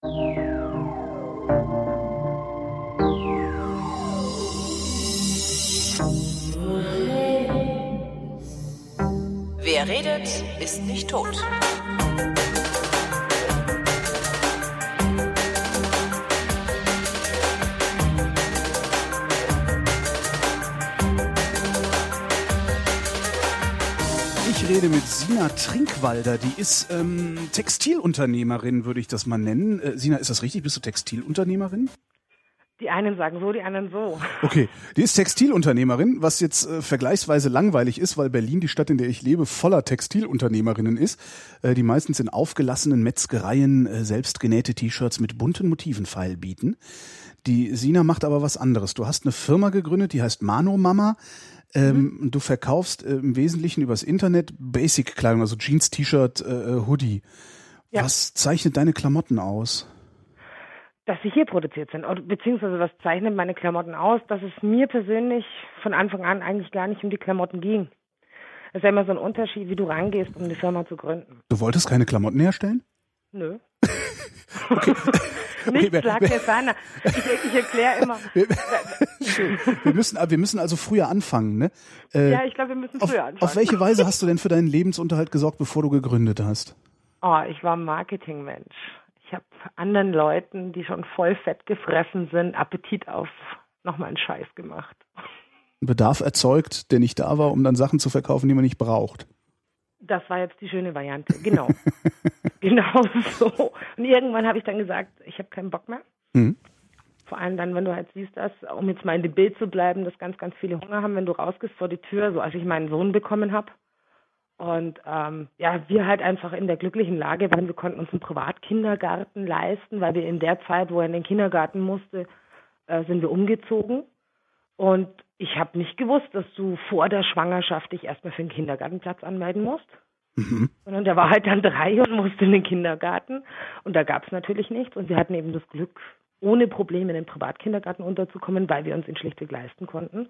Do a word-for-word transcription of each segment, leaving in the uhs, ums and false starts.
Wer redet, ist nicht tot. Ich rede mit Sina Trinkwalder, die ist ähm, Textilunternehmerin, würde ich das mal nennen. Äh, Sina, ist das richtig? Bist du Textilunternehmerin? Die einen sagen so, die anderen so. Okay, die ist Textilunternehmerin, was jetzt äh, vergleichsweise langweilig ist, weil Berlin, die Stadt, in der ich lebe, voller Textilunternehmerinnen ist, äh, die meistens in aufgelassenen Metzgereien äh, selbstgenähte T-Shirts mit bunten Motiven feilbieten. Die Sina macht aber was anderes. Du hast eine Firma gegründet, die heißt Mano Mama. Ähm, mhm. Du verkaufst äh, im Wesentlichen übers Internet Basic-Kleidung, also Jeans, T-Shirt, äh, Hoodie. Ja. Was zeichnet deine Klamotten aus? Dass sie hier produziert sind, beziehungsweise was zeichnet meine Klamotten aus, dass es mir persönlich von Anfang an eigentlich gar nicht um die Klamotten ging. Es ist ja immer so ein Unterschied, wie du rangehst, um eine Firma zu gründen. Du wolltest keine Klamotten herstellen? Nö. Okay. Nichts okay, lag mir ferner. Ich, ich erkläre immer. Wir, wir, müssen, wir müssen also früher anfangen, ne? Äh, ja, ich glaube, wir müssen auf, früher anfangen. Auf welche Weise hast du denn für deinen Lebensunterhalt gesorgt, bevor du gegründet hast? Oh, ich war Marketingmensch. Ich habe anderen Leuten, die schon voll fett gefressen sind, Appetit auf nochmal einen Scheiß gemacht. Bedarf erzeugt, der nicht da war, um dann Sachen zu verkaufen, die man nicht braucht. Das war jetzt die schöne Variante, genau. Genau so. Und irgendwann habe ich dann gesagt, ich habe keinen Bock mehr. Mhm. Vor allem dann, wenn du halt siehst, dass, um jetzt mal in dem Bild zu bleiben, dass ganz, ganz viele Hunger haben, wenn du rausgehst vor die Tür, so als ich meinen Sohn bekommen habe. Und ähm, ja, wir halt einfach in der glücklichen Lage waren, wir konnten uns einen Privatkindergarten leisten, weil wir in der Zeit, wo er in den Kindergarten musste, äh, sind wir umgezogen. Und ich habe nicht gewusst, dass du vor der Schwangerschaft dich erstmal für einen Kindergartenplatz anmelden musst. Mhm. Sondern der war halt dann drei und musste in den Kindergarten. Und da gab es natürlich nichts. Und wir hatten eben das Glück, ohne Probleme in den Privatkindergarten unterzukommen, weil wir uns ihn schlichtweg leisten konnten.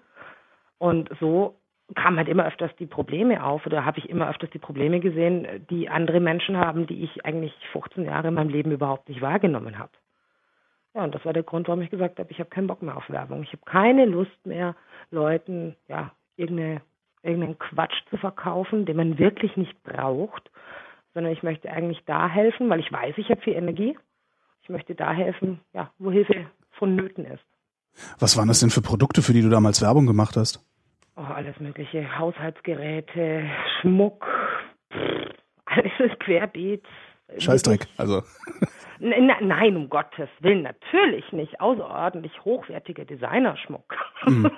Und so kamen halt immer öfters die Probleme auf, oder habe ich immer öfters die Probleme gesehen, die andere Menschen haben, die ich eigentlich fünfzehn Jahre in meinem Leben überhaupt nicht wahrgenommen habe. Ja, und das war der Grund, warum ich gesagt habe, ich habe keinen Bock mehr auf Werbung. Ich habe keine Lust mehr, Leuten ja irgendeine, irgendeinen Quatsch zu verkaufen, den man wirklich nicht braucht, sondern ich möchte eigentlich da helfen, weil ich weiß, ich habe viel Energie. Ich möchte da helfen, ja, wo Hilfe vonnöten ist. Was waren das denn für Produkte, für die du damals Werbung gemacht hast? Oh, alles mögliche, Haushaltsgeräte, Schmuck, pff, alles querbeet. Scheißdreck, also. N- nein, um Gottes Willen, natürlich nicht. Außerordentlich hochwertiger Designerschmuck. Mhm.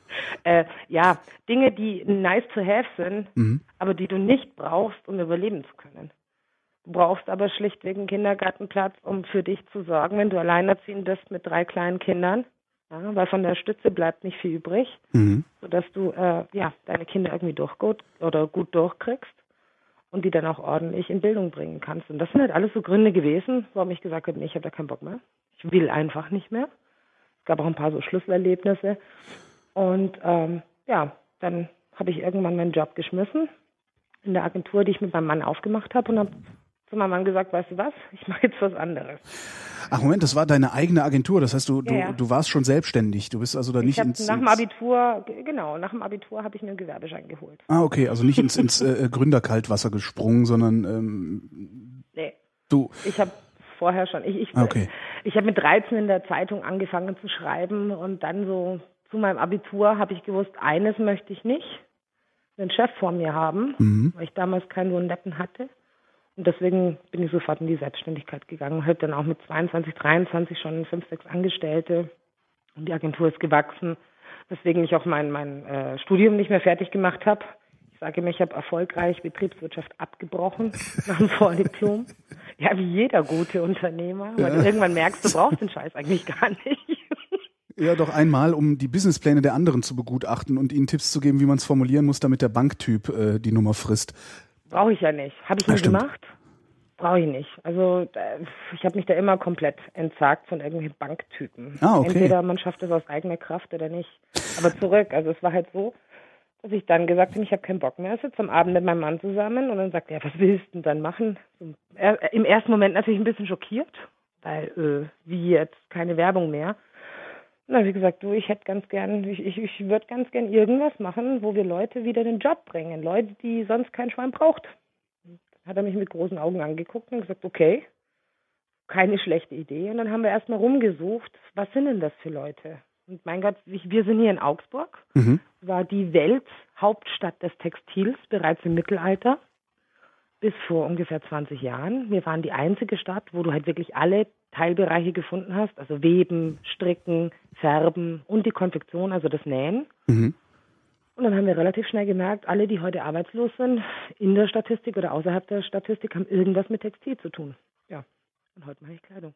äh, ja, Dinge, die nice to have sind, mhm. aber die du nicht brauchst, um überleben zu können. Du brauchst aber schlichtweg einen Kindergartenplatz, um für dich zu sorgen, wenn du alleinerziehend bist mit drei kleinen Kindern. Ja, weil von der Stütze bleibt nicht viel übrig, mhm. sodass du äh, ja, deine Kinder irgendwie durch gut, oder gut durchkriegst und die dann auch ordentlich in Bildung bringen kannst. Und das sind halt alles so Gründe gewesen, warum ich gesagt habe, nee, ich habe da keinen Bock mehr. Ich will einfach nicht mehr. Es gab auch ein paar so Schlüsselerlebnisse. Und ähm, ja, dann habe ich irgendwann meinen Job geschmissen in der Agentur, die ich mit meinem Mann aufgemacht habe, und habe zu meinem Mann gesagt, weißt du was, ich mache jetzt was anderes. Ach Moment, das war deine eigene Agentur, das heißt, du, du, ja, ja. du warst schon selbstständig, du bist also da nicht ich ins... nach dem Abitur, genau, nach dem Abitur habe ich mir einen Gewerbeschein geholt. Ah, okay, also nicht ins, ins äh, Gründerkaltwasser gesprungen, sondern ähm, nee, du... ich habe vorher schon, ich, ich, okay. ich habe mit dreizehn in der Zeitung angefangen zu schreiben, und dann so zu meinem Abitur habe ich gewusst, eines möchte ich nicht, einen Chef vor mir haben, mhm. weil ich damals keinen so einen Neppen hatte. Und deswegen bin ich sofort in die Selbstständigkeit gegangen. Heute dann auch mit zweiundzwanzig, dreiundzwanzig schon fünf, sechs Angestellte. Und die Agentur ist gewachsen, weswegen ich auch mein, mein äh, Studium nicht mehr fertig gemacht habe. Ich sage mir, ich habe erfolgreich Betriebswirtschaft abgebrochen nach dem Vordiplom. Ja, wie jeder gute Unternehmer. Ja. Weil du irgendwann merkst, du brauchst den Scheiß eigentlich gar nicht. Ja, doch einmal, um die Businesspläne der anderen zu begutachten und ihnen Tipps zu geben, wie man es formulieren muss, damit der Banktyp äh, die Nummer frisst. Brauche ich ja nicht. Habe ich ja, nie stimmt. gemacht. Brauche ich nicht. Also ich habe mich da immer komplett entsagt von irgendwelchen Banktypen. Ah, okay. Entweder man schafft es aus eigener Kraft oder nicht. Aber zurück. Also es war halt so, dass ich dann gesagt habe, ich habe keinen Bock mehr. Ich sitze am Abend mit meinem Mann zusammen und dann sagt er, ja, was willst du denn dann machen? Er, Im ersten Moment natürlich ein bisschen schockiert. weil äh, wie jetzt keine Werbung mehr. Na, wie gesagt, du, ich hätte ganz gern, ich, ich, ich würde ganz gern irgendwas machen, wo wir Leute wieder in den Job bringen. Leute, die sonst kein Schwein braucht. Hat er mich mit großen Augen angeguckt und gesagt, okay, keine schlechte Idee. Und dann haben wir erstmal rumgesucht, was sind denn das für Leute? Und mein Gott, wir sind hier in Augsburg, mhm. war die Welthauptstadt des Textils bereits im Mittelalter bis vor ungefähr zwanzig Jahren. Wir waren die einzige Stadt, wo du halt wirklich alle Teilbereiche gefunden hast, also Weben, Stricken, Färben und die Konfektion, also das Nähen. Mhm. Und dann haben wir relativ schnell gemerkt, alle, die heute arbeitslos sind, in der Statistik oder außerhalb der Statistik, haben irgendwas mit Textil zu tun. Ja, und heute mache ich Kleidung.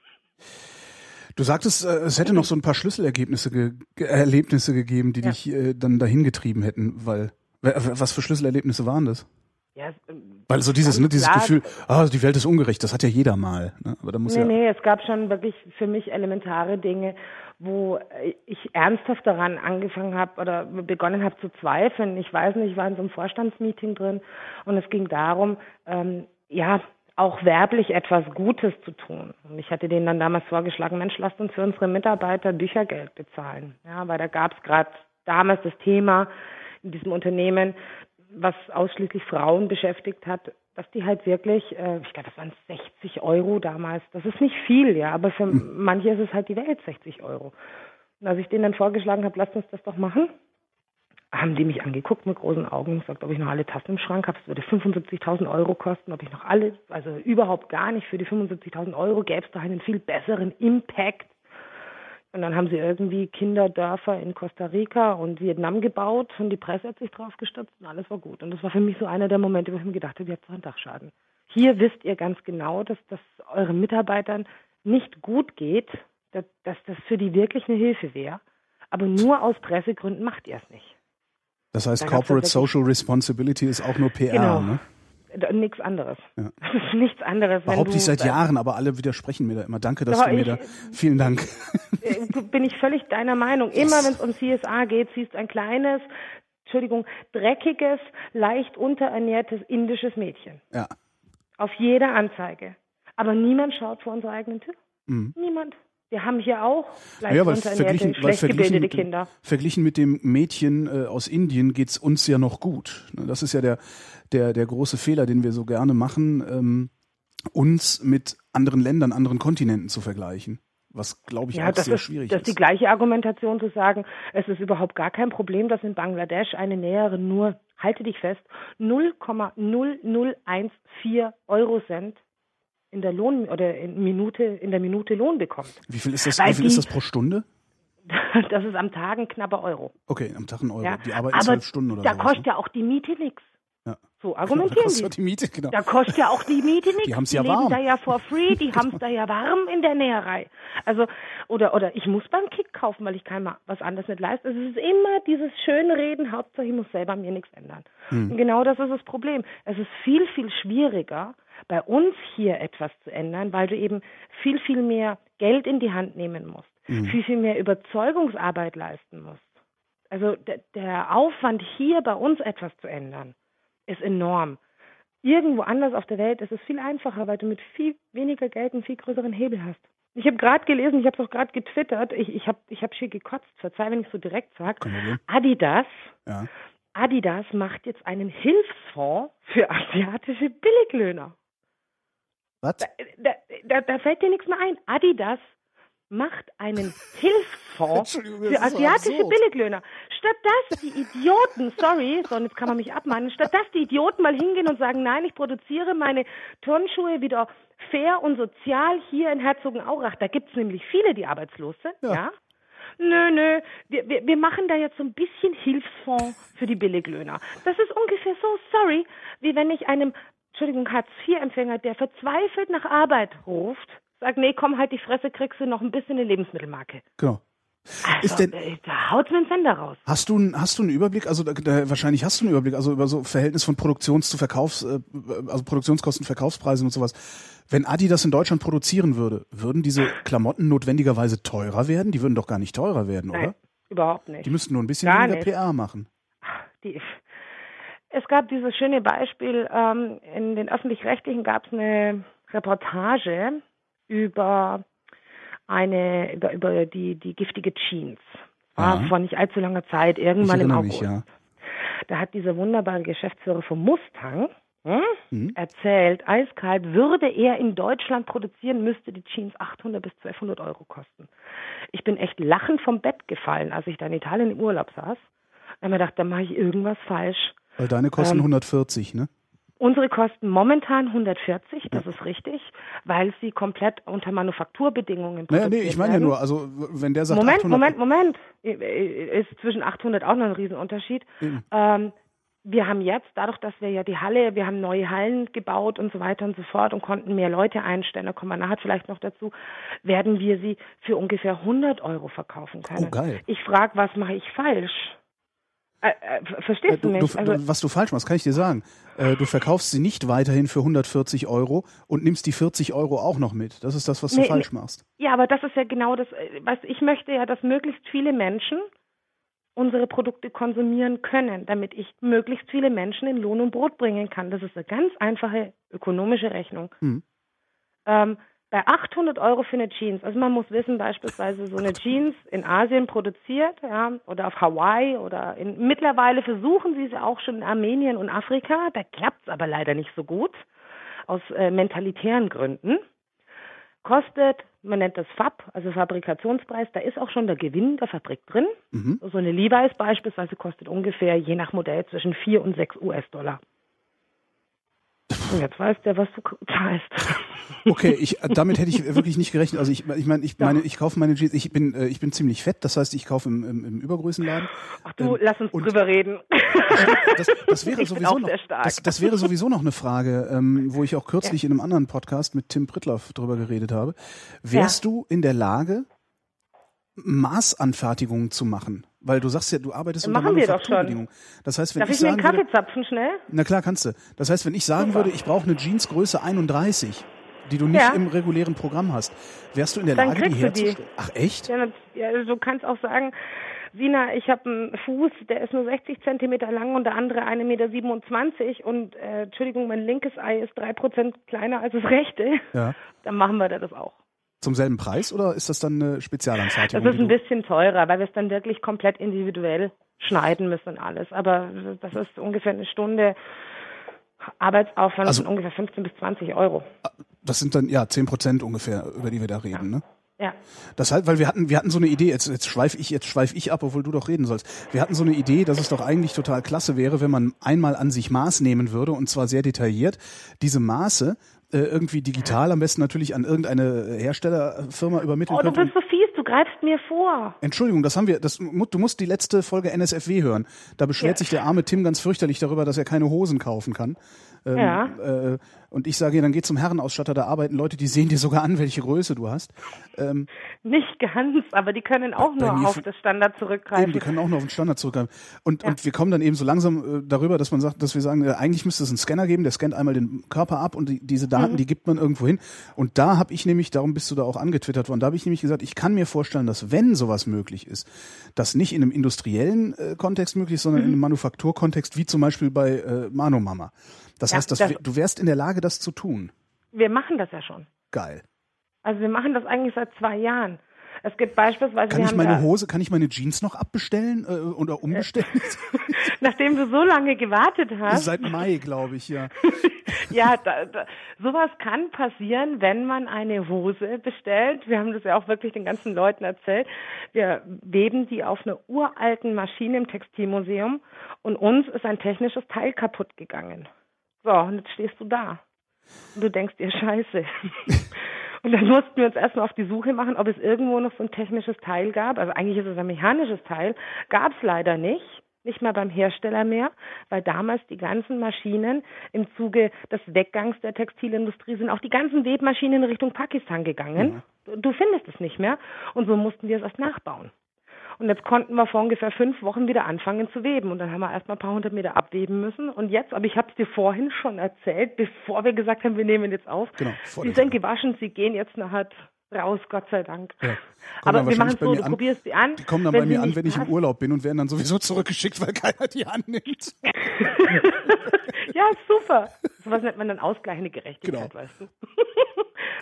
Du sagtest, es hätte noch so ein paar Schlüsselergebnisse, ge- Erlebnisse gegeben, die ja. dich äh, dann dahin getrieben hätten, weil, was für Schlüsselerlebnisse waren das? Ja, weil so dieses, ne, dieses Gefühl, ah, die Welt ist ungerecht, das hat ja jeder mal. Ne? Aber da muss nee, ja nee, es gab schon wirklich für mich elementare Dinge, wo ich ernsthaft daran angefangen habe oder begonnen habe zu zweifeln. Ich weiß nicht, ich war in so einem Vorstandsmeeting drin und es ging darum, ähm, ja, auch werblich etwas Gutes zu tun. Und ich hatte denen dann damals vorgeschlagen, Mensch, lasst uns für unsere Mitarbeiter Büchergeld bezahlen. Ja, weil da gab es gerade damals das Thema in diesem Unternehmen, was ausschließlich Frauen beschäftigt hat, dass die halt wirklich, äh, ich glaube, das waren sechzig Euro damals. Das ist nicht viel, ja, aber für manche ist es halt die Welt, sechzig Euro. Und als ich denen dann vorgeschlagen habe, lasst uns das doch machen, haben die mich angeguckt mit großen Augen und gesagt, ob ich noch alle Tassen im Schrank habe. Es würde fünfundsiebzigtausend Euro kosten, ob ich noch alle, also überhaupt gar nicht. Für die fünfundsiebzigtausend Euro gäbe es doch einen viel besseren Impact. Und dann haben sie irgendwie Kinderdörfer in Costa Rica und Vietnam gebaut und die Presse hat sich drauf gestürzt und alles war gut. Und das war für mich so einer der Momente, wo ich mir gedacht habe, ihr habt doch einen Dachschaden. Hier wisst ihr ganz genau, dass das euren Mitarbeitern nicht gut geht, dass, dass das für die wirklich eine Hilfe wäre. Aber nur aus Pressegründen macht ihr es nicht. Das heißt, da Corporate Social Responsibility ist auch nur P R, genau. ne? Nichts anderes. Ja. Das ist nichts anderes. Behaupte ich seit Jahren, aber alle widersprechen mir da immer. Danke, dass du mir da... Vielen Dank. Bin ich völlig deiner Meinung. Immer wenn es um C S R geht, siehst du ein kleines, Entschuldigung, dreckiges, leicht unterernährtes indisches Mädchen. Ja. Auf jeder Anzeige. Aber niemand schaut vor unserer eigenen Tür. Mhm. Niemand. Wir haben hier auch leicht ja, weil unterernährte, schlecht gebildete Kinder. Verglichen mit dem Mädchen äh, aus Indien geht's uns ja noch gut. Das ist ja der, der, der große Fehler, den wir so gerne machen, ähm, uns mit anderen Ländern, anderen Kontinenten zu vergleichen. Was, glaube ich, ja, auch sehr ist, schwierig das ist. Das ist die gleiche Argumentation zu sagen, es ist überhaupt gar kein Problem, dass in Bangladesch eine Näherin nur, halte dich fest, null Komma null null eins vier Euro Cent in der Lohn oder in Minute in der Minute Lohn bekommt. Wie viel ist das? Wie viel die, ist das pro Stunde? Das ist am Tag ein knapper Euro. Okay, am Tag ein Euro. Ja, die arbeiten zwölf Stunden oder so. Da kostet ja auch die Miete nichts. Ja. So argumentieren genau, da die. die Miete, genau. Da kostet ja auch die Miete nichts. Die haben es die ja leben warm. da ja for free, die haben es da ja warm in der Näherei. Also oder oder ich muss beim Kick kaufen, weil ich kann mal was anderes nicht leisten. Also es ist immer dieses schöne Reden, Hauptsache ich muss selber mir nichts ändern. Hm. Und genau das ist das Problem. Es ist viel, viel schwieriger, bei uns hier etwas zu ändern, weil du eben viel, viel mehr Geld in die Hand nehmen musst, hm. viel, viel mehr Überzeugungsarbeit leisten musst. Also d- der Aufwand hier bei uns etwas zu ändern, ist enorm. Irgendwo anders auf der Welt ist es viel einfacher, weil du mit viel weniger Geld einen viel größeren Hebel hast. Ich habe gerade gelesen, ich habe es auch gerade getwittert, ich, ich habe ich hab schier gekotzt, verzeih, wenn ich so direkt sage, Adidas, ja. Adidas macht jetzt einen Hilfsfonds für asiatische Billiglöhner. Was? Da, da, da, da fällt dir nichts mehr ein. Adidas macht einen Hilfsfonds für asiatische so Billiglöhner. Statt dass die Idioten, sorry, so, und jetzt kann man mich abmahnen, statt dass die Idioten mal hingehen und sagen, nein, ich produziere meine Turnschuhe wieder fair und sozial hier in Herzogenaurach. Da gibt es nämlich viele, die arbeitslos sind, ja. ja? Nö, nö, wir, wir, wir machen da jetzt so ein bisschen Hilfsfonds für die Billiglöhner. Das ist ungefähr so, sorry, wie wenn ich einem, Entschuldigung, Hartz vier Empfänger, der verzweifelt nach Arbeit ruft, sagt, nee, komm, halt die Fresse, kriegst du noch ein bisschen eine Lebensmittelmarke. Genau. Also, ist denn, da haut's mir den Sender raus. Hast du, hast du einen Überblick, also da, da, wahrscheinlich hast du einen Überblick, also über so Verhältnis von Produktions- zu Verkaufs, äh, also Produktionskosten, Verkaufspreisen und sowas. Wenn Adi das in Deutschland produzieren würde, würden diese Klamotten notwendigerweise teurer werden? Die würden doch gar nicht teurer werden, oder? Nein, überhaupt nicht. Die müssten nur ein bisschen gar weniger nicht. P R machen. Ach, die, es gab dieses schöne Beispiel, ähm, in den Öffentlich-Rechtlichen gab es eine Reportage über eine, über, über die, die giftige Jeans. War vor nicht allzu langer Zeit, irgendwann im August. Mich, ja. Da hat dieser wunderbare Geschäftsführer vom Mustang hm, mhm. erzählt, eiskalt, würde er in Deutschland produzieren, müsste die Jeans achthundert bis zwölfhundert Euro kosten. Ich bin echt lachend vom Bett gefallen, als ich da in Italien im Urlaub saß. Da habe ich mir gedacht, da mache ich irgendwas falsch. Weil deine kosten ähm, hundertvierzig, ne? Unsere kosten momentan hundertvierzig, das ja. ist richtig, weil sie komplett unter Manufakturbedingungen produziert naja, nee, ich meine ja nur, also wenn der sagt Moment, achthundert Moment, Moment, ist zwischen achthundert auch noch ein Riesenunterschied. Mhm. Ähm, wir haben jetzt, dadurch, dass wir ja die Halle, wir haben neue Hallen gebaut und so weiter und so fort und konnten mehr Leute einstellen, da kommen wir nachher vielleicht noch dazu, werden wir sie für ungefähr hundert Euro verkaufen können. Oh, geil. Ich frage, was mache ich falsch? Äh, äh, verstehst äh, du, du mich? Du, also, was du falsch machst, kann ich dir sagen. Äh, du verkaufst sie nicht weiterhin für hundertvierzig Euro und nimmst die vierzig Euro auch noch mit. Das ist das, was du nee, falsch machst. Ja, aber das ist ja genau das, was ich möchte ja, dass möglichst viele Menschen unsere Produkte konsumieren können, damit ich möglichst viele Menschen in Lohn und Brot bringen kann. Das ist eine ganz einfache ökonomische Rechnung. Hm. Ähm, Bei achthundert Euro für eine Jeans, also man muss wissen, beispielsweise so eine Jeans in Asien produziert, ja, oder auf Hawaii oder in, mittlerweile versuchen sie es auch schon in Armenien und Afrika, da klappt es aber leider nicht so gut, aus äh, mentalitären Gründen. Kostet, man nennt das F A P, also Fabrikationspreis, da ist auch schon der Gewinn der Fabrik drin. Mhm. So eine Levi's beispielsweise kostet ungefähr, je nach Modell, zwischen vier und sechs US-Dollar. Und jetzt weiß der, was du zahlst. Okay, ich, damit hätte ich wirklich nicht gerechnet. Also ich, ich meine, ich meine, ich kaufe meine Jeans. Ich bin, ich bin ziemlich fett. Das heißt, ich kaufe im, im, im Übergrößenladen. Ach du, ähm, lass uns drüber reden. Das, das wäre sowieso noch, das, das wäre sowieso noch eine Frage, ähm, wo ich auch kürzlich ja. in einem anderen Podcast mit Tim Prittloff drüber geredet habe. Wärst ja. du in der Lage, Maßanfertigungen zu machen? Weil du sagst ja, du arbeitest unter Manufakturbedingungen. Das heißt, wenn Darf ich, ich mir sagen einen Kaffee würde, zapfen schnell? Na klar, kannst du. Das heißt, wenn ich sagen Super. würde, ich brauche eine Jeansgröße einunddreißig, die du nicht ja. im regulären Programm hast, wärst du in der Dann Lage, die herzustellen? Die. Ach echt? Ja, ja, du kannst auch sagen, Sina, ich habe einen Fuß, der ist nur sechzig Zentimeter lang und der andere ein Meter siebenundzwanzig und äh, Entschuldigung, mein linkes Ei ist drei Prozent kleiner als das rechte. Ja. Dann machen wir das auch. Zum selben Preis oder ist das dann eine Spezialanfertigung? Das ist ein bisschen teurer, weil wir es dann wirklich komplett individuell schneiden müssen und alles. Aber das ist ungefähr eine Stunde Arbeitsaufwand also, von ungefähr fünfzehn bis zwanzig Euro. Das sind dann ja zehn Prozent ungefähr, über die wir da reden, ja. ne? Ja. Das heißt, weil wir hatten, wir hatten so eine Idee, jetzt, jetzt schweife ich, jetzt schweife ich ab, obwohl du doch reden sollst. Wir hatten so eine Idee, dass es doch eigentlich total klasse wäre, wenn man einmal an sich Maß nehmen würde und zwar sehr detailliert. Diese Maße äh, irgendwie digital, am besten natürlich an irgendeine Herstellerfirma übermitteln könnte. Oh, du bist so fies, du greifst mir vor. Entschuldigung, das haben wir, das, du musst die letzte Folge N S F W hören. Da beschwert ja. sich der arme Tim ganz fürchterlich darüber, dass er keine Hosen kaufen kann. Ähm, ja. äh, und ich sage, dann geh zum Herrenausstatter, da arbeiten Leute, die sehen dir sogar an, welche Größe du hast. Ähm, Nicht ganz, aber die können auch nur auf das Standard zurückgreifen. Eben, die können auch nur auf den Standard zurückgreifen. Und, ja. und wir kommen dann eben so langsam äh, darüber, dass man sagt, dass wir sagen, äh, eigentlich müsste es einen Scanner geben, der scannt einmal den Körper ab und die, diese Daten, mhm. die gibt man irgendwo hin. Und da habe ich nämlich, darum bist du da auch angetwittert worden, da habe ich nämlich gesagt, ich kann mir vorstellen, dass wenn sowas möglich ist, das nicht in einem industriellen äh, Kontext möglich ist, sondern mhm. in einem Manufakturkontext, wie zum Beispiel bei äh, Manomama. Das ja, heißt, dass das, wir, du wärst in der Lage, das zu tun. Wir machen das ja schon. Geil. Also wir machen das eigentlich seit zwei Jahren. Es gibt beispielsweise... Kann wir ich haben meine Hose, kann ich meine Jeans noch abbestellen äh, oder umbestellen? Nachdem du so lange gewartet hast. Seit Mai, glaube ich, ja. Ja, da, da, sowas kann passieren, wenn man eine Hose bestellt. Wir haben das ja auch wirklich den ganzen Leuten erzählt. Wir weben die auf einer uralten Maschine im Textilmuseum und uns ist ein technisches Teil kaputt gegangen. So, und jetzt stehst du da. Und du denkst dir, scheiße. Und dann mussten wir uns erstmal auf die Suche machen, ob es irgendwo noch so ein technisches Teil gab. Also eigentlich ist es ein mechanisches Teil. Gab es leider nicht. Nicht mal beim Hersteller mehr, weil damals die ganzen Maschinen im Zuge des Weggangs der Textilindustrie sind auch die ganzen Webmaschinen in Richtung Pakistan gegangen. Ja. Du findest es nicht mehr. Und so mussten wir es erst nachbauen. Und jetzt konnten wir vor ungefähr fünf Wochen wieder anfangen zu weben. Und dann haben wir erst mal ein paar hundert Meter abweben müssen. Und jetzt, aber ich habe es dir vorhin schon erzählt, bevor wir gesagt haben, wir nehmen jetzt auf. Genau, sie sind gewaschen, sie gehen jetzt nachher raus, Gott sei Dank. Ja. Aber wir machen es so, du an, probierst die an. Die kommen dann bei mir an, wenn ich im Urlaub bin und werden dann sowieso zurückgeschickt, weil keiner die annimmt. Ja, super. So was nennt man dann ausgleichende Gerechtigkeit, genau. Weißt du.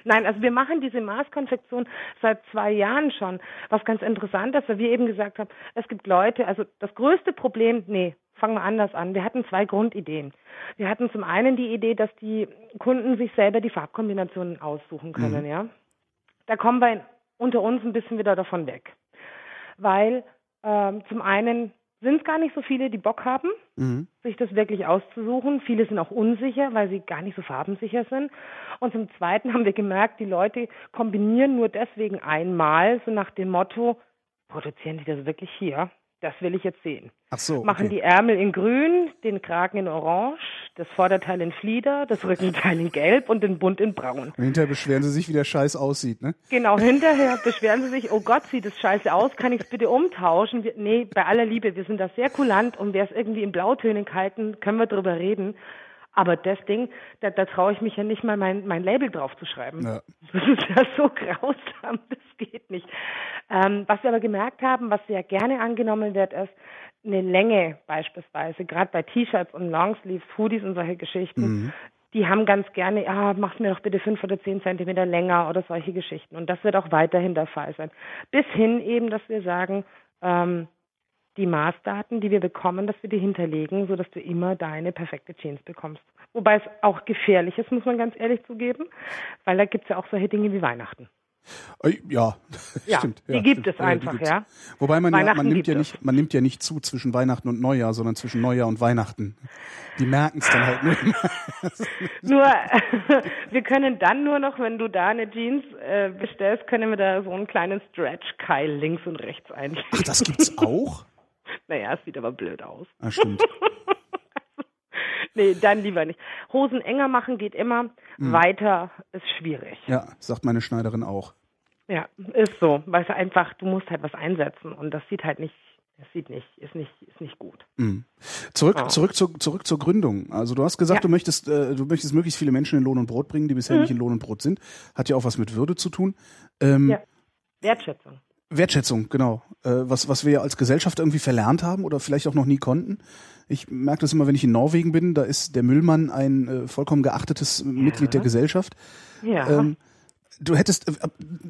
Nein, also wir machen diese Maßkonfektion seit zwei Jahren schon. Was ganz interessant ist, weil wir eben gesagt haben, es gibt Leute, also das größte Problem, nee, fangen wir anders an. Wir hatten zwei Grundideen. Wir hatten zum einen die Idee, dass die Kunden sich selber die Farbkombinationen aussuchen können, mhm. ja. Da kommen wir in, unter uns ein bisschen wieder davon weg. Weil ähm, zum einen sind es gar nicht so viele, die Bock haben, mhm. sich das wirklich auszusuchen. Viele sind auch unsicher, weil sie gar nicht so farbensicher sind. Und zum Zweiten haben wir gemerkt, die Leute kombinieren nur deswegen einmal, so nach dem Motto, produzieren die das wirklich hier? Das will ich jetzt sehen. Ach so, okay. Machen die Ärmel in grün, den Kragen in orange, das Vorderteil in Flieder, das Rückenteil in gelb und den Bund in braun. Und hinterher beschweren sie sich, wie der Scheiß aussieht, ne? Genau, hinterher beschweren sie sich, oh Gott, sieht das scheiße aus, kann ich es bitte umtauschen? Wir, nee, bei aller Liebe, wir sind da sehr kulant und wer es irgendwie in Blautönen gehalten, können wir drüber reden. Aber das Ding, da, da traue ich mich ja nicht mal, mein, mein Label drauf zu schreiben. Ja. Das ist ja so grausam, das geht nicht. Ähm, was wir aber gemerkt haben, was sehr gerne angenommen wird, ist eine Länge beispielsweise, gerade bei T-Shirts und Longsleeves, Hoodies und solche Geschichten. Mhm. Die haben ganz gerne, ah, macht mir doch bitte fünf oder zehn Zentimeter länger oder solche Geschichten. Und das wird auch weiterhin der Fall sein. Bis hin eben, dass wir sagen, ähm, die Maßdaten, die wir bekommen, dass wir die hinterlegen, sodass du immer deine perfekte Jeans bekommst. Wobei es auch gefährlich ist, muss man ganz ehrlich zugeben, weil da gibt es ja auch solche Dinge wie Weihnachten. Ja, ja stimmt. Die ja, gibt es ja, einfach, ja. Wobei man ja, man nimmt ja nicht, man nimmt ja nicht zu zwischen Weihnachten und Neujahr, sondern zwischen Neujahr und Weihnachten. Die merken es dann halt nur. Nur, wir können dann nur noch, wenn du da eine Jeans äh, bestellst, können wir da so einen kleinen Stretch-Keil links und rechts einlegen. Ach, das gibt's auch? Naja, es sieht aber blöd aus. Ah, stimmt. Nee, dann lieber nicht. Hosen enger machen geht immer, mhm. weiter ist schwierig. Ja, sagt meine Schneiderin auch. Ja, ist so, weil es einfach, du musst halt was einsetzen und das sieht halt nicht, das sieht nicht, ist nicht, ist nicht gut. Mhm. Zurück, oh. zurück, zu, zurück zur Gründung. Also du hast gesagt, ja. du möchtest, äh, du möchtest möglichst viele Menschen in Lohn und Brot bringen, die bisher mhm. nicht in Lohn und Brot sind. Hat ja auch was mit Würde zu tun. Ähm, ja, Wertschätzung. Wertschätzung, genau. Äh, was, was wir ja als Gesellschaft irgendwie verlernt haben oder vielleicht auch noch nie konnten. Ich merke das immer, wenn ich in Norwegen bin, da ist der Müllmann ein äh, vollkommen geachtetes ja. Mitglied der Gesellschaft. Ja. Ähm, du hättest, äh,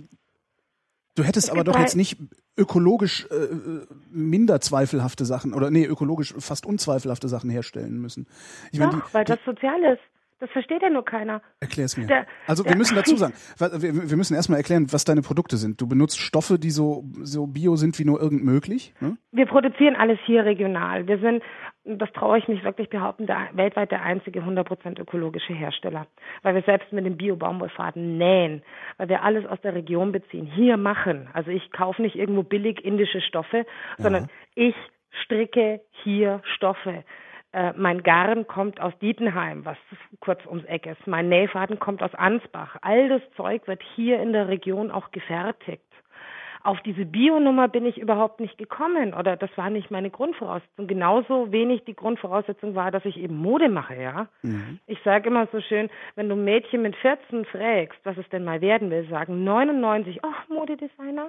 du hättest aber doch jetzt nicht ökologisch äh, minder zweifelhafte Sachen oder nee, ökologisch fast unzweifelhafte Sachen herstellen müssen. Ich doch, meine, die, weil die, das sozial ist. Das versteht ja nur keiner. Erklär es mir. Der, also wir der, müssen dazu sagen, wir, wir müssen erstmal erklären, was deine Produkte sind. Du benutzt Stoffe, die so, so bio sind wie nur irgend möglich. Ne? Wir produzieren alles hier regional. Wir sind, das traue ich mich wirklich behaupten, der, weltweit der einzige hundert Prozent ökologische Hersteller. Weil wir selbst mit dem Bio-Baumwollfaden nähen. Weil wir alles aus der Region beziehen. Hier machen. Also ich kaufe nicht irgendwo billig indische Stoffe, sondern ja. ich stricke hier Stoffe. Mein Garn kommt aus Dietenheim, was kurz ums Eck ist. Mein Nähfaden kommt aus Ansbach. All das Zeug wird hier in der Region auch gefertigt. Auf diese Bio-Nummer bin ich überhaupt nicht gekommen oder das war nicht meine Grundvoraussetzung. Genauso wenig die Grundvoraussetzung war, dass ich eben Mode mache, ja. Mhm. Ich sage immer so schön, wenn du ein Mädchen mit vierzehn fragst, was es denn mal werden will, sagen neunundneunzig, ach, Modedesigner.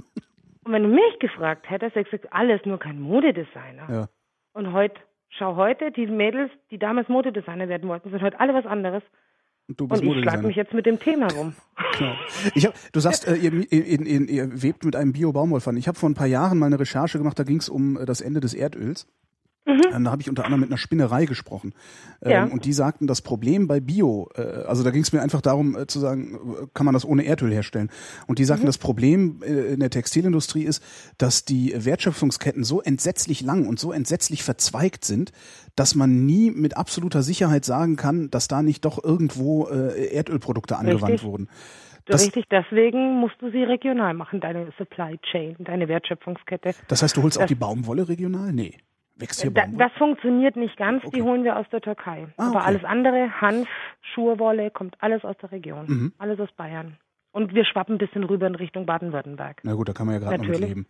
Und wenn du mich gefragt hättest, hätte ich gesagt, alles, nur kein Modedesigner. Ja. Und heute Schau heute, die Mädels, die damals Modedesigner werden wollten, sind heute alle was anderes. Und, du bist und ich schlage mich jetzt mit dem Thema rum. Genau. Ich hab, du sagst, äh, ihr, ihr, ihr, ihr webt mit einem Bio-Baumwollfaden. Ich habe vor ein paar Jahren mal eine Recherche gemacht, da ging es um äh, das Ende des Erdöls. Mhm. Da habe ich unter anderem mit einer Spinnerei gesprochen. Ähm, ja. Und die sagten, das Problem bei Bio, äh, also da ging es mir einfach darum äh, zu sagen, kann man das ohne Erdöl herstellen? Und die sagten, mhm. das Problem äh, in der Textilindustrie ist, dass die Wertschöpfungsketten so entsetzlich lang und so entsetzlich verzweigt sind, dass man nie mit absoluter Sicherheit sagen kann, dass da nicht doch irgendwo äh, Erdölprodukte angewandt Richtig. wurden. Das, Richtig, deswegen musst du sie regional machen, deine Supply Chain, deine Wertschöpfungskette. Das heißt, du holst das, auch die Baumwolle regional? Nee. Wächst hier da, das funktioniert nicht ganz, okay. Die holen wir aus der Türkei. Ah, Aber okay. alles andere, Hanf, Schurwolle, kommt alles aus der Region. Mhm. Alles aus Bayern. Und wir schwappen ein bisschen rüber in Richtung Baden-Württemberg. Na gut, da kann man ja gerade noch mit leben.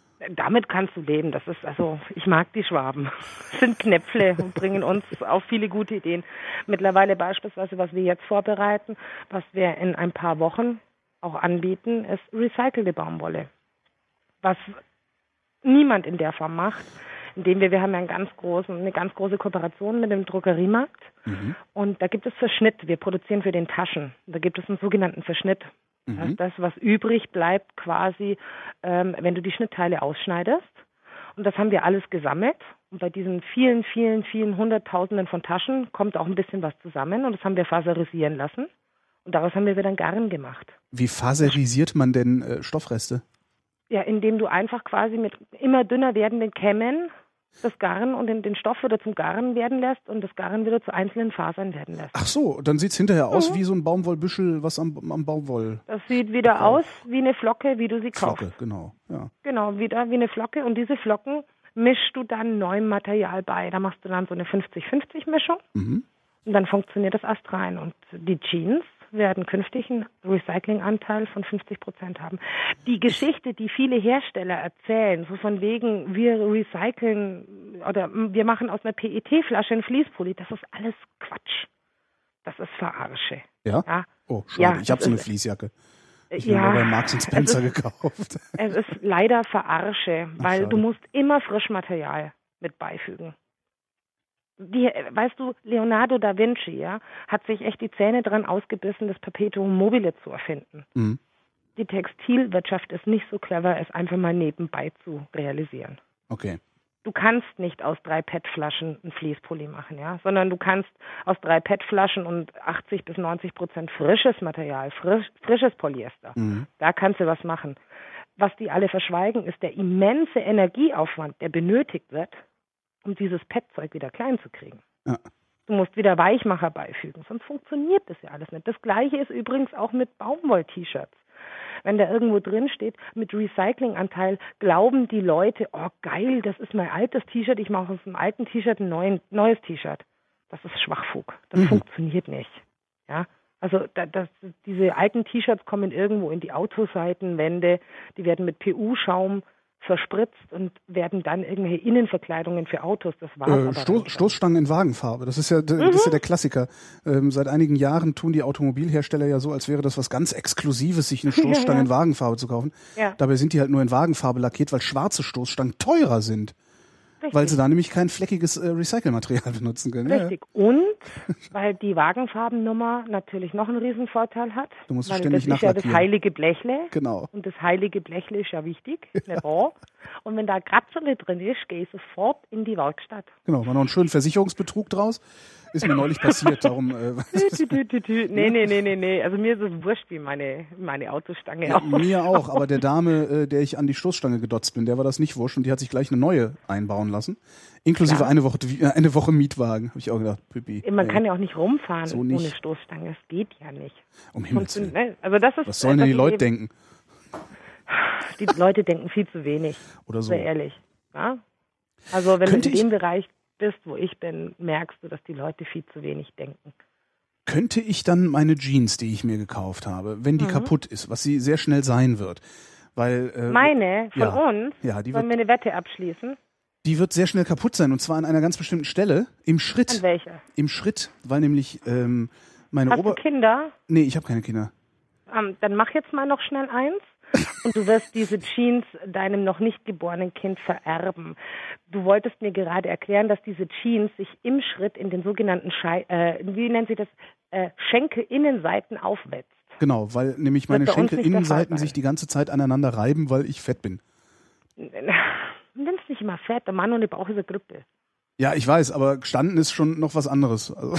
Damit kannst du leben. Das ist, also, ich mag die Schwaben. Das sind Knäpfle und bringen uns auf viele gute Ideen. Mittlerweile beispielsweise, was wir jetzt vorbereiten, was wir in ein paar Wochen auch anbieten, ist recycelte Baumwolle. Was niemand in der Form macht. indem wir, wir haben ja einen ganz großen, eine ganz große Kooperation mit dem Drogeriemarkt mhm. und da gibt es Verschnitt. Wir produzieren für den Taschen. Da gibt es einen sogenannten Verschnitt. Mhm. Das heißt, das, was übrig bleibt quasi, ähm, wenn du die Schnittteile ausschneidest. Und das haben wir alles gesammelt. Und bei diesen vielen, vielen, vielen Hunderttausenden von Taschen kommt auch ein bisschen was zusammen und das haben wir faserisieren lassen. Und daraus haben wir wieder ein Garn gemacht. Wie faserisiert man denn äh, Stoffreste? Ja, indem du einfach quasi mit immer dünner werdenden Kämmen das Garn und den, den Stoff wieder zum Garn werden lässt und das Garn wieder zu einzelnen Fasern werden lässt. Ach so, dann sieht es hinterher aus mhm. wie so ein Baumwollbüschel, was am, am Baumwoll... Das sieht wieder okay. aus wie eine Flocke, wie du sie kaufst. Flocke, genau. Ja. Genau, wieder wie eine Flocke und diese Flocken mischst du dann neuem Material bei. Da machst du dann so eine fünfzig fünfzig Mischung mhm. und dann funktioniert das astrein. Und die Jeans werden künftig einen Recyclinganteil von fünfzig Prozent haben. Die Geschichte, die viele Hersteller erzählen, so von wegen, wir recyceln oder wir machen aus einer P E T-Flasche ein Fließpulli, das ist alles Quatsch. Das ist Verarsche. Ja? ja? Oh, schade. Ja, ich habe so eine Fließjacke. Ich habe ja, mir bei Marks and Spencer es ist, gekauft. Es ist leider Verarsche, weil Ach, du musst immer Frischmaterial mit beifügen. Die, weißt du, Leonardo da Vinci, ja, hat sich echt die Zähne dran ausgebissen, das Perpetuum mobile zu erfinden. Mhm. Die Textilwirtschaft ist nicht so clever, es einfach mal nebenbei zu realisieren. Okay. Du kannst nicht aus drei P E T-Flaschen einen Fließpulli machen, ja, sondern du kannst aus drei P E T-Flaschen und achtzig bis neunzig Prozent frisches Material, frisch, frisches Polyester, mhm. da kannst du was machen. Was die alle verschweigen, ist der immense Energieaufwand, der benötigt wird, um dieses P E T-Zeug wieder klein zu kriegen. Ja. Du musst wieder Weichmacher beifügen, sonst funktioniert das ja alles nicht. Das Gleiche ist übrigens auch mit Baumwoll-T-Shirts. Wenn da irgendwo drin steht, mit Recyclinganteil, glauben die Leute, oh geil, das ist mein altes T-Shirt, ich mache aus dem alten T-Shirt ein neuen, neues T-Shirt. Das ist Schwachfug, das mhm. funktioniert nicht. Ja, also da, das, diese alten T-Shirts kommen irgendwo in die Autoseitenwände, die werden mit P U-Schaum verspritzt und werden dann irgendwelche Innenverkleidungen für Autos. Das war äh, Sto- Stoßstangen in Wagenfarbe. Das ist ja, das mhm. ist ja der Klassiker. Ähm, seit einigen Jahren tun die Automobilhersteller ja so, als wäre das was ganz Exklusives, sich eine Stoßstange ja, ja. in Wagenfarbe zu kaufen. Ja. Dabei sind die halt nur in Wagenfarbe lackiert, weil schwarze Stoßstangen teurer sind. Richtig. Weil sie da nämlich kein fleckiges äh, Recycelmaterial benutzen können. Richtig. Ja. Und weil die Wagenfarbennummer natürlich noch einen riesen Vorteil hat. Du musst weil ständig das ist ja das heilige Blechle. Genau. Und das heilige Blechle ist ja wichtig. Ja. Nicht wahr? Und wenn da Kratzerle drin ist, gehe ich sofort in die Werkstatt. Genau, war noch einen schönen Versicherungsbetrug draus. Ist mir neulich passiert, darum... Äh, nee, nee, nee, nee, nee. Also mir ist es wurscht, wie meine, meine Autostange ja, ausschaut. Mir auch, aber der Dame, äh, der ich an die Stoßstange gedotzt bin, der war das nicht wurscht und die hat sich gleich eine neue einbauen lassen. Inklusive eine Woche, eine Woche Mietwagen. Habe ich auch gedacht, Pipi. Man ey. kann ja auch nicht rumfahren so nicht. ohne Stoßstange. Das geht ja nicht. Um Himmels Willen. Ne? Also das ist, was sollen denn die Leute denken? Die Leute denken viel zu wenig. Oder so. Sehr ehrlich. Ja? Also wenn Könnte du in dem ich, Bereich bist, wo ich bin, merkst du, dass die Leute viel zu wenig denken. Könnte ich dann meine Jeans, die ich mir gekauft habe, wenn die mhm. kaputt ist, was sie sehr schnell sein wird, weil... Äh, Meine? Von ja, uns? Ja, die Wollen wird, wir eine Wette abschließen? Die wird sehr schnell kaputt sein und zwar an einer ganz bestimmten Stelle, im Schritt. An welcher? Im Schritt, weil nämlich ähm, meine Hast Ober... du Kinder? Nee, ich habe keine Kinder. Um, dann mach jetzt mal noch schnell eins. Und du wirst diese Jeans deinem noch nicht geborenen Kind vererben. Du wolltest mir gerade erklären, dass diese Jeans sich im Schritt in den sogenannten, Schei- äh, wie nennt sie das, äh, Schenkelinnenseiten aufwetzt. Genau, weil nämlich meine Schenkelinnenseiten sich die ganze Zeit aneinander reiben, weil ich fett bin. Nennst nicht immer fett, der Mann ohne Bauch ist eine Grippe. Ja, ich weiß, aber gestanden ist schon noch was anderes. Also.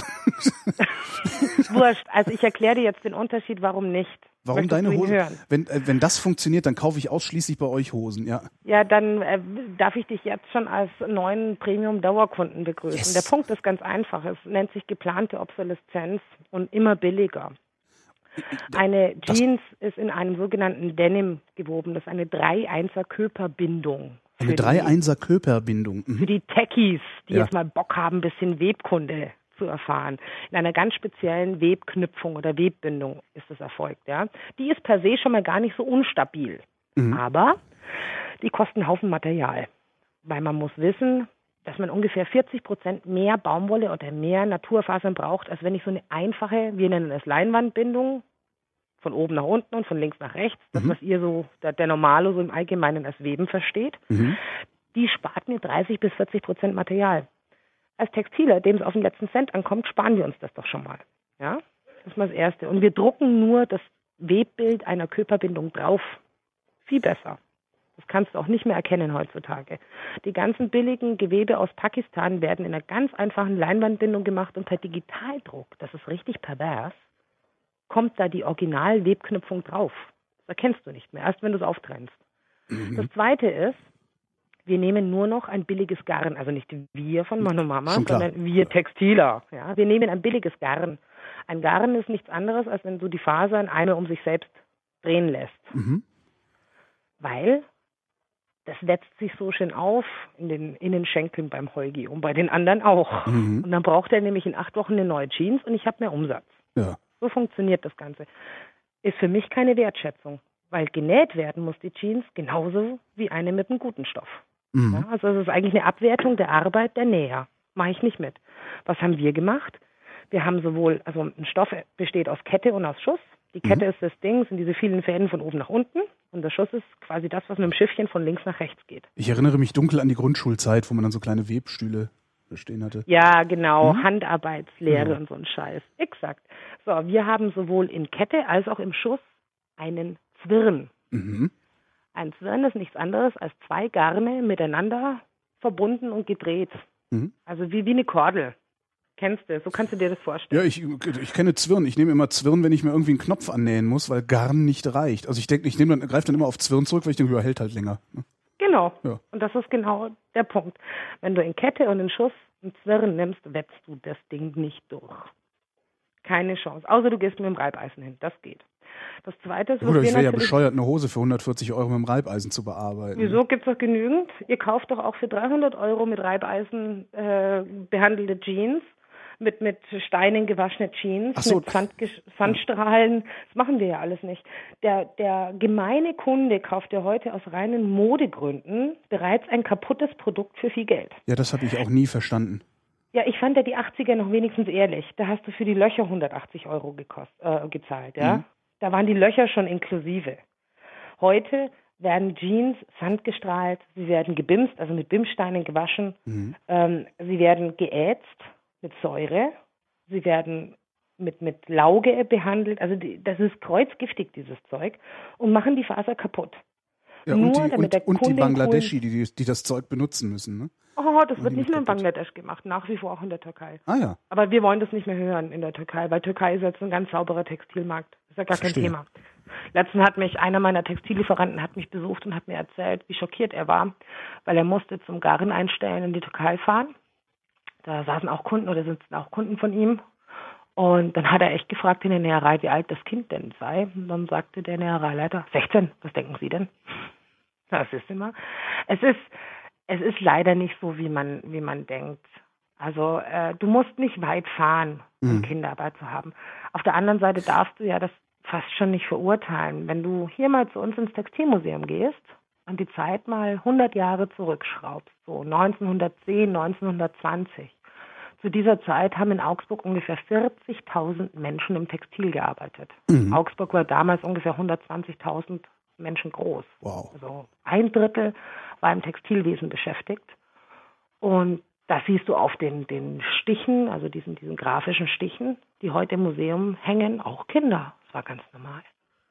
Wurscht, also ich erkläre dir jetzt den Unterschied, warum nicht. Warum Möchtest deine Hosen? Wenn, äh, wenn das funktioniert, dann kaufe ich ausschließlich bei euch Hosen, ja. Ja, dann äh, darf ich dich jetzt schon als neuen Premium-Dauerkunden begrüßen. Yes. Der Punkt ist ganz einfach, es nennt sich geplante Obsoleszenz und immer billiger. Eine Jeans das ist in einem sogenannten Denim gewoben, das ist eine drei Einser Köperbindung. Eine drei Einser Köperbindung. Mhm. Für die Techies, die ja. jetzt mal Bock haben, ein bisschen Webkunde zu erfahren. In einer ganz speziellen Webknüpfung oder Webbindung ist es erfolgt. Ja. Die ist per se schon mal gar nicht so unstabil. Mhm. Aber die kosten einen Haufen Material. Weil man muss wissen, dass man ungefähr vierzig Prozent mehr Baumwolle oder mehr Naturfasern braucht, als wenn ich so eine einfache, wir nennen es Leinwandbindung, von oben nach unten und von links nach rechts, das, mhm. was ihr so, der, der Normalo so im Allgemeinen als Weben versteht. Mhm. die spart mir dreißig bis vierzig Prozent Material. Als Textiler, dem es auf den letzten Cent ankommt, sparen wir uns das doch schon mal. Ja, das ist mal das Erste. Und wir drucken nur das Webbild einer Körperbindung drauf. Viel besser. Das kannst du auch nicht mehr erkennen heutzutage. Die ganzen billigen Gewebe aus Pakistan werden in einer ganz einfachen Leinwandbindung gemacht und per Digitaldruck, das ist richtig pervers, kommt da die Original-Webknüpfung drauf. Das erkennst du nicht mehr, erst wenn du es auftrennst. Mhm. Das Zweite ist, wir nehmen nur noch ein billiges Garn, also nicht wir von Mann und Mama, sondern wir Textiler. Ja, wir nehmen ein billiges Garn. Ein Garn ist nichts anderes, als wenn du die Fasern einmal um sich selbst drehen lässt. Mhm. Weil das wetzt sich so schön auf in den Innenschenkeln beim Holgi und bei den anderen auch. Mhm. Und dann braucht er nämlich in acht Wochen eine neue Jeans und ich habe mehr Umsatz. Ja. So funktioniert das Ganze. Ist für mich keine Wertschätzung, weil genäht werden muss die Jeans genauso wie eine mit einem guten Stoff. Mhm. Ja, also es ist eigentlich eine Abwertung der Arbeit der Näher. Mache ich nicht mit. Was haben wir gemacht? Wir haben sowohl, also ein Stoff besteht aus Kette und aus Schuss. Die Kette mhm. ist das Ding, sind diese vielen Fäden von oben nach unten. Und der Schuss ist quasi das, was mit dem Schiffchen von links nach rechts geht. Ich erinnere mich dunkel an die Grundschulzeit, wo man dann so kleine Webstühle stehen hatte. Ja, genau. Mhm. Handarbeitslehre mhm. und so ein Scheiß. Exakt. So, wir haben sowohl in Kette als auch im Schuss einen Zwirn. Mhm. Ein Zwirn ist nichts anderes als zwei Garne miteinander verbunden und gedreht. Mhm. Also wie, wie eine Kordel. Kennst du, so kannst du dir das vorstellen. Ja, ich, ich kenne Zwirn. Ich nehme immer Zwirn, wenn ich mir irgendwie einen Knopf annähen muss, weil Garn nicht reicht. Also ich denke, ich nehme dann, greife dann immer auf Zwirn zurück, weil ich denke, ja, hält halt länger. Genau. Ja. Und das ist genau der Punkt. Wenn du in Kette und in Schuss einen Zwirn nimmst, wetzt du das Ding nicht durch. Keine Chance. Außer du gehst mit dem Reibeisen hin. Das geht. Das Zweite ist, was Oder ich wäre ja bescheuert, eine Hose für hundertvierzig Euro mit dem Reibeisen zu bearbeiten. Wieso? Gibt es doch genügend. Ihr kauft doch auch für dreihundert Euro mit Reibeisen äh, behandelte Jeans. Mit, mit Steinen gewaschene Jeans, so. mit Sand, Sandstrahlen. Das machen wir ja alles nicht. Der, der gemeine Kunde kauft ja heute aus reinen Modegründen bereits ein kaputtes Produkt für viel Geld. Ja, das habe ich auch nie verstanden. Ja, ich fand ja die achtziger noch wenigstens ehrlich. Da hast du für die Löcher hundertachtzig Euro gekost, äh, gezahlt. Ja, mhm. Da waren die Löcher schon inklusive. Heute werden Jeans sandgestrahlt, sie werden gebimst, also mit Bimssteinen gewaschen, mhm. ähm, sie werden geätzt mit Säure, sie werden mit, mit Lauge behandelt, also die, das ist kreuzgiftig, dieses Zeug, und machen die Faser kaputt. Ja, Nur, und die, damit der und, und die Bangladeschi, die, die das Zeug benutzen müssen, ne? Oh, das wird nicht nur in Bangladesch gemacht, nach wie vor auch in der Türkei. Ah ja. Aber wir wollen das nicht mehr hören in der Türkei, weil Türkei ist jetzt ein ganz sauberer Textilmarkt. Das ist ja gar kein Verstehe. Thema. Letztens hat mich, einer meiner Textillieferanten hat mich besucht und hat mir erzählt, wie schockiert er war, weil er musste zum Garn einstellen in die Türkei fahren. Da saßen auch Kunden oder sitzen auch Kunden von ihm. Und dann hat er echt gefragt in der Näherei, wie alt das Kind denn sei. Und dann sagte der Nähereileiter, sechzehn, was denken Sie denn? Das ist immer. Es ist, es ist leider nicht so, wie man, wie man denkt. Also äh, du musst nicht weit fahren, um mhm. Kinderarbeit zu haben. Auf der anderen Seite darfst du ja das fast schon nicht verurteilen. Wenn du hier mal zu uns ins Textilmuseum gehst und die Zeit mal hundert Jahre zurückschraubst, so neunzehnhundertzehn, neunzehnhundertzwanzig. Zu dieser Zeit haben in Augsburg ungefähr vierzigtausend Menschen im Textil gearbeitet. Mhm. Augsburg war damals ungefähr hundertzwanzigtausend Menschen groß. Wow. Also ein Drittel war im Textilwesen beschäftigt. Und das siehst du auf den, den Stichen, also diesen, diesen grafischen Stichen, die heute im Museum hängen, auch Kinder. Das war ganz normal.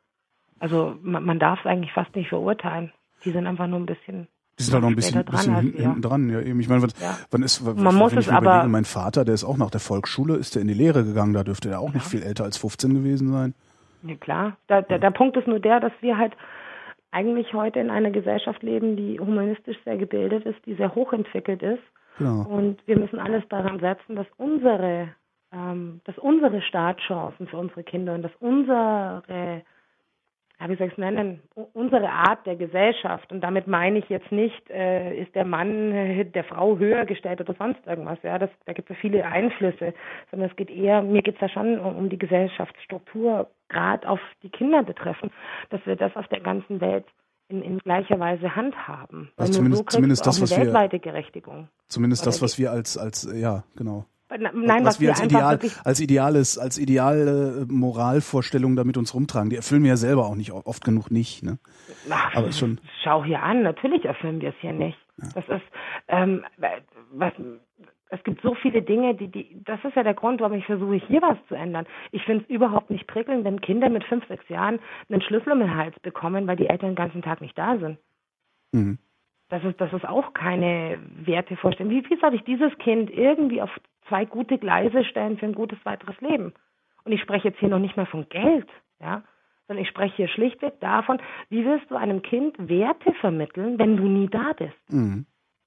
Also man, man darf es eigentlich fast nicht verurteilen. Die sind einfach nur ein bisschen Die sind halt noch ein bisschen, bisschen dran, hinten, hinten dran. Ja, eben. Ich meine, wann, ja. wann ist, man wenn muss ich es mir aber, überlege, mein Vater, der ist auch nach der Volksschule, ist der in die Lehre gegangen, da dürfte er auch nicht ja. viel älter als fünfzehn gewesen sein. Ja klar, da, der, der Punkt ist nur der, dass wir halt eigentlich heute in einer Gesellschaft leben, die humanistisch sehr gebildet ist, die sehr hochentwickelt ist. Genau. Und wir müssen alles daran setzen, dass unsere, ähm, dass unsere Startchancen für unsere Kinder und dass unsere, ja, wie soll ich es nennen, unsere Art der Gesellschaft, und damit meine ich jetzt nicht, äh, ist der Mann äh, der Frau höher gestellt oder sonst irgendwas, ja, das, da gibt es viele Einflüsse, sondern es geht eher, mir geht es ja schon um, um die Gesellschaftsstruktur, gerade auf die Kinder betreffend, dass wir das auf der ganzen Welt in, in gleicher Weise handhaben. Also zumindest, so zumindest das, was eine wir, weltweite Gerechtigung. Zumindest das, was wir als, als, ja, genau. Nein, was, was wir als Ideal, wirklich als ideales, als ideale Moralvorstellung da mit uns rumtragen, die erfüllen wir ja selber auch nicht, oft genug nicht, ne? Ach, aber ist schon. Schau hier an, natürlich erfüllen wir es hier nicht. Ja. Das ist, ähm, was, es gibt so viele Dinge, die, die, das ist ja der Grund, warum ich versuche, hier was zu ändern. Ich finde es überhaupt nicht prickelnd, wenn Kinder mit fünf, sechs Jahren einen Schlüssel um den Hals bekommen, weil die Eltern den ganzen Tag nicht da sind. Mhm. Das ist, das ist auch keine Wertevorstellung. Wie, wie soll ich dieses Kind irgendwie auf zwei gute Gleise stellen für ein gutes weiteres Leben? Und ich spreche jetzt hier noch nicht mal von Geld, ja, sondern ich spreche hier schlichtweg davon, wie willst du einem Kind Werte vermitteln, wenn du nie da bist? Mhm.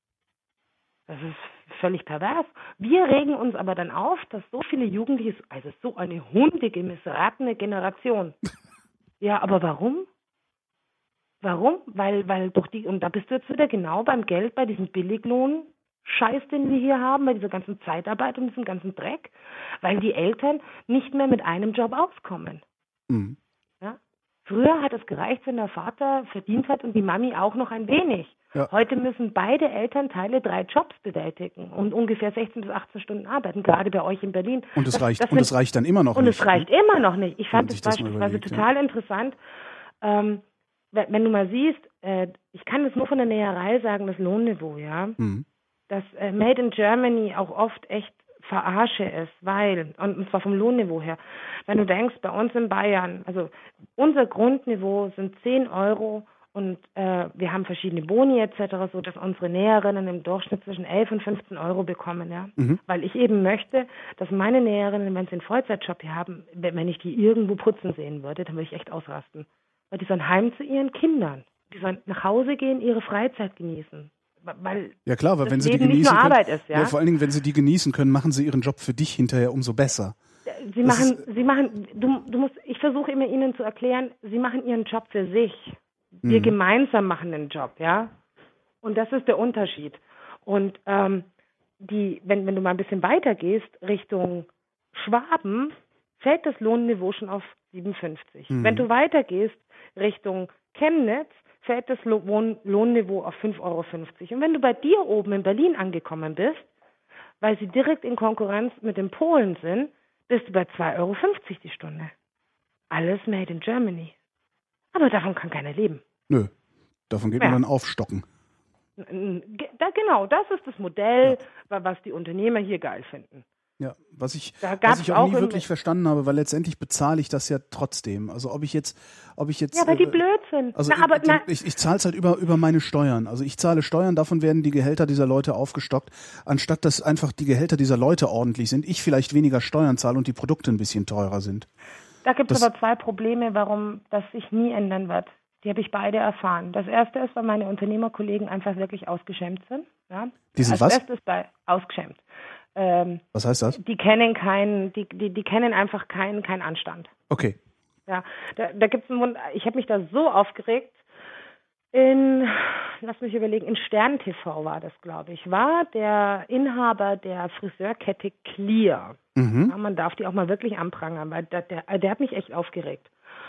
Das ist völlig pervers. Wir regen uns aber dann auf, dass so viele Jugendliche, also so eine hundige, missratene Generation. Ja, aber warum? Warum? Weil, weil durch die, und da bist du jetzt wieder genau beim Geld, bei diesem Billiglohn-Scheiß, den wir hier haben, bei dieser ganzen Zeitarbeit und diesem ganzen Dreck, weil die Eltern nicht mehr mit einem Job auskommen. Mhm. Ja? Früher hat es gereicht, wenn der Vater verdient hat und die Mami auch noch ein wenig. Ja. Heute müssen beide Elternteile drei Jobs bewältigen und ungefähr sechzehn bis achtzehn Stunden arbeiten, gerade bei euch in Berlin. Und es das, reicht, das und sind, es reicht dann immer noch und nicht. Und es reicht ne? immer noch nicht. Ich fand das beispielsweise überlegt, total ja. interessant, ähm, wenn du mal siehst, äh, ich kann das nur von der Näherei sagen, das Lohnniveau, ja, Mhm. dass äh, Made in Germany auch oft echt Verarsche ist, weil, und, und zwar vom Lohnniveau her, wenn du denkst, bei uns in Bayern, also unser Grundniveau sind zehn Euro und äh, wir haben verschiedene Boni et cetera, so dass unsere Näherinnen im Durchschnitt zwischen elf und fünfzehn Euro bekommen, ja, Mhm. weil ich eben möchte, dass meine Näherinnen, wenn sie einen Vollzeitjob hier haben, wenn wenn ich die irgendwo putzen sehen würde, dann würde ich echt ausrasten. Weil die sollen heim zu ihren Kindern. Die sollen nach Hause gehen, ihre Freizeit genießen. Weil Ja klar, weil das wenn sie die Leben nicht genießen nur können, Arbeit ist, ja. ja, vor allen Dingen, wenn sie die genießen können, machen sie ihren Job für dich hinterher umso besser. Sie Das machen, ist- sie machen, du, du musst, ich versuche immer ihnen zu erklären, sie machen ihren Job für sich. Wir Mhm. gemeinsam machen den Job, ja. Und das ist der Unterschied. Und ähm, die, wenn, wenn du mal ein bisschen weiter gehst, Richtung Schwaben, fällt das Lohnniveau schon auf siebenundfünfzig. Mhm. Wenn du weitergehst Richtung Chemnitz, fällt das Lohn, Lohnniveau auf fünf Euro fünfzig. Und wenn du bei dir oben in Berlin angekommen bist, weil sie direkt in Konkurrenz mit den Polen sind, bist du bei zwei Euro fünfzig die Stunde. Alles made in Germany. Aber davon kann keiner leben. Nö, davon geht Ja. man dann aufstocken. Ge- Da, genau, das ist das Modell, wa- was die Unternehmer hier geil finden. Ja, was ich, Da was gab's ich auch, auch nie im- wirklich verstanden habe, weil letztendlich bezahle ich das ja trotzdem. Also ob ich jetzt, ob ich jetzt. Ja, weil die äh, blöd sind. Also Na, aber, ich, na, ich, ich zahle es halt über, über meine Steuern. Also ich zahle Steuern, davon werden die Gehälter dieser Leute aufgestockt, anstatt dass einfach die Gehälter dieser Leute ordentlich sind, ich vielleicht weniger Steuern zahle und die Produkte ein bisschen teurer sind. da gibt es das- aber zwei Probleme, warum das sich nie ändern wird. Die habe ich beide erfahren. Das erste ist, weil meine Unternehmerkollegen einfach wirklich ausgeschämt sind. Ja? Die sind Als was? erstes bei ausgeschämt. Ähm, Was heißt das? die kennen keinen, die, die, die kennen einfach keinen, keinen Anstand. Okay. Ja, da, da gibt's einen Wund. Ich habe mich da so aufgeregt. In, lass mich überlegen, in Stern T V war das, glaube ich, war der Inhaber der Friseurkette Clear. Mhm. Ja, man darf die auch mal wirklich anprangern, weil der, der, der hat mich echt aufgeregt.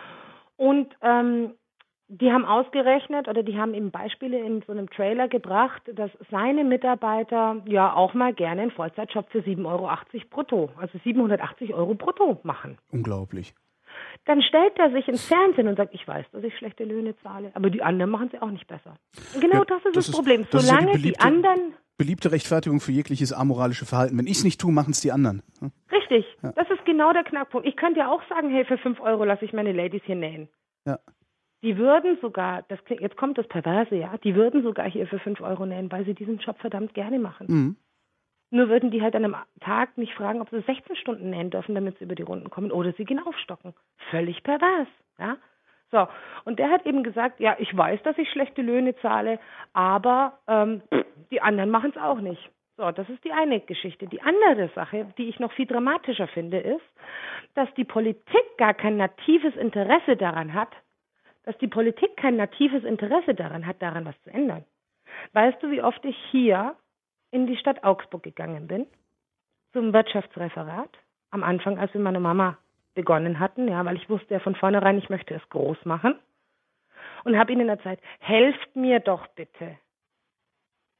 Und ähm, die haben ausgerechnet oder die haben eben Beispiele in so einem Trailer gebracht, dass seine Mitarbeiter ja auch mal gerne einen Vollzeitjob für sieben Euro achtzig brutto, also siebenhundertachtzig Euro brutto machen. Unglaublich. Dann stellt er sich ins Fernsehen und sagt, ich weiß, dass ich schlechte Löhne zahle, aber die anderen machen es auch nicht besser. Und genau Ja, das ist das das, ist- Problem. das ist ja die Solange die, beliebte- anderen, Beliebte Rechtfertigung für jegliches amoralische Verhalten. Wenn ich es nicht tue, machen es die anderen. Hm? richtig, das ist genau der Knackpunkt. Ich könnte ja auch sagen, hey, für fünf Euro lasse ich meine Ladies hier nähen. Ja. Die würden sogar, das klingt, jetzt kommt das Perverse, ja, die würden sogar hier für fünf Euro nähen, weil sie diesen Job verdammt gerne machen. Mhm. Nur würden die halt an einem Tag nicht fragen, ob sie sechzehn Stunden nähen dürfen, damit sie über die Runden kommen, oder sie gehen aufstocken. Völlig pervers, ja. So, und der hat eben gesagt, ja, ich weiß, dass ich schlechte Löhne zahle, aber ähm, die anderen machen es auch nicht. So, das ist die eine Geschichte. Die andere Sache, die ich noch viel dramatischer finde, ist, dass die Politik gar kein natives Interesse daran hat, dass die Politik kein natives Interesse daran hat, daran was zu ändern. Weißt du, wie oft ich hier in die Stadt Augsburg gegangen bin, zum Wirtschaftsreferat, am Anfang, als wir meine Mama begonnen hatten, ja, weil ich wusste ja von vornherein, ich möchte es groß machen, und habe ihnen erzählt, helft mir doch bitte.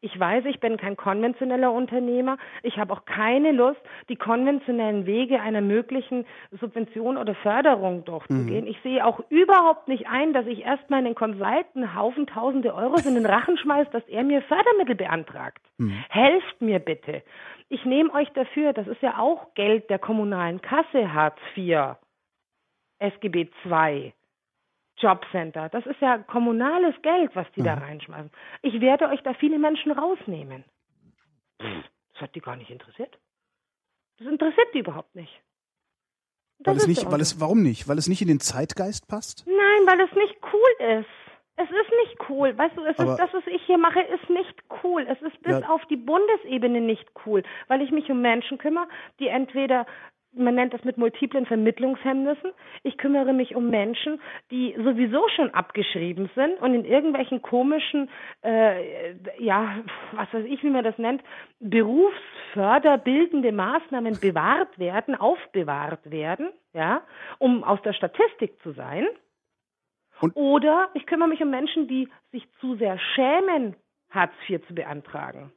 Ich weiß, ich bin kein konventioneller Unternehmer. Ich habe auch keine Lust, die konventionellen Wege einer möglichen Subvention oder Förderung durchzugehen. Mhm. Ich sehe auch überhaupt nicht ein, dass ich erstmal einen Consultant einen Haufen tausende Euros in den Rachen schmeiße, dass er mir Fördermittel beantragt. Mhm. Helft mir bitte. Ich nehme euch dafür, das ist ja auch Geld der kommunalen Kasse, Hartz vier, S G B zwei. Jobcenter. Das ist ja kommunales Geld, was die mhm. da reinschmeißen. Ich werde euch da viele Menschen rausnehmen. Das hat die gar nicht interessiert. Das interessiert die überhaupt nicht. Weil es nicht, weil es, warum nicht? Weil es nicht in den Zeitgeist passt? Nein, weil es nicht cool ist. Es ist nicht cool. Weißt du, es ist, das, was ich hier mache, ist nicht cool. Es ist bis ja. auf die Bundesebene nicht cool, weil ich mich um Menschen kümmere, die entweder, man nennt das mit multiplen Vermittlungshemmnissen. Ich kümmere mich um Menschen, die sowieso schon abgeschrieben sind und in irgendwelchen komischen, äh, ja, was weiß ich, wie man das nennt, berufsförderbildende Maßnahmen bewahrt werden, aufbewahrt werden, ja, um aus der Statistik zu sein. Und Oder ich kümmere mich um Menschen, die sich zu sehr schämen, Hartz vier zu beantragen.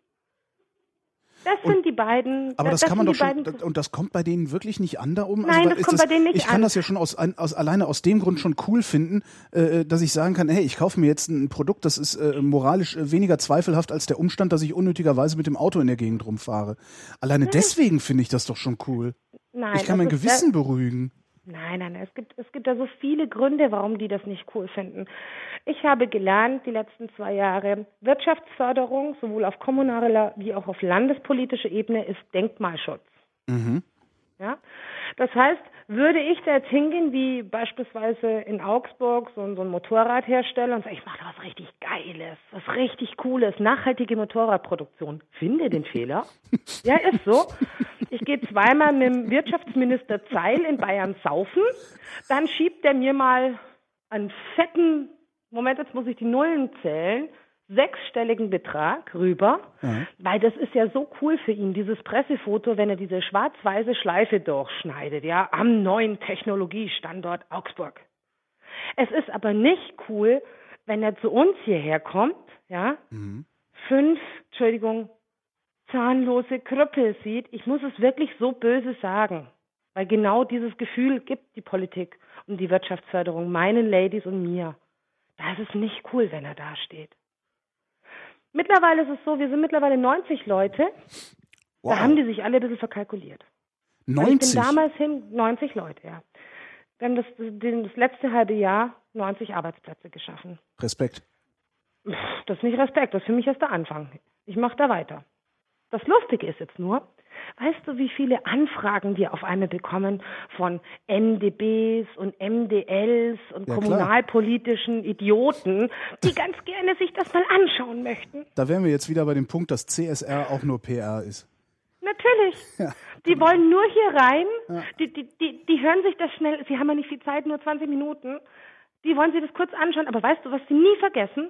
Das und, sind die beiden. Aber das, das kann man doch schon, das, und das kommt bei denen wirklich nicht an da um? Nein, also, das kommt das, bei denen nicht ich an. Ich kann das ja schon aus, aus, alleine aus dem Grund schon cool finden, äh, dass ich sagen kann, hey, ich kaufe mir jetzt ein Produkt, das ist äh, moralisch äh, weniger zweifelhaft als der Umstand, dass ich unnötigerweise mit dem Auto in der Gegend rumfahre. Alleine nein. deswegen finde ich das doch schon cool. Nein, ich kann mein Gewissen der, beruhigen. Nein, nein, es gibt, es gibt da so viele Gründe, warum die das nicht cool finden. Ich habe gelernt, die letzten zwei Jahre, Wirtschaftsförderung, sowohl auf kommunaler wie auch auf landespolitischer Ebene, ist Denkmalschutz. Mhm. Ja? Das heißt, würde ich da jetzt hingehen, wie beispielsweise in Augsburg, so, so ein Motorradhersteller und sagen, ich mache da was richtig Geiles, was richtig Cooles, nachhaltige Motorradproduktion. Finde den Fehler. Ja, ist so. Ich gehe zweimal mit dem Wirtschaftsminister Zeil in Bayern saufen, dann schiebt der mir mal einen fetten, Moment, jetzt muss ich die Nullen zählen, sechsstelligen Betrag rüber, mhm. weil das ist ja so cool für ihn, dieses Pressefoto, wenn er diese schwarz-weiße Schleife durchschneidet, ja, am neuen Technologiestandort Augsburg. Es ist aber nicht cool, wenn er zu uns hierher kommt, ja, mhm. fünf, Entschuldigung, zahnlose Krüppel sieht. Ich muss es wirklich so böse sagen, weil genau dieses Gefühl gibt die Politik und die Wirtschaftsförderung meinen Ladies und mir. Da ist es nicht cool, wenn er da steht. Mittlerweile ist es so, wir sind mittlerweile neunzig Leute. Wow. Da haben die sich alle ein bisschen verkalkuliert. neunzig? Ich bin damals hin, neunzig Leute, ja. Wir haben das, das letzte halbe Jahr neunzig Arbeitsplätze geschaffen. Respekt. Das ist nicht Respekt, das ist für mich erst der Anfang. Ich mache da weiter. Das Lustige ist jetzt nur, weißt du, wie viele Anfragen wir auf einmal bekommen von N D Bs und M D Ls und ja, kommunalpolitischen klar. Idioten, die ganz gerne sich das mal anschauen möchten? Da wären wir jetzt wieder bei dem Punkt, dass C S R auch nur P R ist. Natürlich. Ja. Die wollen nur hier rein, ja. die, die, die, die hören sich das schnell, sie haben ja nicht viel Zeit, nur zwanzig Minuten, die wollen sich das kurz anschauen, aber weißt du, was sie nie vergessen?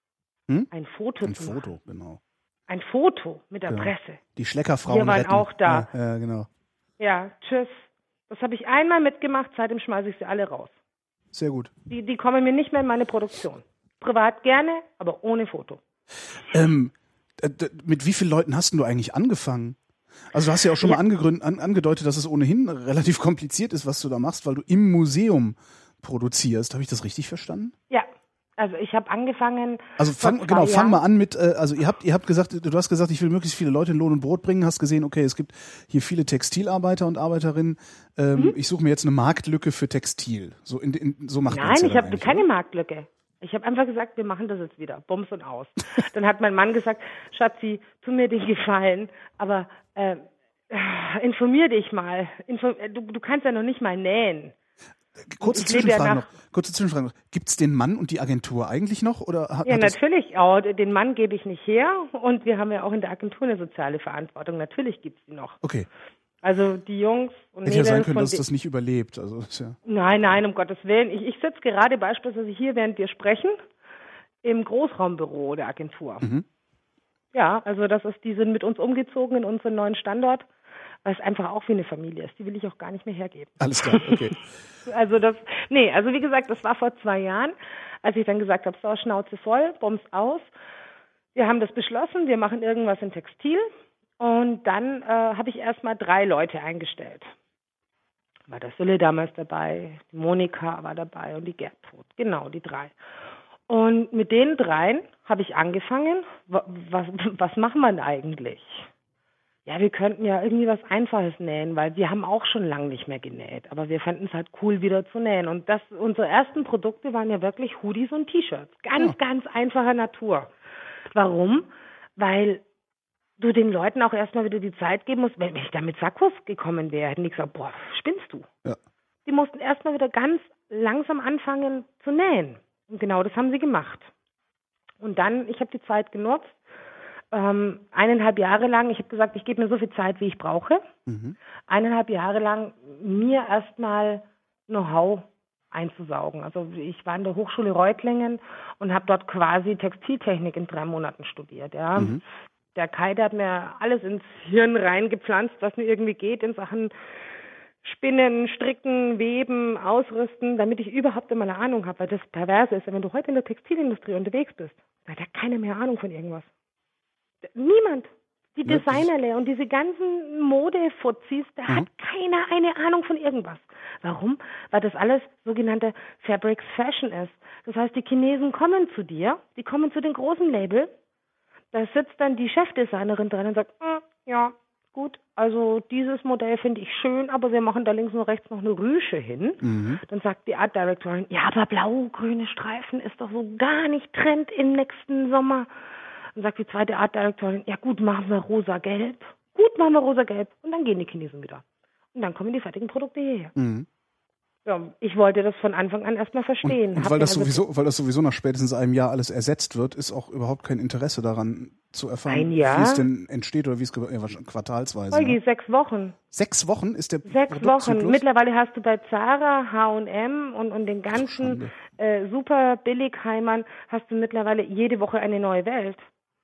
Hm? Ein Foto Ein zu Foto, machen. genau. Ein Foto mit der genau. Presse. Die Schleckerfrauen Wir waren retten. auch da. Ja, ja, genau. Ja, tschüss. Das habe ich einmal mitgemacht, seitdem schmeiße ich sie alle raus. Sehr gut. Die, die kommen mir nicht mehr in meine Produktion. Privat gerne, aber ohne Foto. Ähm, d- d- mit wie vielen Leuten hast du eigentlich angefangen? Also du hast ja auch schon ja. mal angegründet, an, angedeutet, dass es ohnehin relativ kompliziert ist, was du da machst, weil du im Museum produzierst. Habe ich das richtig verstanden? Ja. Also ich habe angefangen. Also fang, genau, Jahren. fang mal an mit, äh, also ihr habt, ihr habt gesagt, du hast gesagt, ich will möglichst viele Leute in Lohn und Brot bringen, hast gesehen, okay, es gibt hier viele Textilarbeiter und Arbeiterinnen. Ähm, mhm. Ich suche mir jetzt eine Marktlücke für Textil. So, in, in, so macht man Nein, ja ich habe keine oder? Marktlücke. Ich habe einfach gesagt, wir machen das jetzt wieder, Bums und aus. Dann hat mein Mann gesagt, Schatzi, tu mir den Gefallen, aber äh, informier dich mal. Info- du, du kannst ja noch nicht mal nähen. Kurze Zwischenfrage ja noch. Kurze Zwischenfrage noch. Gibt es den Mann und die Agentur eigentlich noch? Oder hat, ja, hat natürlich. Oh, den Mann gebe ich nicht her. Und wir haben ja auch in der Agentur eine soziale Verantwortung. Natürlich gibt es die noch. Okay. Also die Jungs und Hätte Mädels ja sein können, dass de- das nicht überlebt. Also, ist ja nein, nein, um Gottes Willen. Ich, ich sitze gerade beispielsweise hier, während wir sprechen, im Großraumbüro der Agentur. Mhm. Ja, also das ist, die sind mit uns umgezogen in unseren neuen Standort, weil es einfach auch wie eine Familie ist. Die will ich auch gar nicht mehr hergeben. Alles klar, okay. also das, nee, also wie gesagt, das war vor zwei Jahren, als ich dann gesagt habe, so, Schnauze voll, Bums aus. wir haben das beschlossen, wir machen irgendwas in Textil. Und dann äh, habe ich erstmal drei Leute eingestellt. War der Sülle damals dabei, die Monika war dabei und die Gertrud. Genau, die drei. Und mit den dreien habe ich angefangen, was, was machen wir denn eigentlich? Ja, wir könnten ja irgendwie was Einfaches nähen, weil wir haben auch schon lange nicht mehr genäht. Aber wir fanden es halt cool, wieder zu nähen. Und das, unsere ersten Produkte waren ja wirklich Hoodies und T-Shirts. Ganz, ja. ganz einfacher Natur. Warum? Weil du den Leuten auch erstmal wieder die Zeit geben musst. Wenn ich da mit Sakkos gekommen wäre, hätten die gesagt, boah, spinnst du? Ja. Die mussten erstmal wieder ganz langsam anfangen zu nähen. Und genau das haben sie gemacht. Und dann, ich habe die Zeit genutzt, ähm, eineinhalb Jahre lang, ich habe gesagt, ich gebe mir so viel Zeit, wie ich brauche. Mhm. Eineinhalb Jahre lang mir erstmal Know-how einzusaugen. Also ich war in der Hochschule Reutlingen und habe dort quasi Textiltechnik in drei Monaten studiert. Ja. Mhm. Der Kai, der hat mir alles ins Hirn reingepflanzt, was nur irgendwie geht in Sachen Spinnen, Stricken, Weben, Ausrüsten, damit ich überhaupt immer eine Ahnung habe. Weil das Perverse ist, wenn du heute in der Textilindustrie unterwegs bist, da hat ja keiner mehr Ahnung von irgendwas. Niemand. Die Designerlehre und diese ganzen Modefuzis, da mhm. hat keiner eine Ahnung von irgendwas. Warum? Weil das alles sogenannte Fabrics Fashion ist. Das heißt, die Chinesen kommen zu dir, die kommen zu den großen Labels, da sitzt dann die Chefdesignerin drin und sagt, mm, ja, gut, also dieses Modell finde ich schön, aber wir machen da links und rechts noch eine Rüsche hin. Mhm. Dann sagt die Art Directorin, ja, aber blau-grüne Streifen ist doch so gar nicht Trend im nächsten Sommer. Dann sagt die zweite Art Directorin, ja gut, machen wir rosa-gelb. Gut, machen wir rosa-gelb. Und dann gehen die Chinesen wieder. Und dann kommen die fertigen Produkte hierher. Mhm. Ja, ich wollte das von Anfang an erstmal verstehen. Und, und weil, das also sowieso, weil das sowieso nach spätestens einem Jahr alles ersetzt wird, ist auch überhaupt kein Interesse daran zu erfahren, wie es denn entsteht oder wie es ja, quartalsweise. Holgi, ne? sechs Wochen. Sechs Wochen ist der Sechs Wochen. Mittlerweile hast du bei Zara, H und M und, und den ganzen äh, super Billigheimern hast du mittlerweile jede Woche eine neue Welt.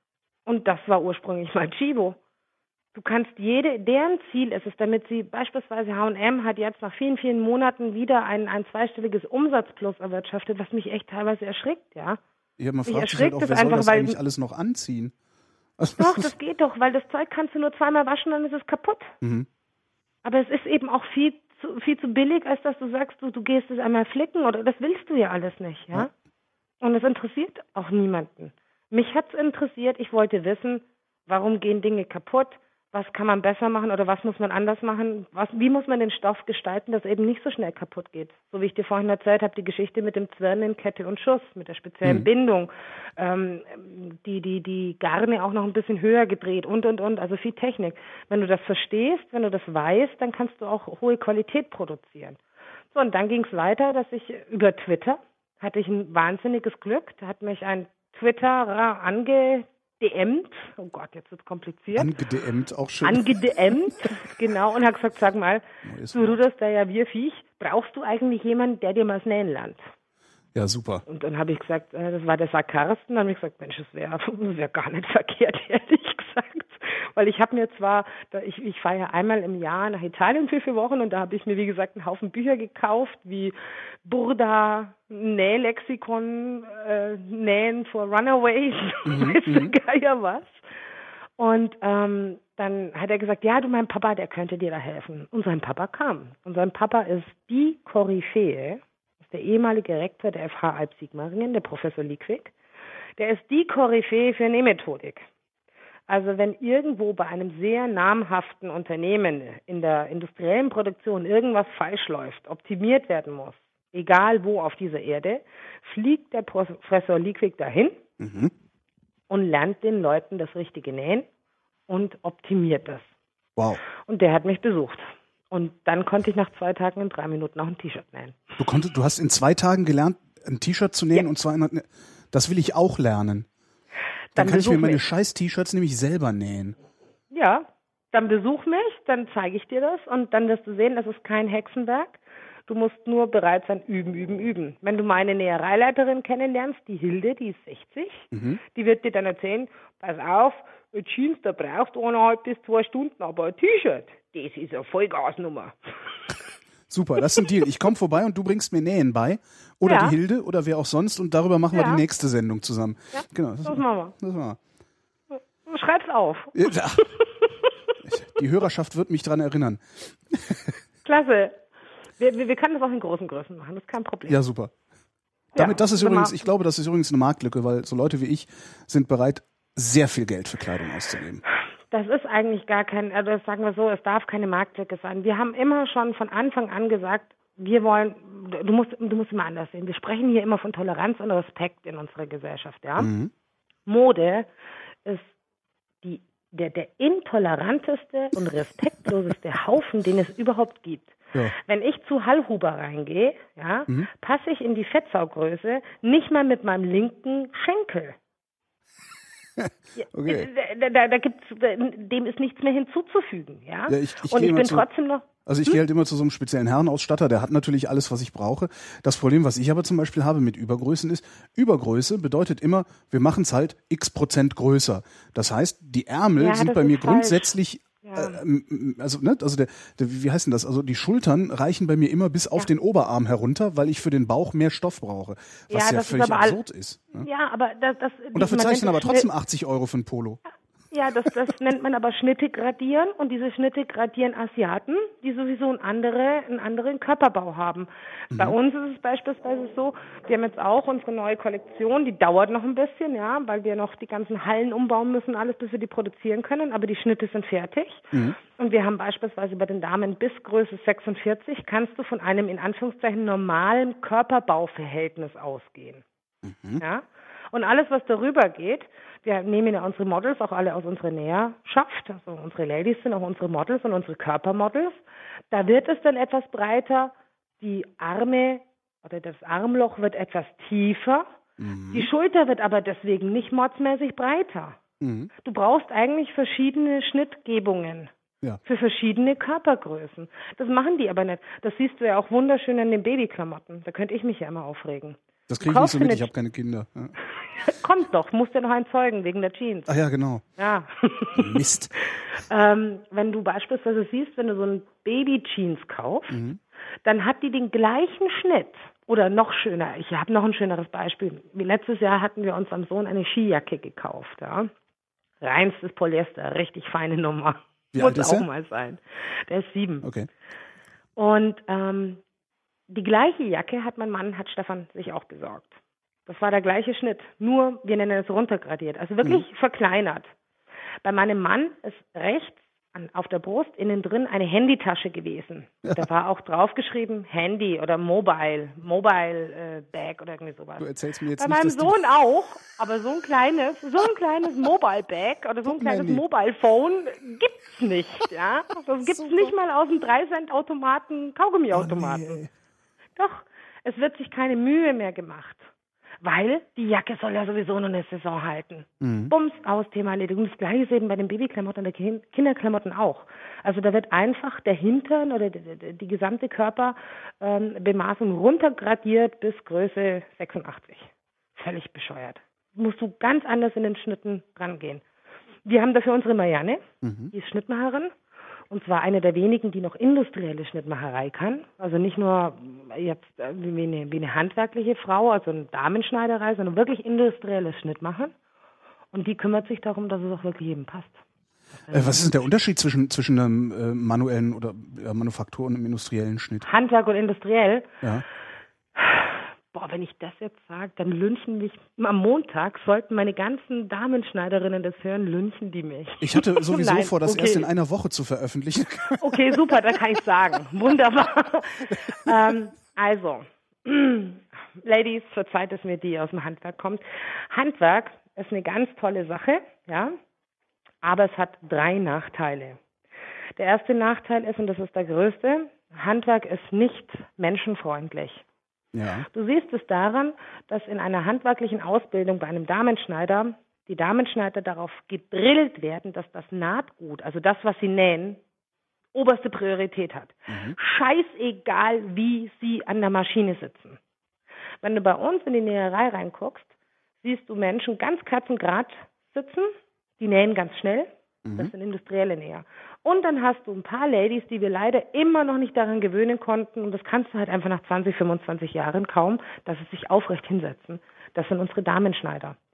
Und das war ursprünglich mal Chibo. Du kannst jede, deren Ziel ist es, damit sie beispielsweise H und M hat jetzt nach vielen, vielen Monaten wieder ein, ein zweistelliges Umsatzplus erwirtschaftet, was mich echt teilweise erschrickt, ja. Ja, man fragt sich halt auch, wer soll das eigentlich alles noch anziehen? Also doch, das geht doch, weil das Zeug kannst du nur zweimal waschen, dann ist es kaputt. Mhm. Aber es ist eben auch viel zu, viel zu billig, als dass du sagst, du, du gehst es einmal flicken oder das willst du ja alles nicht, ja. ja. Und das interessiert auch niemanden. Mich hat's interessiert, ich wollte wissen, warum gehen Dinge kaputt? Was kann man besser machen oder was muss man anders machen? Was, wie muss man den Stoff gestalten, dass er eben nicht so schnell kaputt geht? So wie ich dir vorhin erzählt habe, die Geschichte mit dem Zwirn in Kette und Schuss, mit der speziellen mhm. Bindung, ähm, die, die, die Garne auch noch ein bisschen höher gedreht und, und, und, also viel Technik. Wenn du das verstehst, wenn du das weißt, dann kannst du auch hohe Qualität produzieren. So, und dann ging es weiter, dass ich über Twitter, hatte ich ein wahnsinniges Glück, da hat mich ein Twitterer ange D M'd, oh Gott, jetzt wird es kompliziert. Anged M'd, auch schön. Anged M'd, genau, und hat gesagt, sag mal, du ruderst da ja wie ein Viech, brauchst du eigentlich jemanden, der dir mal das Nähen lernt? Ja, super. Und dann habe ich gesagt, das war der Carsten, dann habe ich gesagt, Mensch, das wäre wär gar nicht verkehrt, ehrlich gesagt. Weil ich habe mir zwar, ich, ich fahre ja einmal im Jahr nach Italien für vier Wochen und da habe ich mir, wie gesagt, einen Haufen Bücher gekauft, wie Burda, Nählexikon, äh, Nähen for Runaways, mhm, weißt du, Geier was. Und ähm, dann hat er gesagt, ja, du, mein Papa, der könnte dir da helfen. Und sein Papa kam. Und sein Papa ist die Koryphäe, ist der ehemalige Rektor der F H Alp-Sigmaringen, der Professor Liquig. Der ist die Koryphäe für Nähmethodik. Also wenn irgendwo bei einem sehr namhaften Unternehmen in der industriellen Produktion irgendwas falsch läuft, optimiert werden muss, egal wo auf dieser Erde, fliegt der Professor Liquig dahin mhm. und lernt den Leuten das richtige Nähen und optimiert das. Wow. Und der hat mich besucht. Und dann konnte ich nach zwei Tagen in drei Minuten auch ein T-Shirt nähen. Du konntest, du hast in zwei Tagen gelernt, ein T-Shirt zu nähen ja. und zwar in, das will ich auch lernen. Dann, dann kann ich mir meine mich. scheiß T-Shirts nämlich selber nähen. Ja, dann besuch mich, dann zeige ich dir das und dann wirst du sehen, das ist kein Hexenwerk. Du musst nur bereit sein, üben, üben, üben. Wenn du meine Nähereileiterin kennenlernst, die Hilde, die ist sechzig, mhm. die wird dir dann erzählen, pass auf, Jeans, da brauchst du eineinhalb bis zwei Stunden, aber ein T-Shirt, das ist eine Vollgasnummer. Super, das ist ein Deal. Ich komme vorbei und du bringst mir Nähen bei. Oder ja. die Hilde oder wer auch sonst und darüber machen ja. wir die nächste Sendung zusammen. Ja, genau, das, das machen wir. Das machen wir. Schreib's auf. Ja, die Hörerschaft wird mich dran erinnern. Klasse. Wir, wir, wir können das auch in großen Größen machen, das ist kein Problem. Ja, super. Damit, ja, das ist übrigens, ich glaube, das ist übrigens eine Marktlücke, weil so Leute wie ich sind bereit, sehr viel Geld für Kleidung auszugeben. Das ist eigentlich gar kein, also sagen wir so, es darf keine Marktlücke sein. Wir haben immer schon von Anfang an gesagt, wir wollen, du musst, du musst immer anders sehen. Wir sprechen hier immer von Toleranz und Respekt in unserer Gesellschaft, ja. Mhm. Mode ist die, der, der intoleranteste und respektloseste Haufen, den es überhaupt gibt. Ja. Wenn ich zu Hallhuber reingehe, ja, mhm. passe ich in die Fettsauggröße nicht mal mit meinem linken Schenkel. Okay. Da, da, da gibt's, dem ist nichts mehr hinzuzufügen, ja. ja ich, ich und ich bin zu, trotzdem noch. Also ich hm? gehe halt immer zu so einem speziellen Herrenausstatter, der hat natürlich alles, was ich brauche. Das Problem, was ich aber zum Beispiel habe mit Übergrößen ist, Übergröße bedeutet immer, wir machen es halt x Prozent größer. Das heißt, die Ärmel ja, sind bei mir falsch. grundsätzlich Ja. Äh, also, ne, also der, der, wie heißt denn das? Also die Schultern reichen bei mir immer bis auf ja. den Oberarm herunter, weil ich für den Bauch mehr Stoff brauche. Was ja, ja völlig absurd ist. Ne? Ja, aber das, das und dafür zahle ich dann aber trotzdem achtzig Euro für ein Polo. Ja, das, das nennt man aber Schnitte gradieren und diese Schnitte gradieren Asiaten, die sowieso einen, andere, einen anderen Körperbau haben. Mhm. Bei uns ist es beispielsweise so, wir haben jetzt auch unsere neue Kollektion, die dauert noch ein bisschen, ja, weil wir noch die ganzen Hallen umbauen müssen, alles, bis wir die produzieren können, aber die Schnitte sind fertig. Mhm. Und wir haben beispielsweise bei den Damen bis Größe sechsundvierzig, kannst du von einem in Anführungszeichen normalen Körperbauverhältnis ausgehen. Mhm. Ja? Und alles, was darüber geht, wir nehmen ja unsere Models auch alle aus unserer Näherschaft, also unsere Ladies sind auch unsere Models und unsere Körpermodels. Da wird es dann etwas breiter, die Arme oder das Armloch wird etwas tiefer, mhm. die Schulter wird aber deswegen nicht mordsmäßig breiter. Mhm. Du brauchst eigentlich verschiedene Schnittgebungen. Ja. Für verschiedene Körpergrößen. Das machen die aber nicht. Das siehst du ja auch wunderschön an den Babyklamotten. Da könnte ich mich ja immer aufregen. Das kriege ich nicht so mit, ich habe keine Kinder. Ja. Kommt doch, musst ja noch einen zeugen wegen der Jeans. Ach ja, genau. Ja. Mist. ähm, wenn du beispielsweise siehst, wenn du so ein Baby-Jeans kaufst, mhm. dann hat die den gleichen Schnitt. Oder noch schöner, ich habe noch ein schöneres Beispiel. Wie letztes Jahr hatten wir unserem Sohn eine Skijacke gekauft. Ja? Reinstes Polyester, richtig feine Nummer. Wie alt Muss ist auch er? mal sein. Der ist sieben. Okay. Und ähm, die gleiche Jacke hat mein Mann, hat Stefan sich auch besorgt. Das war der gleiche Schnitt, nur wir nennen es runtergradiert, also wirklich mhm. verkleinert. Bei meinem Mann ist rechts an, auf der Brust innen drin eine Handytasche gewesen. Ja. Da war auch draufgeschrieben Handy oder Mobile, Mobile äh, Bag oder irgendwie sowas. Du erzählst mir jetzt Bei nicht, meinem Sohn auch, aber so ein kleines, so ein kleines Mobile Bag oder so ein kleines Handy. Mobile Phone gibt's nicht, ja. Das gibt's Super. Nicht mal aus dem drei Cent Automaten, Kaugummiautomaten. Oh, nee. Doch, es wird sich keine Mühe mehr gemacht. Weil die Jacke soll ja sowieso nur eine Saison halten. Mhm. Bums, aus, Thema erledigt. Und das Gleiche ist eben bei den Babyklamotten und den Kinderklamotten auch. Also da wird einfach der Hintern oder die, die, die gesamte Körperbemaßung ähm, runtergradiert bis Größe sechsundachtzig. Völlig bescheuert. Musst du ganz anders in den Schnitten rangehen. Wir haben dafür unsere Marianne, mhm. die ist Schnittmacherin. Und zwar eine der wenigen, die noch industrielle Schnittmacherei kann. Also nicht nur jetzt wie eine, wie eine handwerkliche Frau, also eine Damenschneiderei, sondern wirklich industrielles Schnittmachen. Und die kümmert sich darum, dass es auch wirklich jedem passt. Äh, was ist denn der Unterschied zwischen, zwischen einem äh, manuellen oder äh, Manufaktur und einem industriellen Schnitt? Handwerk und industriell? Ja. Boah, wenn ich das jetzt sage, dann lynchen mich, am Montag sollten meine ganzen Damenschneiderinnen das hören, lynchen die mich. Ich hatte sowieso Nein, vor, das okay. erst in einer Woche zu veröffentlichen. Okay, super, da kann ich sagen. Wunderbar. ähm, also, Ladies, verzeiht es mir, die aus dem Handwerk kommt. Handwerk ist eine ganz tolle Sache, ja, aber es hat drei Nachteile. Der erste Nachteil ist, und das ist der größte, Handwerk ist nicht menschenfreundlich. Ja. Du siehst es daran, dass in einer handwerklichen Ausbildung bei einem Damenschneider die Damenschneider darauf gedrillt werden, dass das Nahtgut, also das, was sie nähen, oberste Priorität hat. Mhm. Scheißegal, wie sie an der Maschine sitzen. Wenn du bei uns in die Näherei reinguckst, siehst du Menschen ganz kerzengerad sitzen, die nähen ganz schnell. Das sind industrielle Näher. Und dann hast du ein paar Ladies, die wir leider immer noch nicht daran gewöhnen konnten. Und das kannst du halt einfach nach zwanzig, fünfundzwanzig Jahren kaum, dass sie sich aufrecht hinsetzen. Das sind unsere Damenschneider.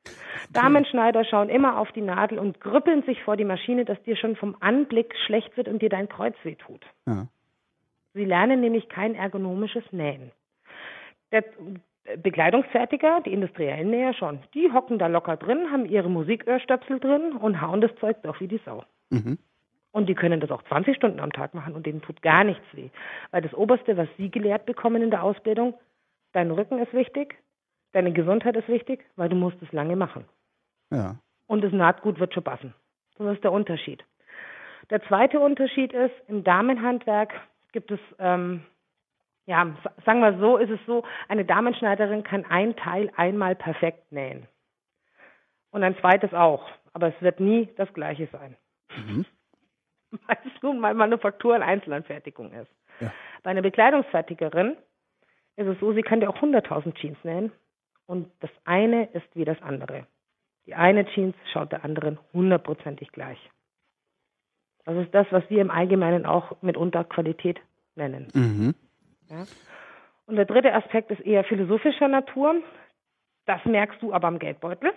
Damenschneider schauen immer auf die Nadel und grüppeln sich vor die Maschine, dass dir schon vom Anblick schlecht wird und dir dein Kreuz wehtut. Ja. Sie lernen nämlich kein ergonomisches Nähen. Der Bekleidungsfertiger, die industriellen Näher schon, die hocken da locker drin, haben ihre Musiköhrstöpsel drin und hauen das Zeug doch wie die Sau. Mhm. Und die können das auch zwanzig Stunden am Tag machen und denen tut gar nichts weh. Weil das Oberste, was sie gelehrt bekommen in der Ausbildung, dein Rücken ist wichtig, deine Gesundheit ist wichtig, weil du musst es lange machen. Ja. Und das Nahtgut wird schon passen. Das ist der Unterschied. Der zweite Unterschied ist, im Damenhandwerk gibt es, ähm, ja, sagen wir so, ist es so, eine Damenschneiderin kann ein Teil einmal perfekt nähen. Und ein zweites auch. Aber es wird nie das Gleiche sein. Mhm. Weil es nun mal Manufaktur und Einzelanfertigung ist. Ja. Bei einer Bekleidungsfertigerin ist es so, sie kann dir auch hunderttausend Jeans nähen. Und das eine ist wie das andere. Die eine Jeans schaut der anderen hundertprozentig gleich. Das ist das, was wir im Allgemeinen auch mitunter Qualität nennen. Mhm. Ja. Und der dritte Aspekt ist eher philosophischer Natur. Das merkst du aber am Geldbeutel.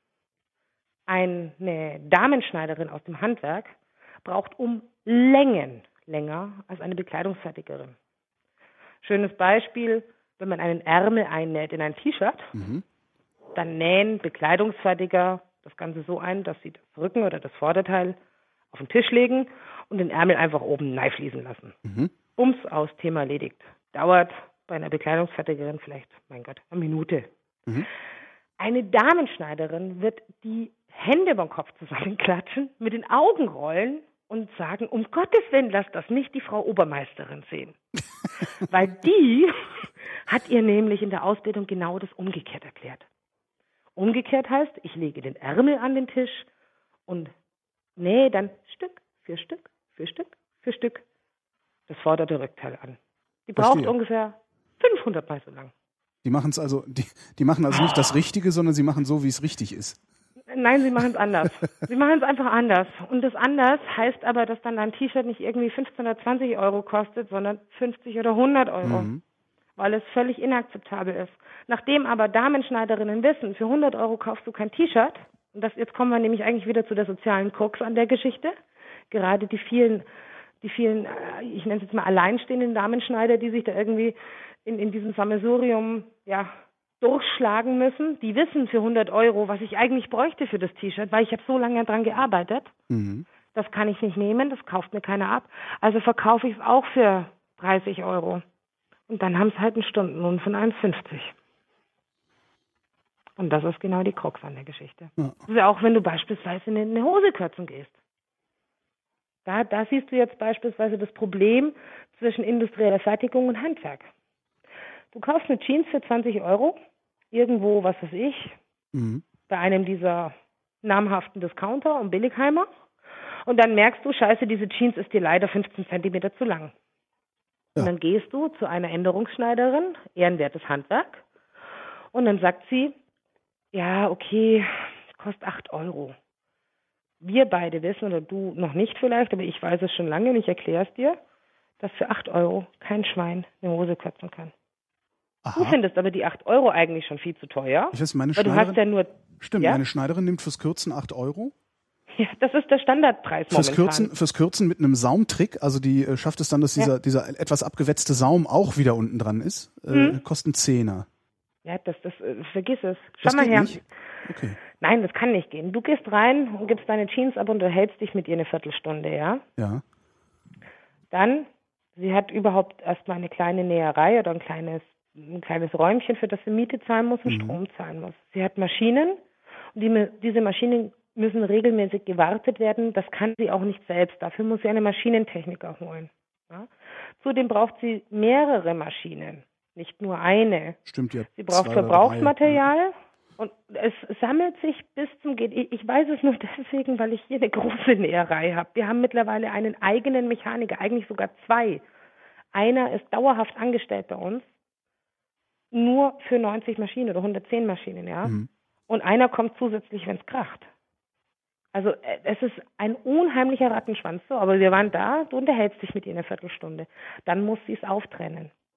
Eine Damenschneiderin aus dem Handwerk braucht um Längen länger als eine Bekleidungsfertigerin. Schönes Beispiel, wenn man einen Ärmel einnäht in ein T-Shirt, Mhm. dann nähen Bekleidungsfertiger das Ganze so ein, dass sie das Rücken oder das Vorderteil auf den Tisch legen und den Ärmel einfach oben fließen lassen. Mhm. Bums aus, Thema erledigt. Dauert bei einer Bekleidungsfertigerin vielleicht, mein Gott, eine Minute. Mhm. Eine Damenschneiderin wird die Hände über den Kopf zusammenklatschen, mit den Augen rollen und sagen, um Gottes Willen, lass das nicht die Frau Obermeisterin sehen. Weil die hat ihr nämlich in der Ausbildung genau das umgekehrt erklärt. Umgekehrt heißt, ich lege den Ärmel an den Tisch und nähe dann Stück für Stück für Stück für Stück das vordere Rückteil an. Die braucht Verstehe. ungefähr fünfhundert Mal so lang. Die machen es also, die, die machen also nicht das Richtige, sondern sie machen so, wie es richtig ist. Nein, sie machen es anders. Sie machen es einfach anders. Und das anders heißt aber, dass dann ein T-Shirt nicht irgendwie fünfzehn oder zwanzig Euro kostet, sondern fünfzig oder hundert Euro. Mhm. Weil es völlig inakzeptabel ist. Nachdem aber Damenschneiderinnen wissen, für hundert Euro kaufst du kein T-Shirt, und das, jetzt kommen wir nämlich eigentlich wieder zu der sozialen Krux an der Geschichte, gerade die vielen, die vielen, ich nenne es jetzt mal alleinstehenden Damenschneider, die sich da irgendwie in, in diesem Sammelsurium, ja, durchschlagen müssen, die wissen für hundert Euro, was ich eigentlich bräuchte für das T-Shirt, weil ich habe so lange dran gearbeitet. Mhm. Das kann ich nicht nehmen, das kauft mir keiner ab. Also verkaufe ich es auch für dreißig Euro. Und dann haben sie halt einen Stundenlohn von eins fünfzig. Und das ist genau die Krux an der Geschichte. Ja. Das ist ja auch, wenn du beispielsweise in eine Hose kürzen gehst. Da, da siehst du jetzt beispielsweise das Problem zwischen industrieller Fertigung und Handwerk. Du kaufst eine Jeans für zwanzig Euro, irgendwo, was weiß ich, Mhm. bei einem dieser namhaften Discounter und Billigheimer. Und dann merkst du, scheiße, diese Jeans ist dir leider fünfzehn Zentimeter zu lang. Ja. Und dann gehst du zu einer Änderungsschneiderin, ehrenwertes Handwerk, und dann sagt sie, ja, okay, kostet acht Euro. Wir beide wissen, oder du noch nicht vielleicht, aber ich weiß es schon lange und ich erkläre es dir, dass für acht Euro kein Schwein eine Hose kürzen kann. Aha. Du findest aber die acht Euro eigentlich schon viel zu teuer. Ich weiß, meine weil du Schneiderin, hast ja nur, stimmt, ja? meine Schneiderin nimmt fürs Kürzen acht Euro. Ja, das ist der Standardpreis Fürs momentan. Kürzen, fürs Kürzen mit einem Saumtrick, also die äh, schafft es dann, dass dieser, Ja. dieser etwas abgewetzte Saum auch wieder unten dran ist, äh, Mhm. kostet Zehner. Ja, das, das, äh, vergiss es. Schau Das mal geht her. nicht? Okay. Nein, das kann nicht gehen. Du gehst rein und gibst deine Jeans ab und unterhältst dich mit ihr eine Viertelstunde, ja? Ja. Dann, sie hat überhaupt erstmal eine kleine Näherei oder ein kleines, ein kleines Räumchen, für das sie Miete zahlen muss und Mhm. Strom zahlen muss. Sie hat Maschinen und die, diese Maschinen müssen regelmäßig gewartet werden. Das kann sie auch nicht selbst. Dafür muss sie eine Maschinentechniker holen. Ja? Zudem braucht sie mehrere Maschinen, nicht nur eine. Stimmt, ja. Sie braucht zwei oder drei. Verbrauchsmaterial und es sammelt sich bis zum Geht. Ich ich weiß es nur deswegen, weil ich hier eine große Näherei habe. Wir haben mittlerweile einen eigenen Mechaniker, eigentlich sogar zwei. Einer ist dauerhaft angestellt bei uns, nur für neunzig Maschinen oder hundertzehn Maschinen, ja. Mhm. Und einer kommt zusätzlich, wenn es kracht. Also äh, es ist ein unheimlicher Rattenschwanz so, aber wir waren da, du unterhältst dich mit ihr eine Viertelstunde. Dann muss sie es auftrennen.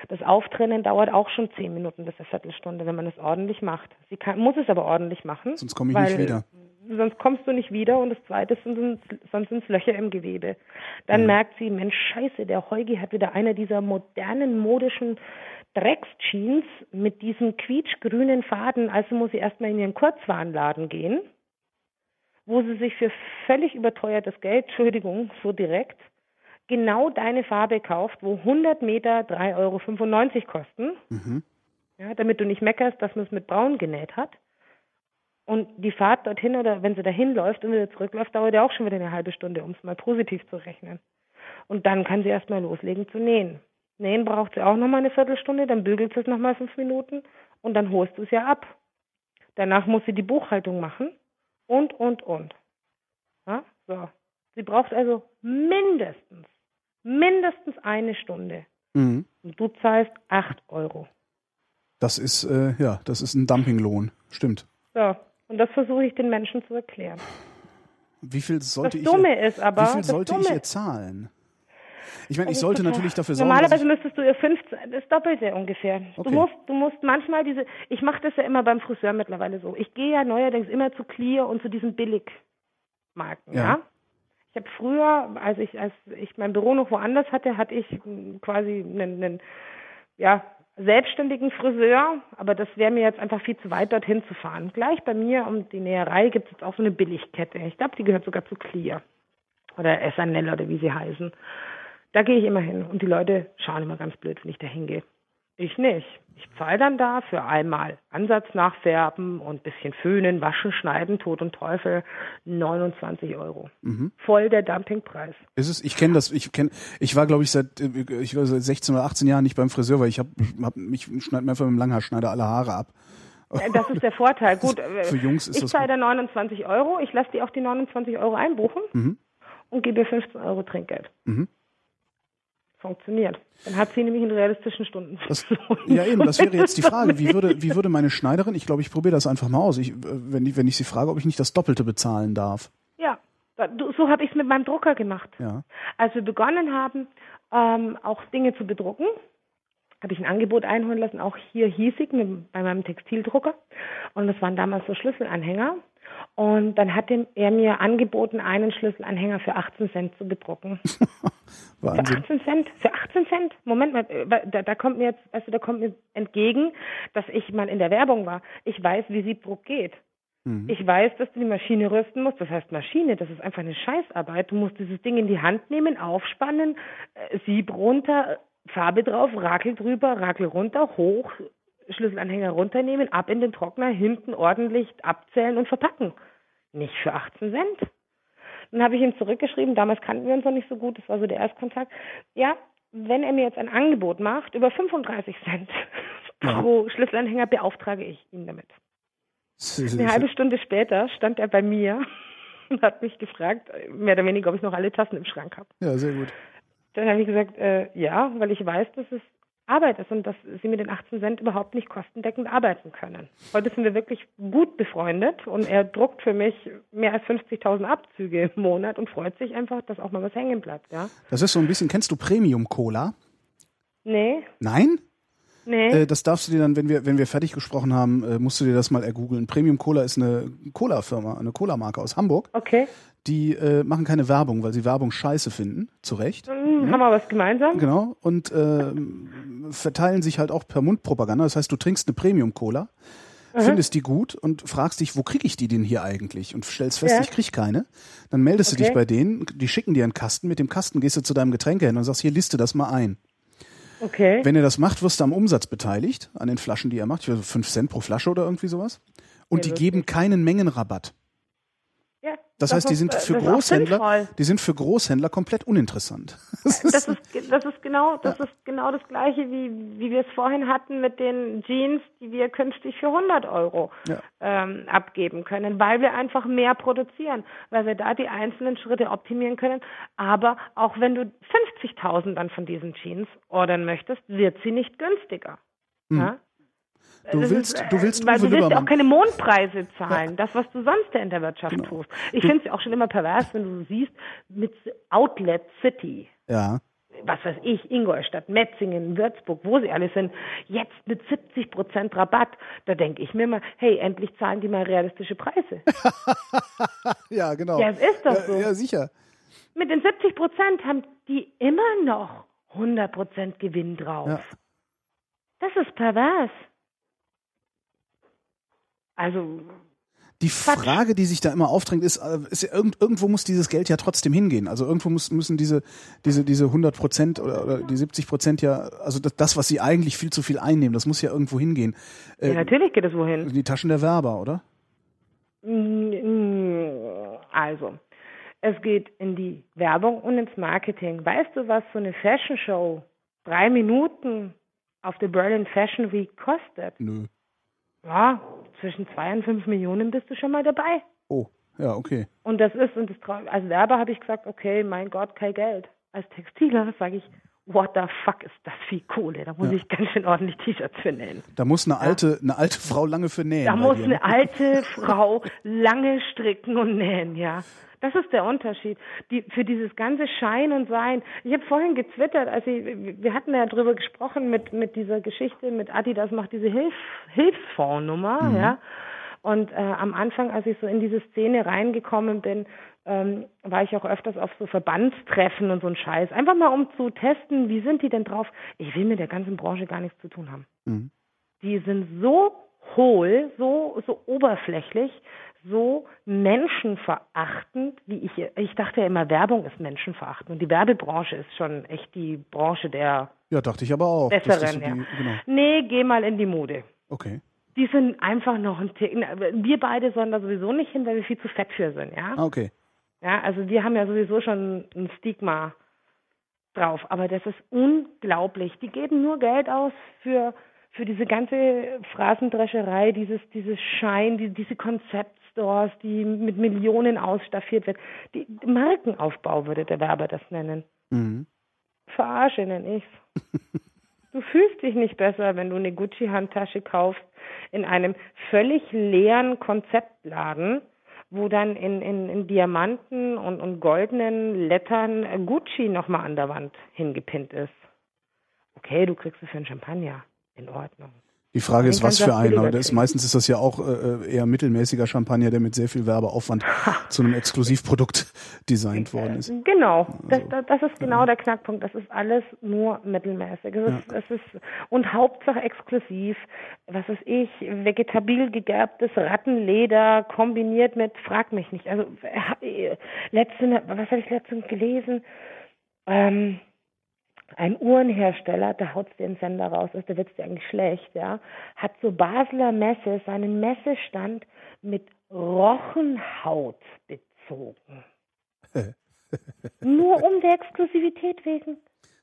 Das Auftrennen dauert auch schon zehn Minuten bis eine Viertelstunde, wenn man es ordentlich macht. Sie kann, muss es aber ordentlich machen. Sonst komme ich weil, nicht wieder. Sonst kommst du nicht wieder und das Zweite sind, sonst sind es Löcher im Gewebe. Dann mhm. merkt sie, Mensch, scheiße, der Heugi hat wieder eine dieser modernen, modischen Drecksjeans mit diesem quietschgrünen Faden. Also muss sie erstmal in ihren Kurzwarenladen gehen, wo sie sich für völlig überteuertes Geld, Entschuldigung, so direkt, genau deine Farbe kauft, wo hundert Meter drei Euro fünfundneunzig kosten, mhm. ja, damit du nicht meckerst, dass man es mit braun genäht hat. Und die Fahrt dorthin oder wenn sie dahin läuft und wieder zurückläuft, dauert ja auch schon wieder eine halbe Stunde, um es mal positiv zu rechnen. Und dann kann sie erst mal loslegen zu nähen. Nähen braucht sie auch nochmal eine Viertelstunde, dann bügelt sie es nochmal fünf Minuten und dann holst du es ja ab. Danach muss sie die Buchhaltung machen und, und, und. Ja, so. Sie braucht also mindestens, mindestens eine Stunde. Mhm. Und du zahlst acht Euro. Das ist, äh, ja, das ist ein Dumpinglohn. Stimmt. So. Und das versuche ich den Menschen zu erklären. Wie viel sollte das Dumme ich, ist aber, wie viel sollte Dumme, ich ihr zahlen? Ich meine, ich also sollte total, natürlich dafür sorgen, normalerweise dass ich, müsstest du ihr fünfzehn, das Doppelte ungefähr. Okay. Du musst, du musst manchmal diese, ich mache das ja immer beim Friseur mittlerweile so. Ich gehe ja neuerdings immer zu Clear und zu diesen Billigmarken, ja. ja? Ich habe früher, als ich, als ich mein Büro noch woanders hatte, hatte ich quasi einen, einen ja, selbstständigen Friseur, aber das wäre mir jetzt einfach viel zu weit, dorthin zu fahren. Gleich bei mir um die Näherei gibt es jetzt auch so eine Billigkette. Ich glaube, die gehört sogar zu Clear oder S N L oder wie sie heißen. Da gehe ich immer hin und die Leute schauen immer ganz blöd, wenn ich da hingehe. Ich nicht. Ich zahle dann da für einmal Ansatz nachfärben und ein bisschen föhnen, waschen, schneiden, Tod und Teufel, neunundzwanzig Euro. Mhm. Voll der Dumpingpreis. Ist es? Ich kenne das. Ich kenne. Ich war, glaube ich, seit ich war seit sechzehn oder achtzehn Jahren nicht beim Friseur, weil ich habe, hab, mich schneide mir einfach mit dem Langhaarschneider alle Haare ab. Das ist der Vorteil. Gut. Für Jungs ist ich das. Ich zahle da neunundzwanzig Euro. Ich lasse die auch die neunundzwanzig Euro einbuchen mhm. und gebe ihr fünfzehn Euro Trinkgeld. Mhm. Funktioniert. Dann hat sie nämlich einen realistischen Stunden. Das, ja eben, das wäre jetzt die Frage. Wie würde, wie würde meine Schneiderin, ich glaube, ich probiere das einfach mal aus, ich, wenn, ich, wenn ich sie frage, ob ich nicht das Doppelte bezahlen darf. Ja, so habe ich es mit meinem Drucker gemacht. Ja. Als wir begonnen haben, ähm, auch Dinge zu bedrucken, habe ich ein Angebot einholen lassen, auch hier hiesig mit, bei meinem Textildrucker. Und das waren damals so Schlüsselanhänger. Und dann hat er mir angeboten, einen Schlüsselanhänger für achtzehn Cent zu bedrucken. Wahnsinn. Für achtzehn Cent? Für achtzehn Cent? Moment mal, da, da kommt mir jetzt, also da kommt mir entgegen, dass ich mal in der Werbung war. Ich weiß, wie Siebdruck geht. Mhm. Ich weiß, dass du die Maschine rüsten musst. Das heißt Maschine, das ist einfach eine Scheißarbeit. Du musst dieses Ding in die Hand nehmen, aufspannen, Sieb runter, Farbe drauf, Rakel drüber, Rakel runter, hoch, Schlüsselanhänger runternehmen, ab in den Trockner, hinten ordentlich abzählen und verpacken. Nicht für achtzehn Cent. Dann habe ich ihm zurückgeschrieben, damals kannten wir uns noch nicht so gut, das war so der Erstkontakt. Ja, wenn er mir jetzt ein Angebot macht, über fünfunddreißig Cent pro Schlüsselanhänger, beauftrage ich ihn damit. Eine halbe Stunde später stand er bei mir und hat mich gefragt, mehr oder weniger, ob ich noch alle Tassen im Schrank habe. Ja, sehr gut. Dann habe ich gesagt, äh, ja, weil ich weiß, dass es Arbeit ist und dass sie mit den achtzehn Cent überhaupt nicht kostendeckend arbeiten können. Heute sind wir wirklich gut befreundet und er druckt für mich mehr als fünfzigtausend Abzüge im Monat und freut sich einfach, dass auch mal was hängen bleibt. Ja? Das ist so ein bisschen, kennst du Premium Cola? Nee. Nein? Nee. Äh, das darfst du dir dann, wenn wir, wenn wir fertig gesprochen haben, äh, musst du dir das mal ergoogeln. Premium Cola ist eine Cola-Firma, eine Cola-Marke aus Hamburg. Okay. Die äh, machen keine Werbung, weil sie Werbung scheiße finden, zu Recht. Mhm, ja. Haben wir was gemeinsam. Genau, und äh, verteilen sich halt auch per Mundpropaganda. Das heißt, du trinkst eine Premium-Cola, mhm. findest die gut und fragst dich, wo kriege ich die denn hier eigentlich? Und stellst fest, ja. ich krieg keine. Dann meldest okay. du dich bei denen, die schicken dir einen Kasten. Mit dem Kasten gehst du zu deinem Getränkehändler und sagst, hier, liste das mal ein. Okay. Wenn er das macht, wirst du am Umsatz beteiligt, an den Flaschen, die er macht. Ich weiß, fünf Cent pro Flasche oder irgendwie sowas. Und ja, die geben keinen Mengenrabatt. Ja, das, das heißt, die sind für Großhändler, die sind für Großhändler komplett uninteressant. Das ist, das ist, das ist genau, das ja. ist genau das Gleiche, wie, wie wir es vorhin hatten mit den Jeans, die wir künftig für hundert Euro ja. ähm, abgeben können, weil wir einfach mehr produzieren, weil wir da die einzelnen Schritte optimieren können. Aber auch wenn du fünfzigtausend dann von diesen Jeans ordern möchtest, wird sie nicht günstiger. Mhm. Ja? Du willst, ist, du willst, weil du willst ja auch keine Mondpreise zahlen, ja. das, was du sonst in der Wirtschaft genau. tust. Ich finde es ja auch schon immer pervers, wenn du siehst, mit Outlet City. Ja. was weiß ich, Ingolstadt, Metzingen, Würzburg, wo sie alle sind, jetzt mit siebzig Prozent Rabatt. Da denke ich mir mal, hey, endlich zahlen die mal realistische Preise. Ja, genau. Ja, es ist doch ja, so. Ja, sicher. Mit den siebzig Prozent haben die immer noch hundert Prozent Gewinn drauf. Ja. Das ist pervers. Also die Frage, die sich da immer aufdrängt, ist, ist ja irgend, irgendwo muss dieses Geld ja trotzdem hingehen. Also irgendwo muss, müssen diese, diese, diese hundert Prozent oder, oder die siebzig Prozent ja, also das, das, was sie eigentlich viel zu viel einnehmen, das muss ja irgendwo hingehen. Ja, äh, natürlich geht es wohin. In die Taschen der Werber, oder? Also, es geht in die Werbung und ins Marketing. Weißt du, was so eine Fashion Show drei Minuten auf der Berlin Fashion Week kostet? Nö. Ja, zwischen zwei und fünf Millionen bist du schon mal dabei. Oh, ja, okay. Und das ist, und das als Werber habe ich gesagt, okay, mein Gott, kein Geld. Als Textiler sage ich, what the fuck ist das viel Kohle? Da muss ja. ich ganz schön ordentlich T-Shirts für nähen. Da muss eine alte, ja. eine alte Frau lange für nähen. Da muss dir, eine ne? alte Frau lange stricken und nähen, ja. Das ist der Unterschied. Die, für dieses ganze Schein und Sein. Ich habe vorhin getwittert, also ich, wir hatten ja drüber gesprochen mit, mit dieser Geschichte, mit Adidas macht diese Hilf, Hilfsfondsnummer, mhm. ja. Und äh, am Anfang, als ich so in diese Szene reingekommen bin, ähm, war ich auch öfters auf so Verbandstreffen und so ein Scheiß. Einfach mal, um zu testen, wie sind die denn drauf? Ich will mit der ganzen Branche gar nichts zu tun haben. Mhm. Die sind so hohl, so, so oberflächlich, so menschenverachtend, wie ich, ich dachte ja immer, Werbung ist menschenverachtend und die Werbebranche ist schon echt die Branche der ja, dachte ich aber auch. Besseren. So ja. die, genau. Nee, geh mal in die Mode. Okay. Die sind einfach noch ein Ticken, wir beide sollen da sowieso nicht hin, weil wir viel zu fett für sind, ja. Ah, okay. Ja, also wir haben ja sowieso schon ein Stigma drauf, aber das ist unglaublich. Die geben nur Geld aus für für diese ganze Phrasendrescherei, dieses dieses Schein, die, diese Konzeptstores, die mit Millionen ausstaffiert wird. Die Markenaufbau würde der Werber das nennen. Mhm. Verarsche nenne ich's. Du fühlst dich nicht besser, wenn du eine Gucci-Handtasche kaufst in einem völlig leeren Konzeptladen, wo dann in, in, in Diamanten und, und goldenen Lettern Gucci nochmal an der Wand hingepinnt ist. Okay, du kriegst es für einen Champagner. In Ordnung. Die Frage ist, was für einer. Das ist, meistens ist das ja auch äh, eher mittelmäßiger Champagner, der mit sehr viel Werbeaufwand zu einem Exklusivprodukt designt worden ist. Genau, also, das, das ist genau ja. der Knackpunkt. Das ist alles nur mittelmäßig. Es ist, ja. es ist, und Hauptsache exklusiv. Was ist ich? Vegetabil gegerbtes Rattenleder kombiniert mit, frag mich nicht. Also letzte, was habe ich letztens gelesen? Ähm, Ein Uhrenhersteller, da haut den Sender raus, ist der Witz ja eigentlich schlecht, ja, hat zur Basler Messe seinen Messestand mit Rochenhaut bezogen. Nur um der Exklusivität wegen.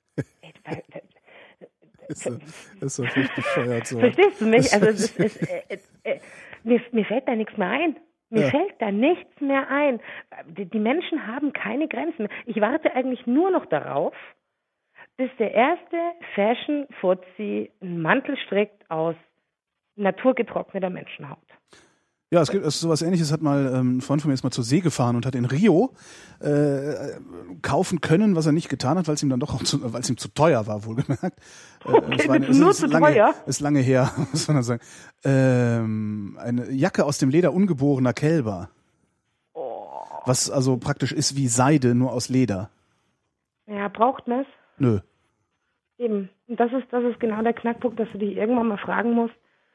ist so, ist so richtig bescheuert so. Verstehst du mich? Also es ist, es, äh, äh, mir, mir fällt da nichts mehr ein. Mir ja. fällt da nichts mehr ein. Die, die Menschen haben keine Grenzen. Ich warte eigentlich nur noch darauf, bis der erste Fashion-Fuzzi einen Mantel strickt aus naturgetrockneter Menschenhaut. Ja, es gibt also sowas Ähnliches, hat mal ähm, ein Freund von mir ist mal zur See gefahren und hat in Rio äh, kaufen können, was er nicht getan hat, weil es ihm dann doch auch zu, weil es ihm zu teuer war, wohlgemerkt. Okay, äh, es war eine, ist nur ist zu lange, teuer? Ist lange her, muss man sagen. Ähm, eine Jacke aus dem Leder ungeborener Kälber. Oh. Was also praktisch ist wie Seide, nur aus Leder. Ja, braucht man es? Nö. Eben. Und das ist, das ist genau der Knackpunkt, dass du dich irgendwann mal fragen musst,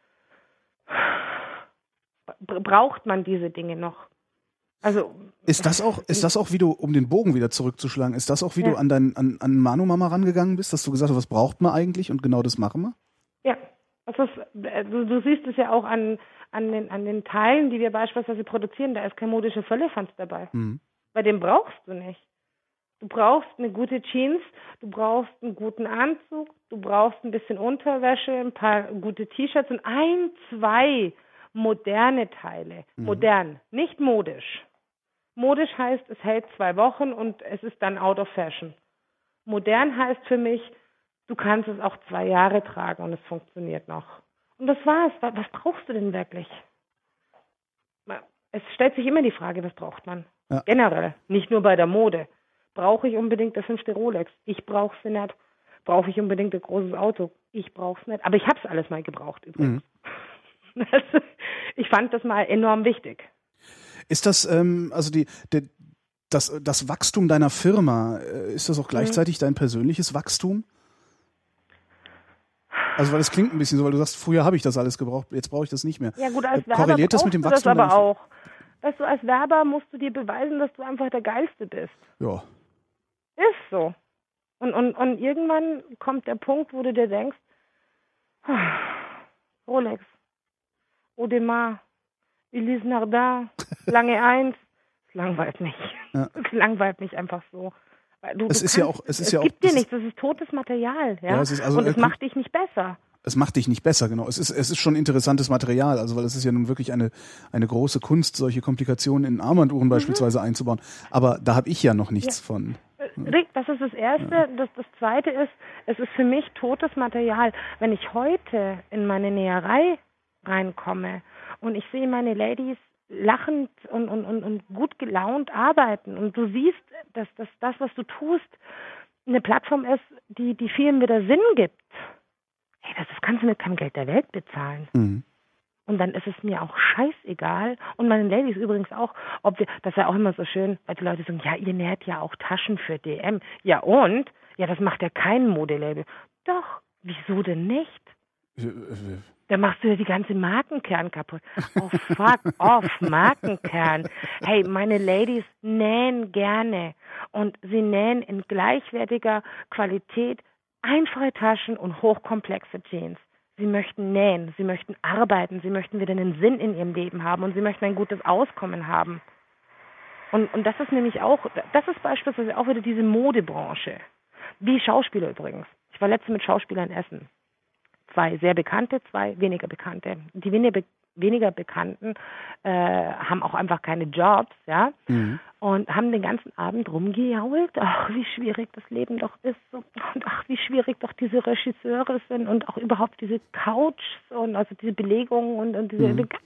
braucht man diese Dinge noch? Also ist das auch, ist das auch, wie du, um den Bogen wieder zurückzuschlagen, ist das auch, wie ja. du an dein, an, an Manu Mama rangegangen bist, dass du gesagt hast, was braucht man eigentlich und genau das machen wir? Ja. Das ist, du, du siehst es ja auch an, an den, an den Teilen, die wir beispielsweise produzieren, da ist kein modischer Firlefanz dabei. Mhm. Bei dem brauchst du nicht. Du brauchst eine gute Jeans, du brauchst einen guten Anzug, du brauchst ein bisschen Unterwäsche, ein paar gute T-Shirts und ein, zwei moderne Teile. Mhm. Modern, nicht modisch. Modisch heißt, es hält zwei Wochen und es ist dann out of fashion. Modern heißt für mich, du kannst es auch zwei Jahre tragen und es funktioniert noch. Und das war's. Was brauchst du denn wirklich? Es stellt sich immer die Frage, was braucht man? Ja. Generell, nicht nur bei der Mode. Brauche ich unbedingt das fünfte Rolex? Ich brauche sie nicht. Brauche ich unbedingt ein großes Auto? Ich brauche es nicht. Aber ich habe es alles mal gebraucht übrigens. Mhm. Also, ich fand das mal enorm wichtig. Ist das, ähm, also die, die, das, das Wachstum deiner Firma, ist das auch gleichzeitig mhm. dein persönliches Wachstum? Also weil es klingt ein bisschen so, weil du sagst, früher habe ich das alles gebraucht, jetzt brauche ich das nicht mehr. Ja gut, als Werber korreliert das mit dem Wachstum? Das aber auch. Weißt du, als Werber musst du dir beweisen, dass du einfach der Geilste bist. Ja. Ist so. Und, und, und irgendwann kommt der Punkt, wo du dir denkst, Rolex, Audemars, Ulysse Nardin, Lange eins, es langweilt mich. Ja. Es langweilt mich einfach so. Du, es du ist kannst, ja auch, es ist es ja auch, gibt dir nichts, das ist totes Material, ja. ja es ist also, und es äh, macht dich nicht besser. Es macht dich nicht besser, genau. Es ist, es ist schon interessantes Material, also weil es ist ja nun wirklich eine eine große Kunst, solche Komplikationen in Armbanduhren mhm. beispielsweise einzubauen. Aber da habe ich ja noch nichts ja. von. Rick, das ist das Erste. Ja. Das, das Zweite ist, es ist für mich totes Material. Wenn ich heute in meine Näherei reinkomme und ich sehe meine Ladies lachend und, und, und, und gut gelaunt arbeiten und du siehst, dass, dass das, was du tust, eine Plattform ist, die, die vielen wieder Sinn gibt. Hey, das, das kannst du mit keinem Geld der Welt bezahlen. Mhm. Und dann ist es mir auch scheißegal. Und meine Ladies übrigens auch, ob wir, das ist ja auch immer so schön, weil die Leute sagen, ja, ihr näht ja auch Taschen für D M. Ja und? Ja, das macht ja kein Modelabel. Doch, wieso denn nicht? Da machst du ja die ganze Markenkern kaputt. Oh, fuck off, Markenkern. Hey, meine Ladies nähen gerne. Und sie nähen in gleichwertiger Qualität einfache Taschen und hochkomplexe Jeans. Sie möchten nähen, sie möchten arbeiten, sie möchten wieder einen Sinn in ihrem Leben haben und sie möchten ein gutes Auskommen haben. Und, und das ist nämlich auch, das ist beispielsweise auch wieder diese Modebranche. Wie Schauspieler übrigens. Ich war letztens mit Schauspielern essen. Zwei sehr bekannte, zwei weniger bekannte. Die weniger, weniger bekannten äh, haben auch einfach keine Jobs, ja, mhm. und haben den ganzen Abend rumgejault. Ach, wie schwierig das Leben doch ist und ach, wie schwierig doch diese Regisseure sind und auch überhaupt diese Couchs und also diese Belegungen und, und diese. Mhm.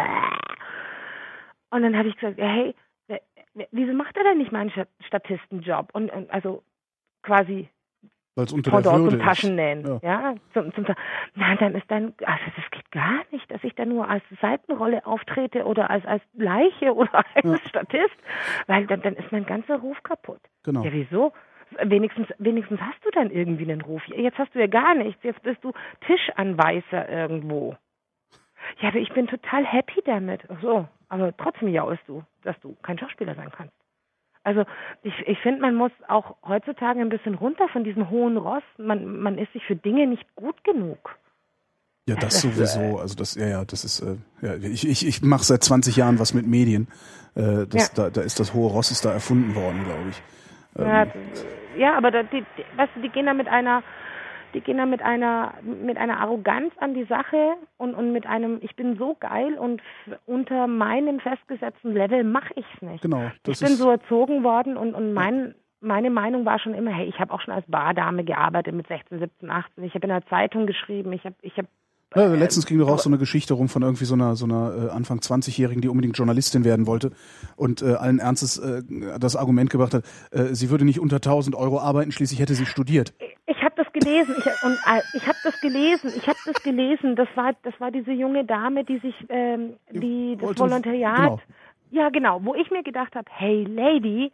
Und dann habe ich gesagt, ja, hey, wieso macht er denn nicht meinen Statistenjob? Und, und also quasi Weil es unter der Würde zum Taschennähen. Ja, ja zum, zum, nein, dann ist dann, also das geht gar nicht, dass ich dann nur als Seitenrolle auftrete oder als, als Leiche oder als ja. Statist, weil dann, dann ist mein ganzer Ruf kaputt. Genau. Ja, wieso? Wenigstens, wenigstens hast du dann irgendwie einen Ruf. Jetzt hast du ja gar nichts, jetzt bist du Tischanweiser irgendwo. Ja, aber ich bin total happy damit. Ach so, aber trotzdem jaulst du, dass du kein Schauspieler sein kannst. Also ich, ich finde, man muss auch heutzutage ein bisschen runter von diesem hohen Ross. Man, man ist sich für Dinge nicht gut genug. Ja, das, das sowieso. Also das, ja, ja, das ist, äh, ja, ich, ich, ich mache seit zwanzig Jahren was mit Medien. Äh, das, ja. da, da ist das hohe Ross ist da erfunden worden, glaube ich. Ähm, ja, ja, aber da, die, die, weißt du, die gehen da mit einer Die gehen dann mit einer mit einer Arroganz an die Sache und, und mit einem, ich bin so geil und f- unter meinem festgesetzten Level mache ich es nicht. Genau. Das ich bin ist so erzogen worden und, und mein, meine Meinung war schon immer, hey, ich habe auch schon als Bardame gearbeitet mit sechzehn, siebzehn, achtzehn. Ich habe in der Zeitung geschrieben, ich habe ich hab, ja, letztens ging doch auch so eine Geschichte rum von irgendwie so einer so einer äh, Anfang zwanzigjährigen, die unbedingt Journalistin werden wollte und äh, allen Ernstes äh, das Argument gebracht hat, äh, sie würde nicht unter tausend Euro arbeiten, schließlich hätte sie studiert. Ich habe das gelesen, ich, und, äh, ich habe das gelesen, ich habe das gelesen. Das war, das war diese junge Dame, die sich, ähm, die das Volontariat, genau. ja genau, wo ich mir gedacht habe, hey Lady,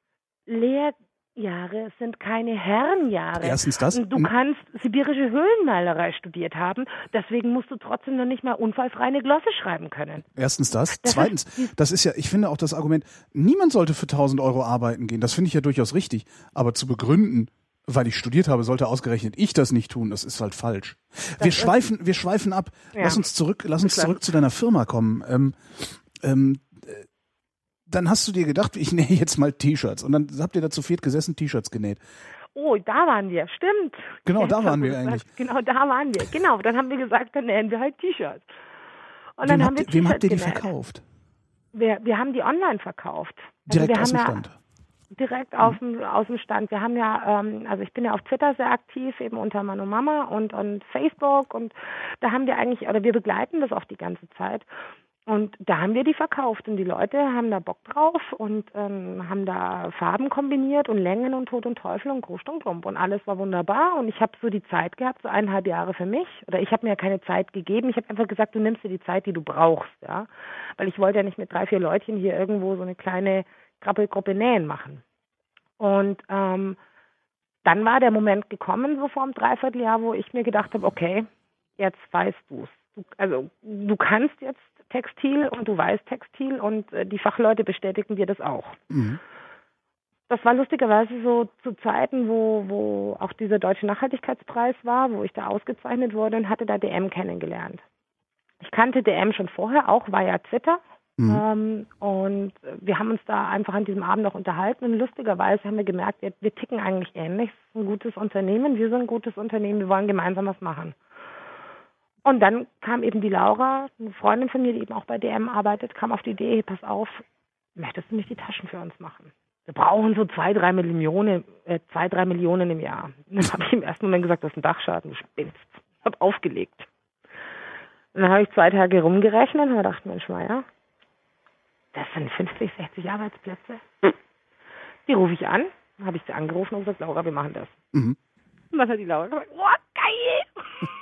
Lehrjahre sind keine Herrenjahre. Erstens das. Du kannst sibirische Höhlenmalerei studiert haben, deswegen musst du trotzdem noch nicht mal unfallfrei eine Glosse schreiben können. Erstens das. das Zweitens, ist, das ist ja, ich finde auch das Argument, niemand sollte für tausend Euro arbeiten gehen. Das finde ich ja durchaus richtig. Aber zu begründen, weil ich studiert habe, sollte ausgerechnet ich das nicht tun. Das ist halt falsch. Das wir schweifen, wir schweifen ab. Ja. Lass uns zurück, lass uns zurück zu deiner Firma kommen. Ähm, ähm, dann hast du dir gedacht, ich nähe jetzt mal T-Shirts. Und dann habt ihr da zu viert gesessen, T-Shirts genäht. Oh, da waren wir, stimmt. Genau, ja, da waren wir eigentlich. Genau, da waren wir. Genau, dann haben wir gesagt, dann nähen wir halt T-Shirts. Und wem dann habt, haben wir wem habt ihr die genäht. verkauft? Wir, wir haben die online verkauft. Also Direkt wir aus dem haben Stand? Ja, direkt mhm. aus, dem, aus dem Stand. Wir haben ja, ähm, also ich bin ja auf Twitter sehr aktiv, eben unter Manu Mama und, und Facebook. Und da haben wir eigentlich, oder wir begleiten das auch die ganze Zeit. Und da haben wir die verkauft und die Leute haben da Bock drauf und ähm, haben da Farben kombiniert und Längen und Tod und Teufel und Kruscht und Klump und alles war wunderbar und ich habe so die Zeit gehabt, so eineinhalb Jahre für mich oder ich habe mir ja keine Zeit gegeben, ich habe einfach gesagt, du nimmst dir die Zeit, die du brauchst, ja, weil ich wollte ja nicht mit drei, vier Leutchen hier irgendwo so eine kleine Krabbelgruppe nähen machen. Und ähm, dann war der Moment gekommen, so vor einem Dreivierteljahr, wo ich mir gedacht habe, okay, jetzt weißt du's. Du, also du kannst jetzt Textil und du weißt Textil und äh, die Fachleute bestätigen dir das auch. Mhm. Das war lustigerweise so zu Zeiten, wo, wo auch dieser Deutsche Nachhaltigkeitspreis war, wo ich da ausgezeichnet wurde und hatte da D M kennengelernt. Ich kannte D M schon vorher, auch via Twitter. Mhm. Ähm, und wir haben uns da einfach an diesem Abend noch unterhalten und lustigerweise haben wir gemerkt, wir, wir ticken eigentlich ähnlich. Es ist ein gutes Unternehmen, wir sind ein gutes Unternehmen, wir wollen gemeinsam was machen. Und dann kam eben die Laura, eine Freundin von mir, die eben auch bei D M arbeitet, kam auf die Idee, hey, pass auf, möchtest du nicht die Taschen für uns machen? Wir brauchen so zwei, drei Millionen, äh, zwei, drei Millionen im Jahr. Und dann habe ich im ersten Moment gesagt, das ist ein Dachschaden, du spinnst. Ich habe aufgelegt. Und dann habe ich zwei Tage rumgerechnet und habe gedacht, Mensch, Meier, das sind fünfzig, sechzig Arbeitsplätze. Hm. Die rufe ich an, dann habe ich sie angerufen und gesagt, Laura, wir machen das. Mhm. Und was hat die Laura gesagt? Oh, geil!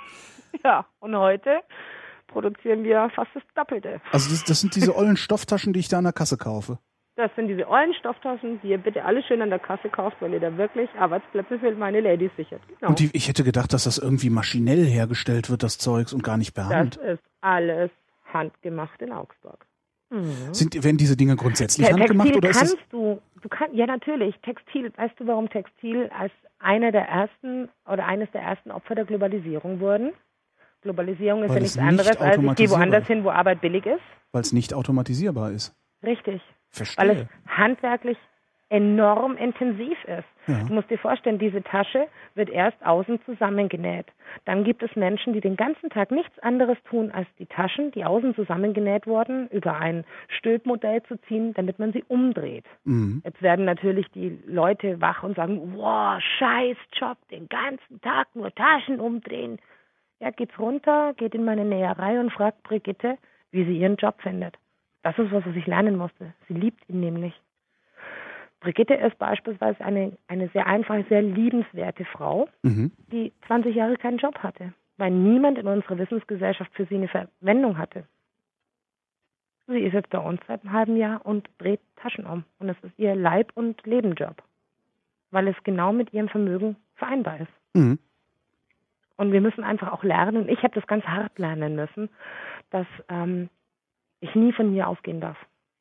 Ja, und heute produzieren wir fast das Doppelte. Also das, das sind diese ollen Stofftaschen, die ich da an der Kasse kaufe? Das sind diese ollen Stofftaschen, die ihr bitte alle schön an der Kasse kauft, weil ihr da wirklich Arbeitsplätze für meine Ladies sichert. Genau. Und die, ich hätte gedacht, dass das irgendwie maschinell hergestellt wird, das Zeugs, und gar nicht per Hand. Das ist alles handgemacht in Augsburg. Mhm. Sind, werden diese Dinge grundsätzlich ja, handgemacht? Textil oder ist kannst das du, du kannst, ja natürlich, Textil, weißt du, warum Textil als einer der ersten oder eines der ersten Opfer der Globalisierung wurden? Globalisierung ist Weil ja nichts nicht anderes, als ich gehe woanders hin, wo Arbeit billig ist. Weil es nicht automatisierbar ist. Richtig. Verstehe. Weil es handwerklich enorm intensiv ist. Ja. Du musst dir vorstellen, diese Tasche wird erst außen zusammengenäht. Dann gibt es Menschen, die den ganzen Tag nichts anderes tun, als die Taschen, die außen zusammengenäht wurden, über ein Stülpmodell zu ziehen, damit man sie umdreht. Mhm. Jetzt werden natürlich die Leute wach und sagen, wow, scheiß Job, den ganzen Tag nur Taschen umdrehen. Ja, geht's runter, geht in meine Näherei und fragt Brigitte, wie sie ihren Job findet. Das ist was, was ich lernen musste. Sie liebt ihn nämlich. Brigitte ist beispielsweise eine, eine sehr einfache, sehr liebenswerte Frau, mhm. die zwanzig Jahre keinen Job hatte, weil niemand in unserer Wissensgesellschaft für sie eine Verwendung hatte. Sie ist jetzt bei uns seit einem halben Jahr und dreht Taschen um. Und das ist ihr Leib- und Lebenjob, weil es genau mit ihrem Vermögen vereinbar ist. Mhm. Und wir müssen einfach auch lernen, und ich habe das ganz hart lernen müssen, dass ähm, ich nie von mir ausgehen darf.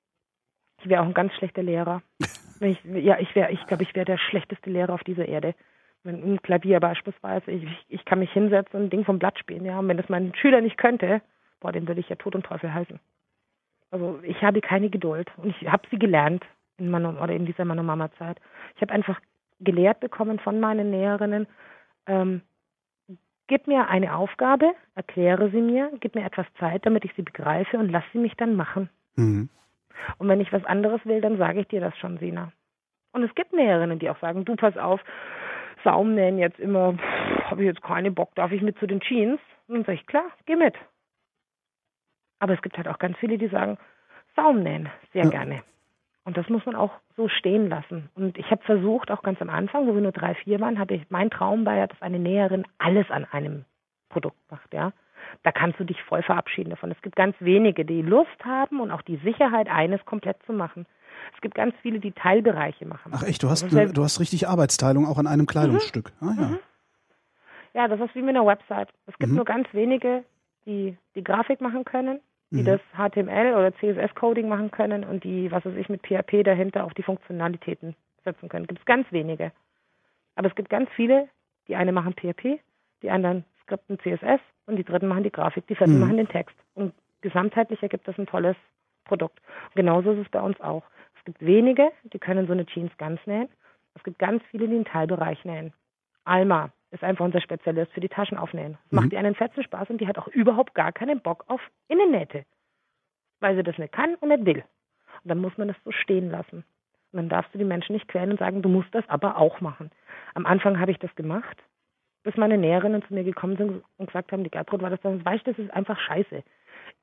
Ich wäre auch ein ganz schlechter Lehrer. Ich, ja, ich wäre, ich glaube, ich wäre der schlechteste Lehrer auf dieser Erde. Im Klavier beispielsweise. Ich, ich kann mich hinsetzen und ein Ding vom Blatt spielen. Ja, und wenn das mein Schüler nicht könnte, boah, den würde ich ja Tod und Teufel heißen. Also ich habe keine Geduld und ich habe sie gelernt in meiner, oder in dieser meiner Mama-Zeit. Ich habe einfach gelehrt bekommen von meinen Lehrerinnen. Ähm, Gib mir eine Aufgabe, erkläre sie mir, gib mir etwas Zeit, damit ich sie begreife und lass sie mich dann machen. Mhm. Und wenn ich was anderes will, dann sage ich dir das schon, Sina. Und es gibt Lehrerinnen, die auch sagen, du pass auf, Saumnähen jetzt immer, habe ich jetzt keinen Bock, darf ich mit zu den Jeans? Und dann sage ich, klar, geh mit. Aber es gibt halt auch ganz viele, die sagen, Saumnähen, sehr ja. gerne. Und das muss man auch so stehen lassen. Und ich habe versucht, auch ganz am Anfang, wo wir nur drei, vier waren, habe ich, mein Traum war ja, dass eine Näherin alles an einem Produkt macht, ja. Da kannst du dich voll verabschieden davon. Es gibt ganz wenige, die Lust haben und auch die Sicherheit, eines komplett zu machen. Es gibt ganz viele, die Teilbereiche machen. Ach echt, du hast, eine, du hast richtig Arbeitsteilung auch an einem Kleidungsstück. Mhm. Ah, ja. Mhm. Ja, das ist wie mit einer Website. Es gibt mhm. nur ganz wenige, die die Grafik machen können, die mhm. das H T M L oder C S S-Coding machen können und die, was weiß ich, mit P H P dahinter auf die Funktionalitäten setzen können. Gibt es ganz wenige. Aber es gibt ganz viele, die eine machen P H P, die anderen skripten C S S und die dritten machen die Grafik, die vierten mhm. machen den Text. Und gesamtheitlich ergibt das ein tolles Produkt. Und genauso ist es bei uns auch. Es gibt wenige, die können so eine Jeans ganz nähen. Es gibt ganz viele, die einen Teilbereich nähen. Alma ist einfach unser Spezialist für die Taschen aufnähen. Das mhm. macht ihr einen fetzen Spaß und die hat auch überhaupt gar keinen Bock auf Innennähte, weil sie das nicht kann und nicht will. Und dann muss man das so stehen lassen. Und dann darfst du die Menschen nicht quälen und sagen, du musst das aber auch machen. Am Anfang habe ich das gemacht, bis meine Näherinnen zu mir gekommen sind und gesagt haben, die Gertrud war das dann, weißt du, das ist einfach scheiße.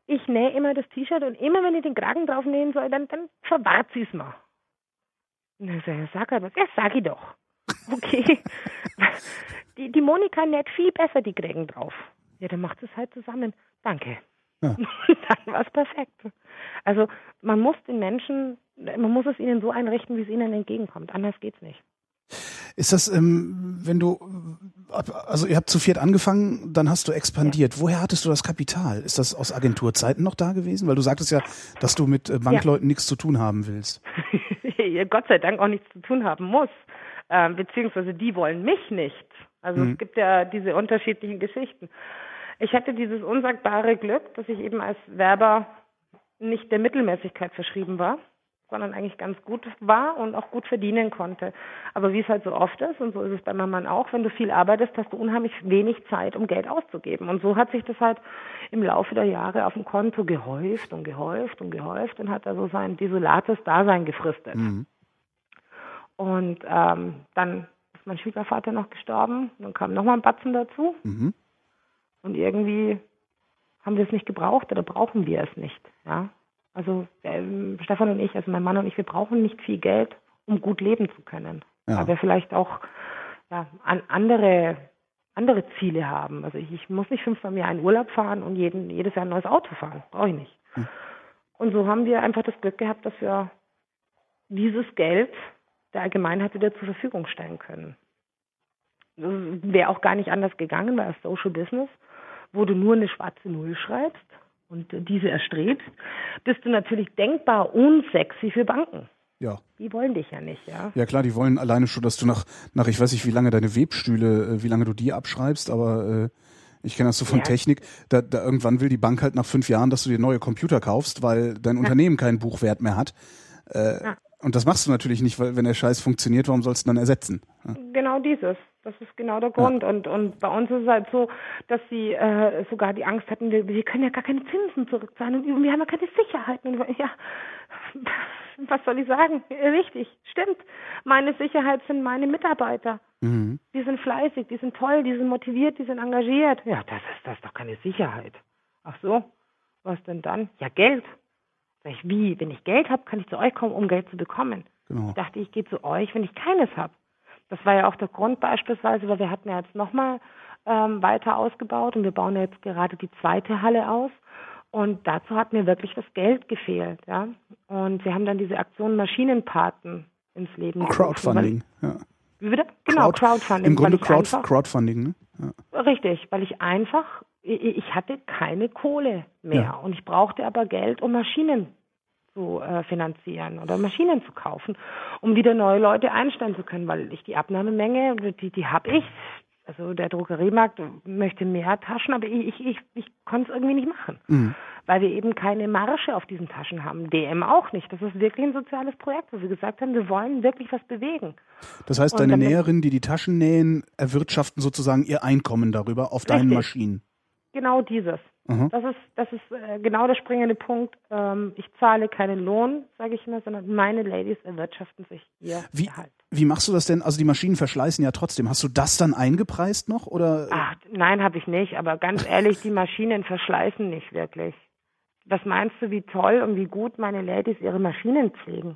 ich nähe immer das T-Shirt und immer, wenn ich den Kragen drauf nähen soll, dann, dann verwahrt sie es mal. Und dann sag ich, sag halt was. Ja, sag ich doch. Okay. die, die Monika näht viel besser die Kragen drauf. Ja, dann macht es halt zusammen. Danke. Ja. Dann war es perfekt. Also man muss den Menschen, man muss es ihnen so einrichten, wie es ihnen entgegenkommt. Anders geht's nicht. Ist das, ähm, wenn du, also ihr habt zu viert angefangen, dann hast du expandiert. Ja. Woher hattest du das Kapital? Ist das aus Agenturzeiten noch da gewesen? Weil du sagtest ja, dass du mit Bankleuten ja. nichts zu tun haben willst. Gott sei Dank auch nichts zu tun haben muss. Ähm, beziehungsweise die wollen mich nicht. Also mhm. es gibt ja diese unterschiedlichen Geschichten. Ich hatte dieses unsagbare Glück, dass ich eben als Werber nicht der Mittelmäßigkeit verschrieben war, sondern eigentlich ganz gut war und auch gut verdienen konnte. Aber wie es halt so oft ist, und so ist es bei meinem Mann auch, wenn du viel arbeitest, hast du unheimlich wenig Zeit, um Geld auszugeben. Und so hat sich das halt im Laufe der Jahre auf dem Konto gehäuft und gehäuft und gehäuft und hat also sein desolates Dasein gefristet. Mhm. Und ähm, dann ist mein Schwiegervater noch gestorben, dann kam nochmal ein Batzen dazu. Mhm. Und irgendwie haben wir es nicht gebraucht oder brauchen wir es nicht, ja. Also ähm, Stefan und ich, also mein Mann und ich, wir brauchen nicht viel Geld, um gut leben zu können. Ja. Weil wir vielleicht auch ja, an andere, andere Ziele haben. Also ich, ich muss nicht fünfmal im Jahr in Urlaub fahren und jeden, jedes Jahr ein neues Auto fahren. Brauche ich nicht. Hm. Und so haben wir einfach das Glück gehabt, dass wir dieses Geld der Allgemeinheit wieder zur Verfügung stellen können. Das wäre auch gar nicht anders gegangen, weil als Social Business, wo du nur eine schwarze Null schreibst, und diese erstrebst, bist du natürlich denkbar unsexy für Banken. Ja. Die wollen dich ja nicht, ja. Ja klar, die wollen alleine schon, dass du nach, nach ich weiß nicht, wie lange deine Webstühle, wie lange du die abschreibst, aber äh, ich kenne das so von ja. Technik, da, da irgendwann will die Bank halt nach fünf Jahren, dass du dir neue Computer kaufst, weil dein ja. Unternehmen keinen Buchwert mehr hat. Äh, ja. Und das machst du natürlich nicht, weil wenn der Scheiß funktioniert, warum sollst du dann ersetzen? Ja. Genau dieses. Das ist genau der Grund. Ja. Und, und bei uns ist es halt so, dass sie äh, sogar die Angst hatten, wir, wir können ja gar keine Zinsen zurückzahlen und wir haben ja keine Sicherheiten. Und ja, was soll ich sagen? Richtig, stimmt. Meine Sicherheit sind meine Mitarbeiter. Mhm. Die sind fleißig, die sind toll, die sind motiviert, die sind engagiert. Ja, das ist, das ist doch keine Sicherheit. Ach so, was denn dann? Ja, Geld. Sag ich, wie? Wenn ich Geld habe, kann ich zu euch kommen, um Geld zu bekommen. Genau. Ich dachte, ich gehe zu euch, wenn ich keines habe. Das war ja auch der Grund beispielsweise, weil wir hatten ja jetzt nochmal ähm, weiter ausgebaut und wir bauen ja jetzt gerade die zweite Halle aus. Und dazu hat mir wirklich das Geld gefehlt. Ja? Und wir haben dann diese Aktion Maschinenpaten ins Leben gerufen. Crowdfunding, ja. Wie wieder? Genau, Crowd, Crowdfunding. Im Grunde Crowd, einfach, Crowdfunding, ne? Ja. Richtig, weil ich einfach, ich, ich hatte keine Kohle mehr ja. und ich brauchte aber Geld, um Maschinen zu äh, finanzieren oder Maschinen zu kaufen, um wieder neue Leute einstellen zu können, weil ich die Abnahmemenge, die, die habe ich. Also der Drogeriemarkt möchte mehr Taschen, aber ich, ich, ich, ich konnte es irgendwie nicht machen, mhm. weil wir eben keine Marge auf diesen Taschen haben. D M auch nicht. Das ist wirklich ein soziales Projekt, wo wir gesagt haben, wir wollen wirklich was bewegen. Das heißt, deine Näherinnen, die die Taschen nähen, erwirtschaften sozusagen ihr Einkommen darüber auf deinen Maschinen. Genau dieses. Mhm. Das ist, das ist äh, genau der springende Punkt. Ähm, ich zahle keinen Lohn, sage ich immer, sondern meine Ladies erwirtschaften sich ihr wie, Gehalt. Wie machst du das denn? Also die Maschinen verschleißen ja trotzdem. Hast du das dann eingepreist noch? Oder? Ach, nein, habe ich nicht. Aber ganz ehrlich, die Maschinen verschleißen nicht wirklich. Was meinst du, wie toll und wie gut meine Ladies ihre Maschinen pflegen?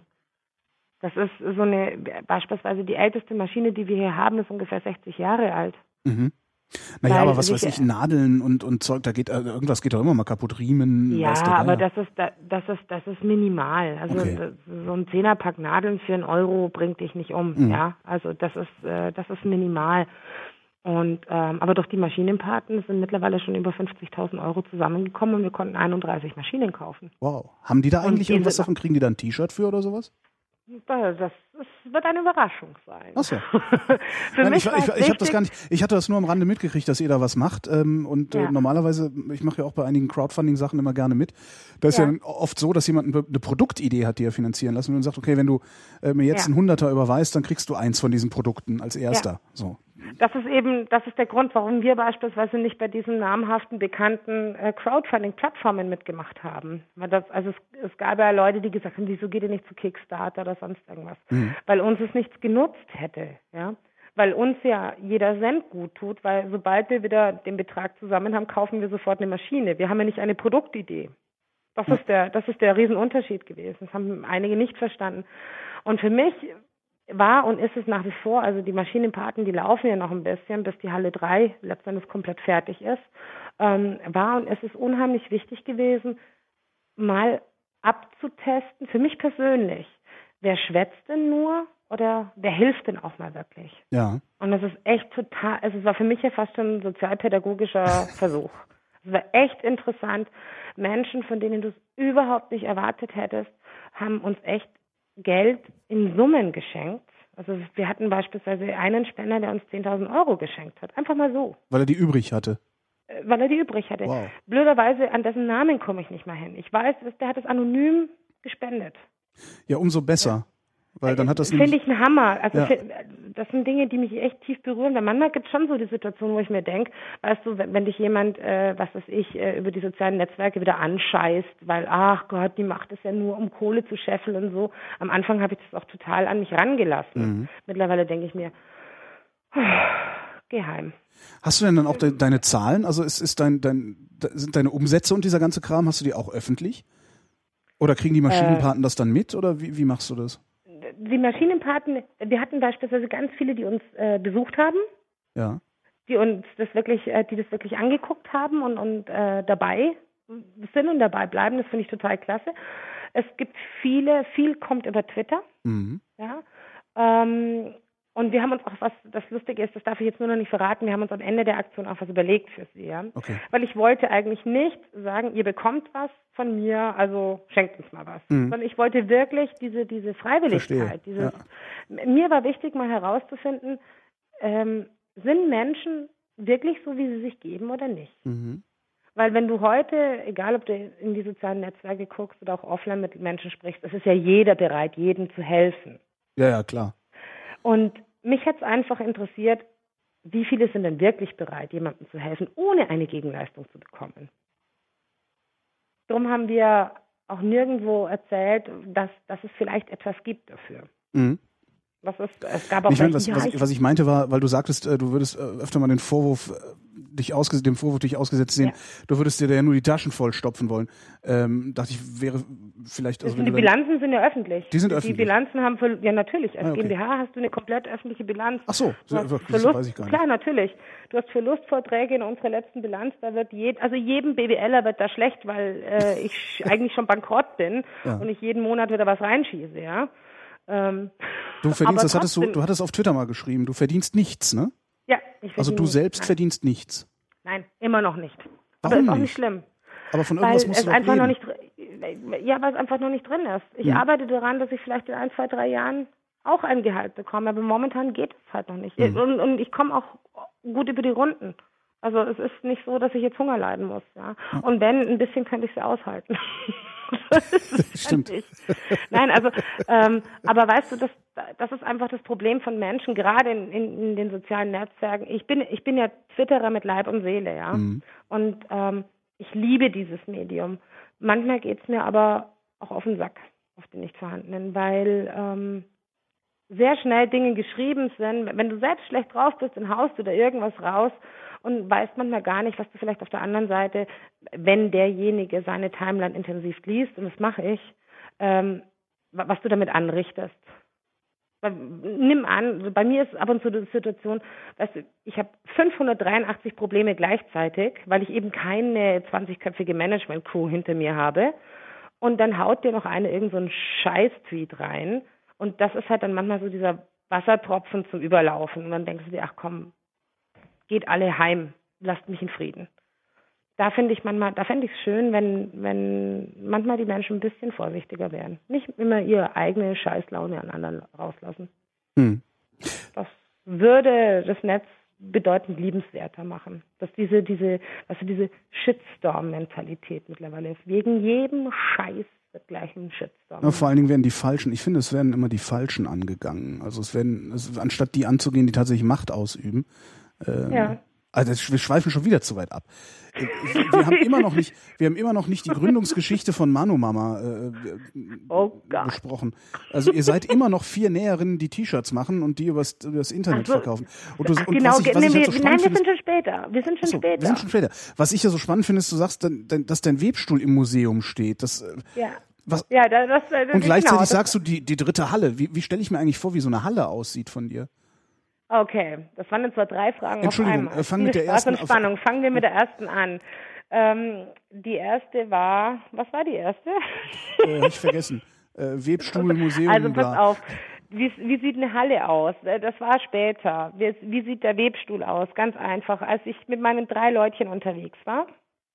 Das ist so eine, beispielsweise die älteste Maschine, die wir hier haben, ist ungefähr sechzig Jahre alt. Mhm. Naja, aber was weiß ich, Nadeln und, und Zeug, da geht, also irgendwas geht doch immer mal kaputt, Riemen. Ja, aber das ist, das ist, das ist minimal. Also okay. so ein Zehnerpack Nadeln für einen Euro bringt dich nicht um, mhm. ja. Also das ist, das ist minimal. Und, ähm, aber durch die Maschinenpaten sind mittlerweile schon über fünfzigtausend Euro zusammengekommen und wir konnten einunddreißig Maschinen kaufen. Wow. Haben die da eigentlich irgendwas davon? Kriegen die da ein T-Shirt für oder sowas? Das, das wird eine Überraschung sein. Ach so. Nein, ich ich, ich habe das gar nicht. Ich hatte das nur am Rande mitgekriegt, dass ihr da was macht. Ähm, und ja. äh, normalerweise, ich mache ja auch bei einigen Crowdfunding-Sachen immer gerne mit. Da ist ja. ja oft so, dass jemand eine Produktidee hat, die er finanzieren lassen will und sagt, okay, wenn du äh, mir jetzt ja. einen Hunderter überweist, dann kriegst du eins von diesen Produkten als erster. Ja. So. Das ist eben, das ist der Grund, warum wir beispielsweise nicht bei diesen namhaften, bekannten äh, Crowdfunding-Plattformen mitgemacht haben. Weil das, also es, es gab ja Leute, die gesagt haben, wieso geht ihr nicht zu Kickstarter oder sonst irgendwas? Mhm. Weil uns es nichts genutzt hätte, ja. weil uns ja jeder Cent gut tut, weil sobald wir wieder den Betrag zusammen haben, kaufen wir sofort eine Maschine. Wir haben ja nicht eine Produktidee. Das ist der, das ist der Riesenunterschied gewesen. Das haben einige nicht verstanden. Und für mich war und ist es nach wie vor, also die Maschinenpaten, die laufen ja noch ein bisschen, bis die Halle drei letztendlich komplett fertig ist, ähm, war und es ist unheimlich wichtig gewesen, mal abzutesten, für mich persönlich, wer schwätzt denn nur oder wer hilft denn auch mal wirklich? Ja. Und das ist echt total, also es war für mich ja fast schon ein sozialpädagogischer Versuch. Es war echt interessant. Menschen, von denen du es überhaupt nicht erwartet hättest, haben uns echt Geld in Summen geschenkt. Also wir hatten beispielsweise einen Spender, der uns zehntausend Euro geschenkt hat. Einfach mal so. Weil er die übrig hatte. Weil er die übrig hatte. Wow. Blöderweise, an dessen Namen komme ich nicht mal hin. Ich weiß, der hat es anonym gespendet. Ja, umso besser. Weil dann hat das Finde ich ein Hammer. Also ja. Das sind Dinge, die mich echt tief berühren. Weil manchmal gibt es schon so die Situation, wo ich mir denke, weißt du, wenn, wenn dich jemand, äh, was weiß ich, äh, über die sozialen Netzwerke wieder anscheißt, weil, ach Gott, die macht es ja nur, um Kohle zu scheffeln und so. Am Anfang habe ich das auch total an mich rangelassen. Mhm. Mittlerweile denke ich mir, oh, geheim. Hast du denn dann auch de- deine Zahlen? Also ist, ist dein, dein, sind deine Umsätze und dieser ganze Kram, hast du die auch öffentlich? Oder kriegen die Maschinenpaten äh, das dann mit? Oder wie, wie machst du das? Die Maschinenpaten, wir hatten beispielsweise ganz viele, die uns äh, besucht haben, ja. die uns das wirklich, äh, die das wirklich angeguckt haben und, und äh, dabei sind und dabei bleiben. Das finde ich total klasse. Es gibt viele, viel kommt über Twitter. Mhm. Ja. Ähm, und wir haben uns auch was, das Lustige ist, das darf ich jetzt nur noch nicht verraten, wir haben uns am Ende der Aktion auch was überlegt für Sie. Ja? Okay. Weil ich wollte eigentlich nicht sagen, ihr bekommt was von mir, also schenkt uns mal was. Mhm. Sondern ich wollte wirklich diese, diese Freiwilligkeit. Dieses, ja. Mir war wichtig, mal herauszufinden, ähm, sind Menschen wirklich so, wie sie sich geben oder nicht? Mhm. Weil wenn du heute, egal ob du in die sozialen Netzwerke guckst oder auch offline mit Menschen sprichst, es ist ja jeder bereit, jedem zu helfen. Ja, ja, klar. Und mich hat es einfach interessiert, wie viele sind denn wirklich bereit, jemandem zu helfen, ohne eine Gegenleistung zu bekommen. Darum haben wir auch nirgendwo erzählt, dass, dass es vielleicht etwas gibt dafür. Mhm. Was ist, es gab auch ich meine, was, was, ich, was ich meinte war, weil du sagtest, du würdest öfter mal den Vorwurf dich ausges- dem Vorwurf dich ausgesetzt sehen, ja. Du würdest dir ja nur die Taschen voll stopfen wollen. Ähm, dachte ich, wäre vielleicht... Also die Bilanzen sind ja öffentlich. Die sind die öffentlich? Die Bilanzen haben... Für, ja, natürlich. Als ah, okay. GmbH hast du eine komplett öffentliche Bilanz. Ach so, so das Verlust, weiß ich gar nicht. Klar, natürlich. Du hast Verlustvorträge in unserer letzten Bilanz, da wird jed, also jedem BWLer wird da schlecht, weil äh, ich eigentlich schon bankrott bin ja. und ich jeden Monat wieder was reinschieße, ja. Ähm, du verdienst, das hattest du, du hattest auf Twitter mal geschrieben, du verdienst nichts, ne? Ja, ich verdiene Also du selbst nichts. verdienst nichts? Nein, immer noch nicht. Warum aber ist nicht? auch nicht schlimm. Aber von irgendwas weil musst es du doch einfach leben. noch nicht, ja, weil es einfach noch nicht drin ist. Ich mhm. arbeite daran, dass ich vielleicht in ein, zwei, drei Jahren auch ein Gehalt bekomme, aber momentan geht es halt noch nicht. Mhm. Und, und ich komme auch gut über die Runden. Also es ist nicht so, dass ich jetzt Hunger leiden muss. Ja. ja. Und wenn, ein bisschen könnte ich es ja aushalten. das das stimmt. Nein, also, ähm, aber weißt du, das, das ist einfach das Problem von Menschen, gerade in, in, in den sozialen Netzwerken. Ich bin, ich bin ja Twitterer mit Leib und Seele, ja. Mhm. Und ähm, ich liebe dieses Medium. Manchmal geht es mir aber auch auf den Sack, auf den nicht vorhandenen, weil ähm, sehr schnell Dinge geschrieben sind. Wenn du selbst schlecht drauf bist, dann haust du da irgendwas raus und weißt manchmal gar nicht, was du vielleicht auf der anderen Seite, wenn derjenige seine Timeline intensiv liest, und das mache ich, ähm, was du damit anrichtest. Nimm an, bei mir ist ab und zu die Situation, weißt du, ich habe fünfhundertdreiundachtzig Probleme gleichzeitig, weil ich eben keine zwanzigköpfige Management-Crew hinter mir habe. Und dann haut dir noch eine irgend so einen Scheiß-Tweet rein. Und das ist halt dann manchmal so dieser Wassertropfen zum Überlaufen. Und dann denkst du dir, ach komm, geht alle heim, lasst mich in Frieden. Da finde ich manchmal, da fände ich es schön, wenn, wenn manchmal die Menschen ein bisschen vorsichtiger wären. Nicht immer ihre eigene Scheißlaune an anderen rauslassen. Hm. Das würde das Netz bedeutend liebenswerter machen. Dass diese, diese, also diese Shitstorm-Mentalität mittlerweile ist. Wegen jedem Scheiß wird gleich ein Shitstorm. Ja, vor allen Dingen werden die Falschen, ich finde, es werden immer die Falschen angegangen. Also es werden, es, anstatt die anzugehen, die tatsächlich Macht ausüben, ähm, ja. Also das, wir schweifen schon wieder zu weit ab. Wir haben immer noch nicht, wir haben immer noch nicht die Gründungsgeschichte von Manumama äh, oh Gott. besprochen. Also ihr seid immer noch vier Näherinnen, die T-Shirts machen und die übers, übers Internet so. verkaufen. Und, du, und genau, was ich, was nee, ich wir, halt so nein, wir finde, sind schon später. Wir sind schon achso, später. Wir sind schon später. Was ich ja so spannend finde, ist, du sagst, dass dein Webstuhl im Museum steht. Das, ja. Was, ja, das, das, und gleichzeitig genau, sagst du die, die dritte Halle. Wie, wie stelle ich mir eigentlich vor, wie so eine Halle aussieht von dir? Okay, das waren jetzt zwar drei Fragen Entschuldigung, auf einmal. äh, fang mit der Spaß ersten und Spannung. Fangen wir mit der ersten an. Ähm, die erste war, was war die erste? Äh, hab ich vergessen. Äh, Webstuhl, Museum, Also pass bla. auf, wie, wie sieht eine Halle aus? Das war später. Wie, wie sieht der Webstuhl aus? Ganz einfach. Als ich mit meinen drei Leutchen unterwegs war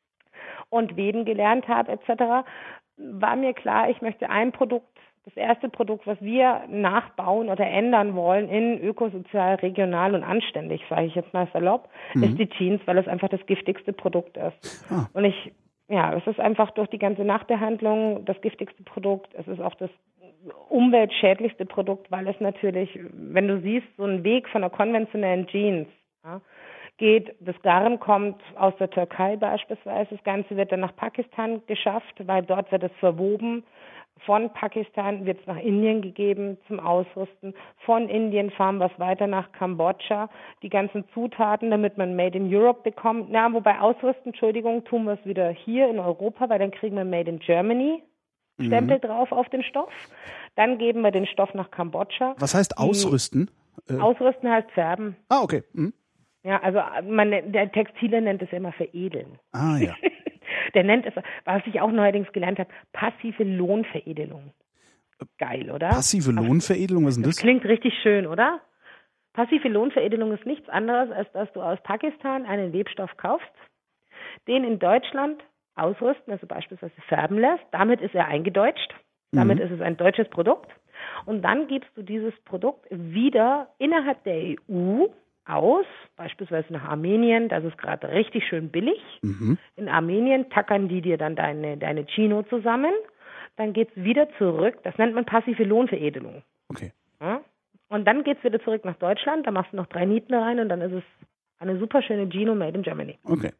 und weben gelernt habe et cetera, war mir klar, ich möchte ein Produkt, das erste Produkt, was wir nachbauen oder ändern wollen in ökosozial, regional und anständig, sage ich jetzt mal salopp, mhm. ist die Jeans, weil es einfach das giftigste Produkt ist. Ah. Und ich, ja, es ist einfach durch die ganze Nachbehandlung das giftigste Produkt. Es ist auch das umweltschädlichste Produkt, weil es natürlich, wenn du siehst, so ein Weg von einer konventionellen Jeans, ja, geht, das Garn kommt aus der Türkei beispielsweise, das Ganze wird dann nach Pakistan geschafft, weil dort wird es verwoben. Von Pakistan wird es nach Indien gegeben zum Ausrüsten. Von Indien fahren wir es weiter nach Kambodscha. Die ganzen Zutaten, damit man Made in Europe bekommt. Na, wobei ausrüsten, Entschuldigung, tun wir es wieder hier in Europa, weil dann kriegen wir Made in Germany Stempel mhm. drauf auf den Stoff. Dann geben wir den Stoff nach Kambodscha. Was heißt ausrüsten? Die, äh. Ausrüsten heißt färben. Ah, okay. Mhm. Ja, also man, der Textiler nennt es ja immer veredeln. Ah, ja. Der nennt es, was ich auch neuerdings gelernt habe, passive Lohnveredelung. Geil, oder? Passive Lohnveredelung, was ist denn das? Das klingt richtig schön, oder? Passive Lohnveredelung ist nichts anderes, als dass du aus Pakistan einen Webstoff kaufst, den in Deutschland ausrüsten, also beispielsweise färben lässt. Damit ist er eingedeutscht. Damit mhm. ist es ein deutsches Produkt. Und dann gibst du dieses Produkt wieder innerhalb der E U aus, beispielsweise nach Armenien, das ist gerade richtig schön billig. Mhm. In Armenien tackern die dir dann deine, deine Chino zusammen, dann geht es wieder zurück, das nennt man passive Lohnveredelung. Okay. Ja? Und dann geht es wieder zurück nach Deutschland, da machst du noch drei Nieten rein und dann ist es eine super schöne Chino made in Germany. Okay.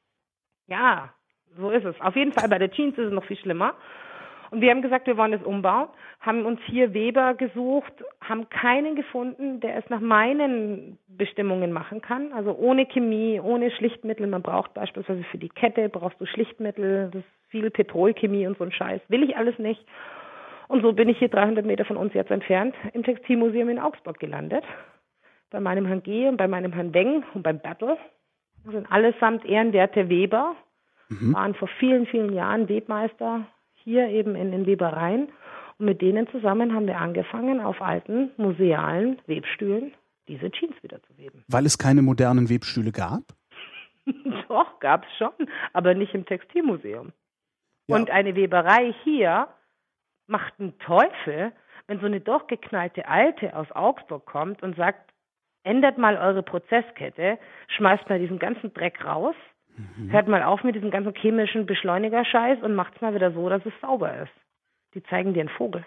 Ja, so ist es. Auf jeden Fall bei der Jeans ist es noch viel schlimmer. Und wir haben gesagt, wir wollen das umbauen, haben uns hier Weber gesucht, haben keinen gefunden, der es nach meinen Bestimmungen machen kann. Also ohne Chemie, ohne Schlichtmittel. Man braucht beispielsweise für die Kette, brauchst du Schlichtmittel, das ist viel Petrolchemie und so ein Scheiß. Will ich alles nicht. Und so bin ich hier dreihundert Meter von uns jetzt entfernt im Textilmuseum in Augsburg gelandet. Bei meinem Herrn G. und bei meinem Herrn Weng und beim Battle. Das sind allesamt ehrenwerte Weber, mhm. waren vor vielen, vielen Jahren Webmeister hier eben in den Webereien. Und mit denen zusammen haben wir angefangen, auf alten musealen Webstühlen diese Jeans wieder zu weben. Weil es keine modernen Webstühle gab? Doch, gab es schon, aber nicht im Textilmuseum. Ja. Und eine Weberei hier macht einen Teufel, wenn so eine durchgeknallte Alte aus Augsburg kommt und sagt, ändert mal eure Prozesskette, schmeißt mal diesen ganzen Dreck raus, Mhm. hört mal auf mit diesem ganzen chemischen Beschleunigerscheiß und macht's mal wieder so, dass es sauber ist. Die zeigen dir einen Vogel.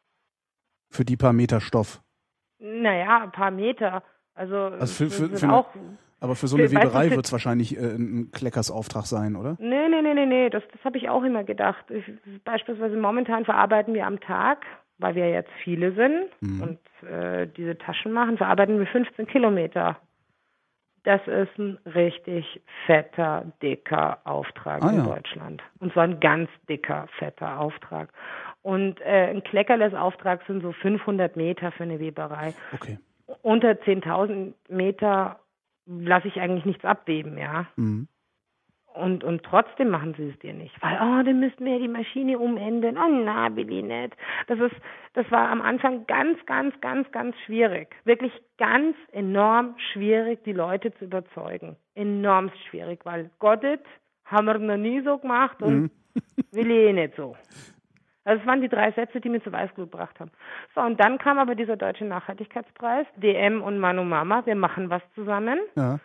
Für die paar Meter Stoff? Naja, ein paar Meter. Also, also für, für, für auch, eine, aber für so eine für, Weberei weißt du, wird es wahrscheinlich äh, ein Kleckersauftrag sein, oder? Nee, nee, nee, nee, nee. Das, das habe ich auch immer gedacht. Ich, beispielsweise momentan verarbeiten wir am Tag, weil wir jetzt viele sind mhm. und äh, diese Taschen machen, verarbeiten wir fünfzehn Kilometer. Das ist ein richtig fetter, dicker Auftrag ah, in ja. Deutschland. Und zwar ein ganz dicker, fetter Auftrag. Und äh, ein Kleckerles-Auftrag sind so fünfhundert Meter für eine Weberei. Okay. Unter zehntausend Meter lasse ich eigentlich nichts abweben, ja. Mhm. Und, und trotzdem machen sie es dir nicht. Weil, oh, dann müssten wir die Maschine umändern. Oh, na, Billy, nicht. Das ist, das war am Anfang ganz, ganz, ganz, ganz schwierig. Wirklich ganz enorm schwierig, die Leute zu überzeugen. Enorm schwierig, weil Gottet haben wir noch nie so gemacht und mhm. will ich eh nicht so. Also das waren die drei Sätze, die mir zu Weißglut gebracht haben. So, und dann kam aber dieser Deutsche Nachhaltigkeitspreis, D M und Manumama, wir machen was zusammen. Ja.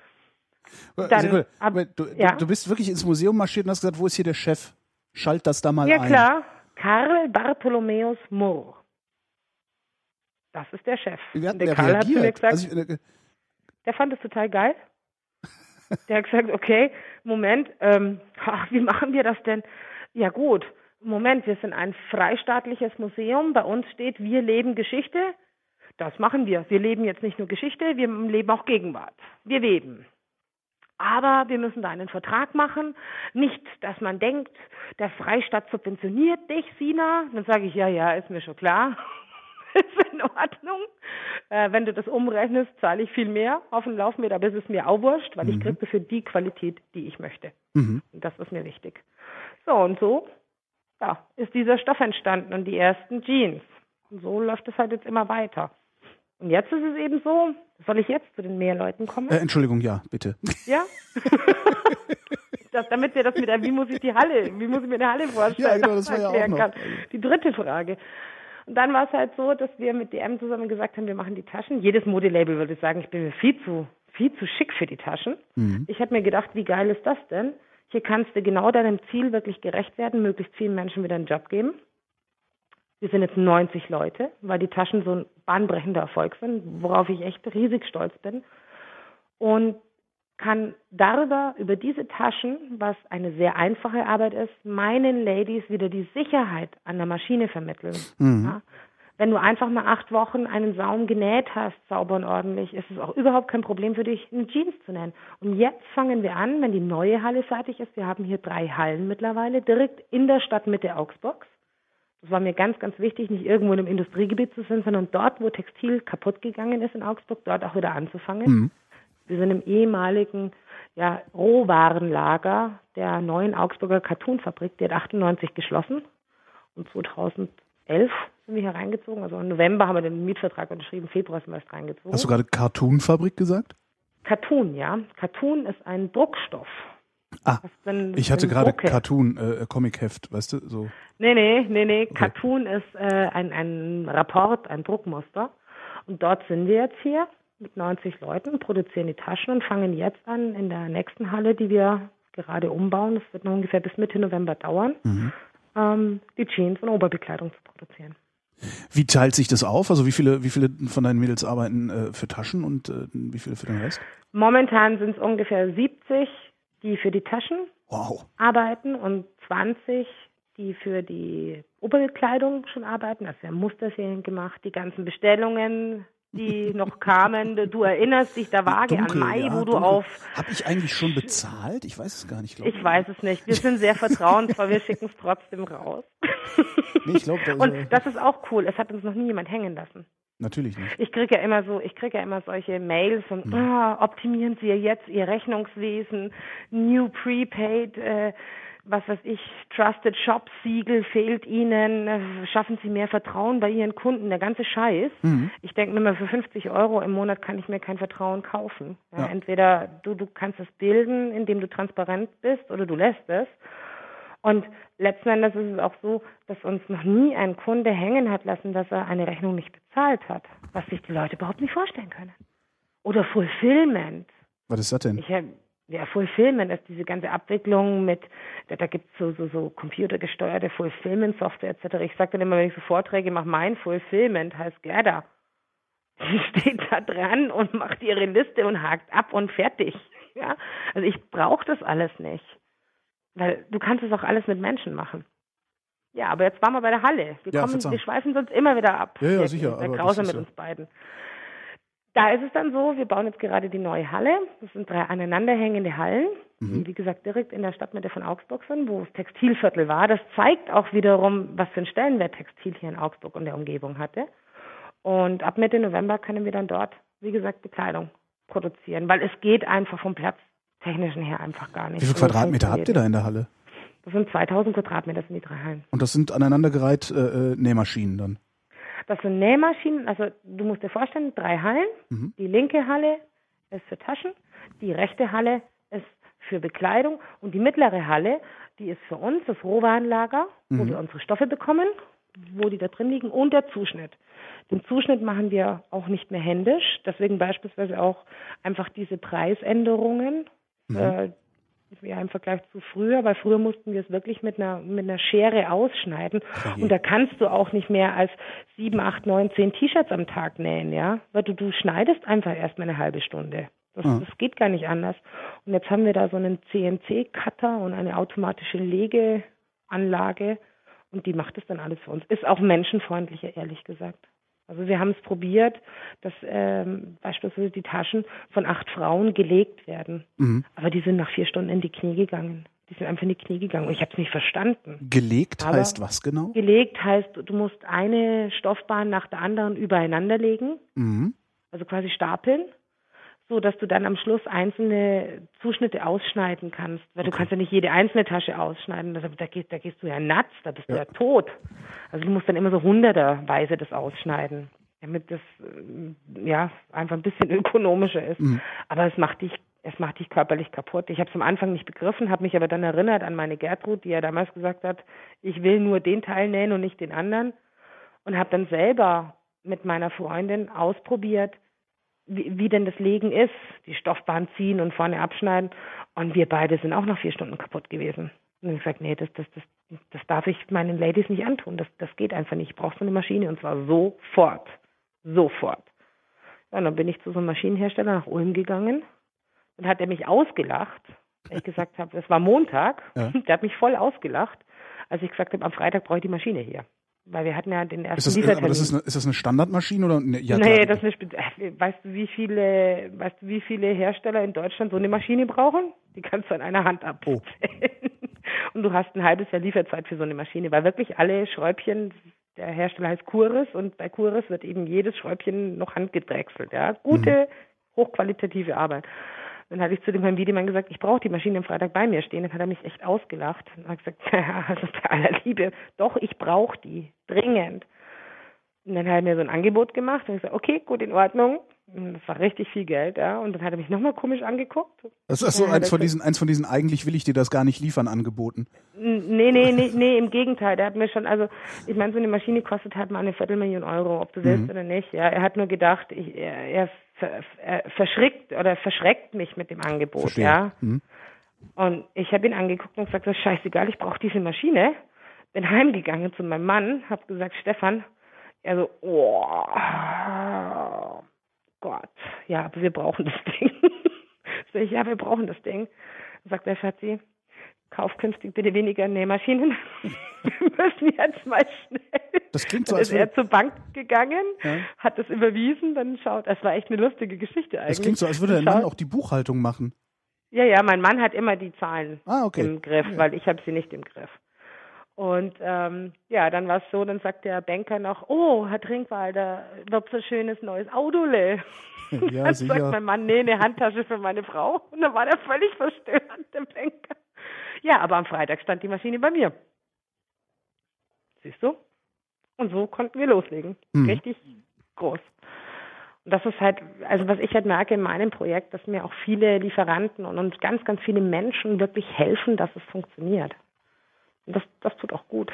Dann, ab, du, ja. du bist wirklich ins Museum marschiert und hast gesagt, wo ist hier der Chef? Schalt das da mal ja, ein. Ja klar, Karl Bartholomäus Murr. Das ist der Chef. Wie hat der der Karl reagiert? hat zu mir gesagt, also ich, äh, der fand es total geil. Der hat gesagt, okay, Moment, ähm, ach, wie machen wir das denn? Ja gut, Moment, wir sind ein freistaatliches Museum, bei uns steht, wir leben Geschichte. Das machen wir. Wir leben jetzt nicht nur Geschichte, wir leben auch Gegenwart. Wir weben. Aber wir müssen da einen Vertrag machen. Nicht, dass man denkt, der Freistaat subventioniert dich, Sina. Dann sage ich, ja, ja, ist mir schon klar. Ist in Ordnung. Äh, wenn du das umrechnest, zahle ich viel mehr auf den Laufmeter, aber es ist mir auch wurscht, weil mhm. ich kriege dafür die Qualität, die ich möchte. Mhm. Und das ist mir wichtig. So, und so ja, ist dieser Stoff entstanden und die ersten Jeans. Und so läuft es halt jetzt immer weiter. Und jetzt ist es eben so, soll ich jetzt zu den Mehrleuten kommen? Äh, Entschuldigung, ja, bitte. Ja? das, damit wir das mit der, wie muss ich die Halle, wie muss ich mir eine Halle vorstellen, ja, genau, das war ja auch noch. Kann. Die dritte Frage. Und dann war es halt so, dass wir mit D M zusammen gesagt haben, wir machen die Taschen. Jedes Modelabel würde sagen, ich bin mir viel zu, viel zu schick für die Taschen. Mhm. Ich habe mir gedacht, wie geil ist das denn? Hier kannst du genau deinem Ziel wirklich gerecht werden, möglichst vielen Menschen wieder einen Job geben. Wir sind jetzt neunzig Leute, weil die Taschen so ein bahnbrechender Erfolg sind, worauf ich echt riesig stolz bin. Und kann darüber, über diese Taschen, was eine sehr einfache Arbeit ist, meinen Ladies wieder die Sicherheit an der Maschine vermitteln. Mhm. Ja? Wenn du einfach mal acht Wochen einen Saum genäht hast, sauber und ordentlich, ist es auch überhaupt kein Problem für dich, eine Jeans zu nähen. Und jetzt fangen wir an, wenn die neue Halle fertig ist, wir haben hier drei Hallen mittlerweile, direkt in der Stadtmitte Augsburgs. Das war mir ganz, ganz wichtig, nicht irgendwo in einem Industriegebiet zu sein, sondern dort, wo Textil kaputt gegangen ist in Augsburg, dort auch wieder anzufangen. Mhm. Wir sind im ehemaligen ja, Rohwarenlager der neuen Augsburger Cartoon-Fabrik, die hat achtundneunzig geschlossen. Und zweitausendelf sind wir hier reingezogen. Also im November haben wir den Mietvertrag unterschrieben, Februar sind wir erst reingezogen. Hast du gerade Cartoon-Fabrik gesagt? Cartoon, ja. Cartoon ist ein Druckstoff. Ah, ich hatte gerade Cartoon, äh, Comic-Heft, weißt du, so. Nee, nee, nee, nee. Okay. Cartoon ist äh, ein, ein Rapport, ein Druckmuster. Und dort sind wir jetzt hier mit neunzig Leuten, produzieren die Taschen und fangen jetzt an, in der nächsten Halle, die wir gerade umbauen, das wird noch ungefähr bis Mitte November dauern, mhm. ähm, die Jeans und Oberbekleidung zu produzieren. Wie teilt sich das auf? Also wie viele, wie viele von deinen Mädels arbeiten äh, für Taschen und äh, wie viele für den Rest? Momentan sind es ungefähr siebzig, die für die Taschen wow. arbeiten und zwanzig, die für die Oberbekleidung schon arbeiten. Also wir haben Musterserien gemacht, die ganzen Bestellungen, die noch kamen. Du erinnerst dich, da war an Mai, ja, wo du dunkel. auf... Habe ich eigentlich schon bezahlt? Ich weiß es gar nicht. Ich, ich weiß es nicht. Wir sind sehr vertrauensvoll, wir schicken es trotzdem raus. Nee, ich glaub, da ist und das ist auch cool. Es hat uns noch nie jemand hängen lassen. Natürlich nicht. Ich kriege ja immer so, ich kriege ja immer solche Mails von, mhm. oh, optimieren Sie jetzt Ihr Rechnungswesen, New Prepaid, äh, was weiß ich, Trusted Shop Siegel fehlt Ihnen, äh, schaffen Sie mehr Vertrauen bei Ihren Kunden, der ganze Scheiß. Mhm. Ich denke mir mal, für fünfzig Euro im Monat kann ich mir kein Vertrauen kaufen. Ja, ja. Entweder du, du kannst es bilden, indem du transparent bist, oder du lässt es. Und letzten Endes ist es auch so, dass uns noch nie ein Kunde hängen hat lassen, dass er eine Rechnung nicht bezahlt hat, was sich die Leute überhaupt nicht vorstellen können. Oder Fulfillment. Was ist das denn? Ich hab, ja, Fulfillment ist diese ganze Abwicklung mit, da, da gibt es so, so, so computergesteuerte Fulfillment-Software et cetera. Ich sage dann immer, wenn ich so Vorträge mache, mein Fulfillment heißt Gerda. Die steht da dran und macht ihre Liste und hakt ab und fertig. Ja? Also ich brauche das alles nicht. Weil du kannst es auch alles mit Menschen machen. Ja, aber jetzt waren wir bei der Halle. Wir, ja, kommen, wir schweifen sonst immer wieder ab. Ja, ja, sicher. Der Krause mit uns beiden. Da ist es dann so, wir bauen jetzt gerade die neue Halle. Das sind drei aneinanderhängende Hallen, mhm. die, wie gesagt, direkt in der Stadtmitte von Augsburg sind, wo das Textilviertel war. Das zeigt auch wiederum, was für einen Stellenwert Textil hier in Augsburg und der Umgebung hatte. Und ab Mitte November können wir dann dort, wie gesagt, Bekleidung produzieren, weil es geht einfach vom Platz technischen her einfach gar nicht. Wie viele Quadratmeter habt ihr da in der Halle? Das sind zweitausend Quadratmeter, das sind die drei Hallen. Und das sind aneinandergereiht äh, Nähmaschinen dann? Das sind Nähmaschinen, also du musst dir vorstellen, drei Hallen. Mhm. Die linke Halle ist für Taschen, die rechte Halle ist für Bekleidung und die mittlere Halle, die ist für uns das Rohwarenlager, mhm. wo wir unsere Stoffe bekommen, wo die da drin liegen, und der Zuschnitt. Den Zuschnitt machen wir auch nicht mehr händisch, deswegen beispielsweise auch einfach diese Preisänderungen, mhm. äh, ja, im Vergleich zu früher, weil früher mussten wir es wirklich mit einer mit einer Schere ausschneiden. Okay. Und da kannst du auch nicht mehr als sieben, acht, neun, zehn T-Shirts am Tag nähen, ja, weil du, du schneidest einfach erst mal eine halbe Stunde. Das, mhm. das geht gar nicht anders. Und jetzt haben wir da so einen C N C-Cutter und eine automatische Legeanlage und die macht es dann alles für uns. Ist auch menschenfreundlicher, ehrlich gesagt. Also wir haben es probiert, dass ähm, beispielsweise die Taschen von acht Frauen gelegt werden. Mhm. Aber die sind nach vier Stunden in die Knie gegangen. Die sind einfach in die Knie gegangen und ich habe es nicht verstanden. Gelegt Aber heißt was genau? Gelegt heißt, du musst eine Stoffbahn nach der anderen übereinander legen, mhm. also quasi stapeln, so dass du dann am Schluss einzelne Zuschnitte ausschneiden kannst. Weil okay. du kannst ja nicht jede einzelne Tasche ausschneiden. Da, da, gehst, da gehst du ja nuts, da bist ja. du ja tot. Also du musst dann immer so hunderterweise das ausschneiden, damit das ja einfach ein bisschen ökonomischer ist. Mhm. Aber es macht dich, es macht dich körperlich kaputt. Ich habe es am Anfang nicht begriffen, habe mich aber dann erinnert an meine Gertrud, die ja damals gesagt hat, ich will nur den Teil nähen und nicht den anderen. Und habe dann selber mit meiner Freundin ausprobiert, Wie, wie denn das Legen ist, die Stoffbahn ziehen und vorne abschneiden. Und wir beide sind auch nach vier Stunden kaputt gewesen. Und ich gesagt, nee, das, das, das, das darf ich meinen Ladies nicht antun. Das, das geht einfach nicht. Ich brauche so eine Maschine und zwar sofort. Sofort. Ja, und dann bin ich zu so einem Maschinenhersteller nach Ulm gegangen und hat er mich ausgelacht, weil ich gesagt habe, es war Montag. Ja. Der hat mich voll ausgelacht, als ich gesagt habe, am Freitag brauche ich die Maschine hier. Weil wir hatten ja den ersten ist das, Liefertermin. Aber das ist, eine, ist das eine Standardmaschine oder? Ne, ja, nee, das ist eine, weißt du, wie viele, weißt du, wie viele Hersteller in Deutschland so eine Maschine brauchen? Die kannst du an einer Hand abzählen. Oh. Und du hast ein halbes Jahr Lieferzeit für so eine Maschine, weil wirklich alle Schräubchen, der Hersteller heißt Curis und bei Curis wird eben jedes Schräubchen noch handgedrechselt. Ja, gute, mhm. hochqualitative Arbeit. Dann hatte ich zu dem Herrn Wiedemann gesagt, ich brauche die Maschine am Freitag bei mir stehen. Dann hat er mich echt ausgelacht. Und hat gesagt, ja, also bei aller Liebe, doch, ich brauche die, dringend. Und dann hat er mir so ein Angebot gemacht und ich gesagt, okay, gut, in Ordnung. Und das war richtig viel Geld, ja. Und dann hat er mich nochmal komisch angeguckt. Das ist so eins von diesen, eins von diesen, eigentlich will ich dir das gar nicht liefern, Angeboten. Nee, nee, nee, nee, im Gegenteil. Der hat mir schon, also, ich meine, so eine Maschine kostet halt mal eine Viertelmillion Euro, ob du willst mhm. oder nicht. Ja, er hat nur gedacht, ich, er, er verschrickt oder verschreckt mich mit dem Angebot, Verstehe. ja. Mhm. Und ich habe ihn angeguckt und gesagt, das ist scheißegal, ich brauche diese Maschine. Bin heimgegangen zu meinem Mann, habe gesagt, Stefan, er so, oh Gott, ja, aber wir brauchen das Ding. Sag ich, ja, wir brauchen das Ding. Dann sagt der Schatzi, kauf künftig bitte weniger Nähmaschinen. Wir müssen jetzt mal schnell. Das klingt so, dann als ist er zur Bank gegangen, ja. hat das überwiesen, dann schaut, es war echt eine lustige Geschichte eigentlich. Das klingt so, als würde dein Mann auch die Buchhaltung machen. Ja, ja, mein Mann hat immer die Zahlen ah, okay. im Griff, ja. weil ich habe sie nicht im Griff. Und ähm, ja, dann war es so, dann sagt der Banker noch, oh, Herr Trinkwalder, wird so ein schönes neues Autole. Ja, dann sicher. sagt mein Mann, nee, eine Handtasche für meine Frau. Und dann war der völlig verstört, der Banker. Ja, aber am Freitag stand die Maschine bei mir. Siehst du? Und so konnten wir loslegen. Hm. Richtig groß. Und das ist halt, also was ich halt merke in meinem Projekt, dass mir auch viele Lieferanten und uns ganz, ganz viele Menschen wirklich helfen, dass es funktioniert. Und das, das tut auch gut.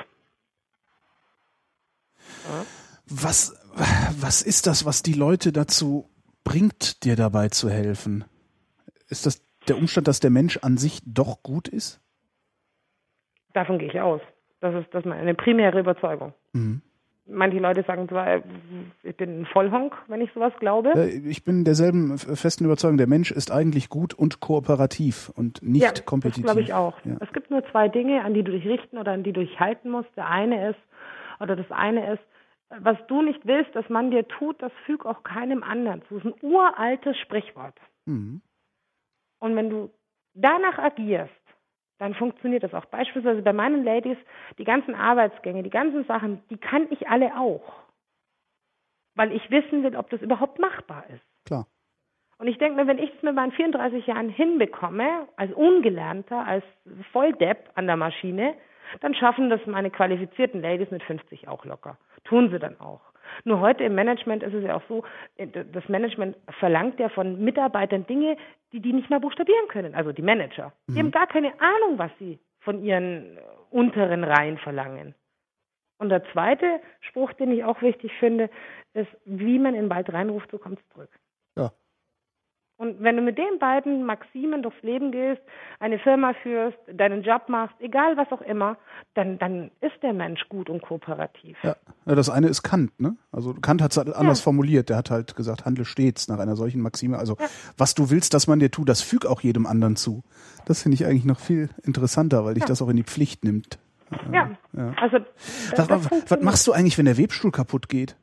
Ja. Was, was ist das, was die Leute dazu bringt, dir dabei zu helfen? Ist das der Umstand, dass der Mensch an sich doch gut ist? Davon gehe ich aus. Das ist, das ist meine primäre Überzeugung. Mhm. Manche Leute sagen zwar, ich bin ein Vollhonk, wenn ich sowas glaube. Ich bin derselben festen Überzeugung, der Mensch ist eigentlich gut und kooperativ und nicht ja, kompetitiv. Das glaube ich auch. Ja. Es gibt nur zwei Dinge, an die du dich richten oder an die du dich halten musst. Der eine ist, oder das eine ist, was du nicht willst, dass man dir tut, das füg auch keinem anderen zu. Das ist ein uraltes Sprichwort. Mhm. Und wenn du danach agierst, dann funktioniert das auch. Beispielsweise bei meinen Ladies, die ganzen Arbeitsgänge, die ganzen Sachen, die kann ich alle auch. Weil ich wissen will, ob das überhaupt machbar ist. Klar. Und ich denke mir, wenn ich es mit meinen vierunddreißig Jahren hinbekomme, als Ungelernter, als Volldepp an der Maschine, dann schaffen das meine qualifizierten Ladies mit fünfzig auch locker. Tun sie dann auch. Nur heute im Management ist es ja auch so, das Management verlangt ja von Mitarbeitern Dinge, die die nicht mal buchstabieren können, also die Manager. Die mhm. haben gar keine Ahnung, was sie von ihren unteren Reihen verlangen. Und der zweite Spruch, den ich auch wichtig finde, ist, wie man in den Wald reinruft, so kommt es zurück. Ja. Und wenn du mit den beiden Maximen durchs Leben gehst, eine Firma führst, deinen Job machst, egal was auch immer, dann, dann ist der Mensch gut und kooperativ. Ja, das eine ist Kant, ne? Also Kant hat es halt anders ja. formuliert. Der hat halt gesagt, handle stets nach einer solchen Maxime. Also ja. was du willst, dass man dir tut, das füg auch jedem anderen zu. Das finde ich eigentlich noch viel interessanter, weil dich ja. das auch in die Pflicht nimmt. Ja, ja. also was, was, was machst du eigentlich, wenn der Webstuhl kaputt geht?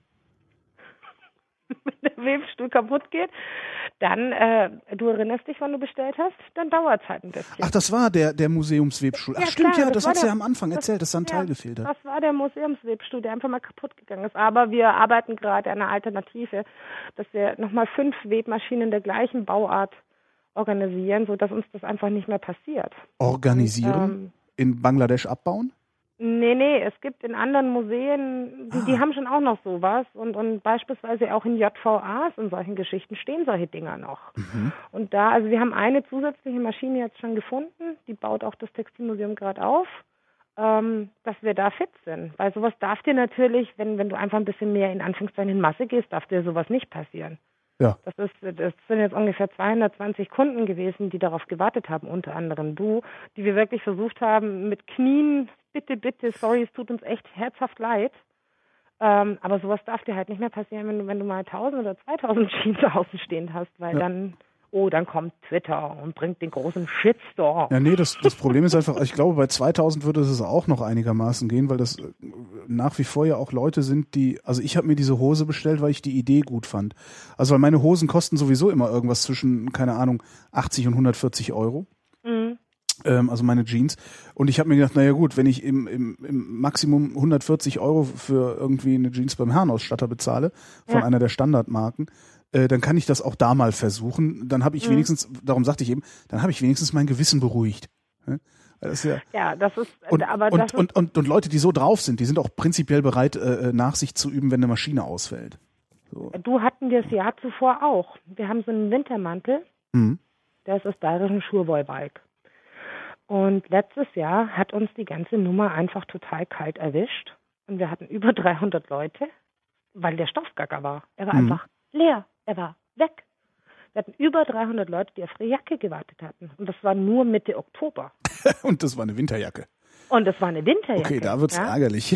Wenn der Webstuhl kaputt geht, dann, äh, du erinnerst dich, wann du bestellt hast, dann dauert es halt ein bisschen. Ach, das war der, der Museumswebstuhl. Ach ja, stimmt, klar, ja, das, das hast du ja am Anfang das, erzählt, dass da ein ja, Teil gefehlt hat. Das war der Museumswebstuhl, der einfach mal kaputt gegangen ist. Aber wir arbeiten gerade an einer Alternative, dass wir nochmal fünf Webmaschinen der gleichen Bauart organisieren, sodass uns das einfach nicht mehr passiert. Organisieren? Und, ähm, in Bangladesch abbauen? Nee, nee, es gibt in anderen Museen, die, ah. die haben schon auch noch sowas und, und beispielsweise auch in J V As und solchen Geschichten stehen solche Dinger noch. Mhm. Und da, also wir haben eine zusätzliche Maschine jetzt schon gefunden, die baut auch das Textilmuseum gerade auf, ähm, dass wir da fit sind. Weil sowas darf dir natürlich, wenn, wenn du einfach ein bisschen mehr in Anführungszeichen in Masse gehst, darf dir sowas nicht passieren. Ja. Das ist, das sind jetzt ungefähr zweihundertzwanzig Kunden gewesen, die darauf gewartet haben, unter anderem du, die wir wirklich versucht haben, mit Knien, bitte, bitte, sorry, es tut uns echt herzhaft leid. Ähm, aber sowas darf dir halt nicht mehr passieren, wenn du, wenn du mal tausend oder zweitausend Jeans außen stehen hast, weil ja. dann, oh, dann kommt Twitter und bringt den großen Shitstorm. Ja, nee, das, das Problem ist einfach, ich glaube, bei zweitausend würde es auch noch einigermaßen gehen, weil das nach wie vor ja auch Leute sind, die, also ich habe mir diese Hose bestellt, weil ich die Idee gut fand. Also weil meine Hosen kosten sowieso immer irgendwas zwischen, keine Ahnung, achtzig und hundertvierzig Euro. Mhm. Ähm, also meine Jeans. Und ich habe mir gedacht, naja gut, wenn ich im, im, im Maximum hundertvierzig Euro für irgendwie eine Jeans beim Herrenausstatter bezahle, von ja. einer der Standardmarken, äh, dann kann ich das auch da mal versuchen. Dann habe ich mhm. wenigstens, darum sagte ich eben, dann habe ich wenigstens mein Gewissen beruhigt. Ja? Das ist ja, ja, das ist, und, aber und, das und, ist und, und Leute, die so drauf sind, die sind auch prinzipiell bereit, äh, Nachsicht zu üben, wenn eine Maschine ausfällt. So. Du hatten wir das Jahr zuvor auch. Wir haben so einen Wintermantel, mhm. der ist aus bayerischen Schurwollbalg. Und letztes Jahr hat uns die ganze Nummer einfach total kalt erwischt. Und wir hatten über dreihundert Leute, weil der Stoffgacker war. Er war mhm. einfach leer. Er war weg. Wir hatten über dreihundert Leute, die auf ihre Jacke gewartet hatten. Und das war nur Mitte Oktober. Und das war eine Winterjacke. Und das war eine Winterjacke. Okay, da wird's ja? ärgerlich.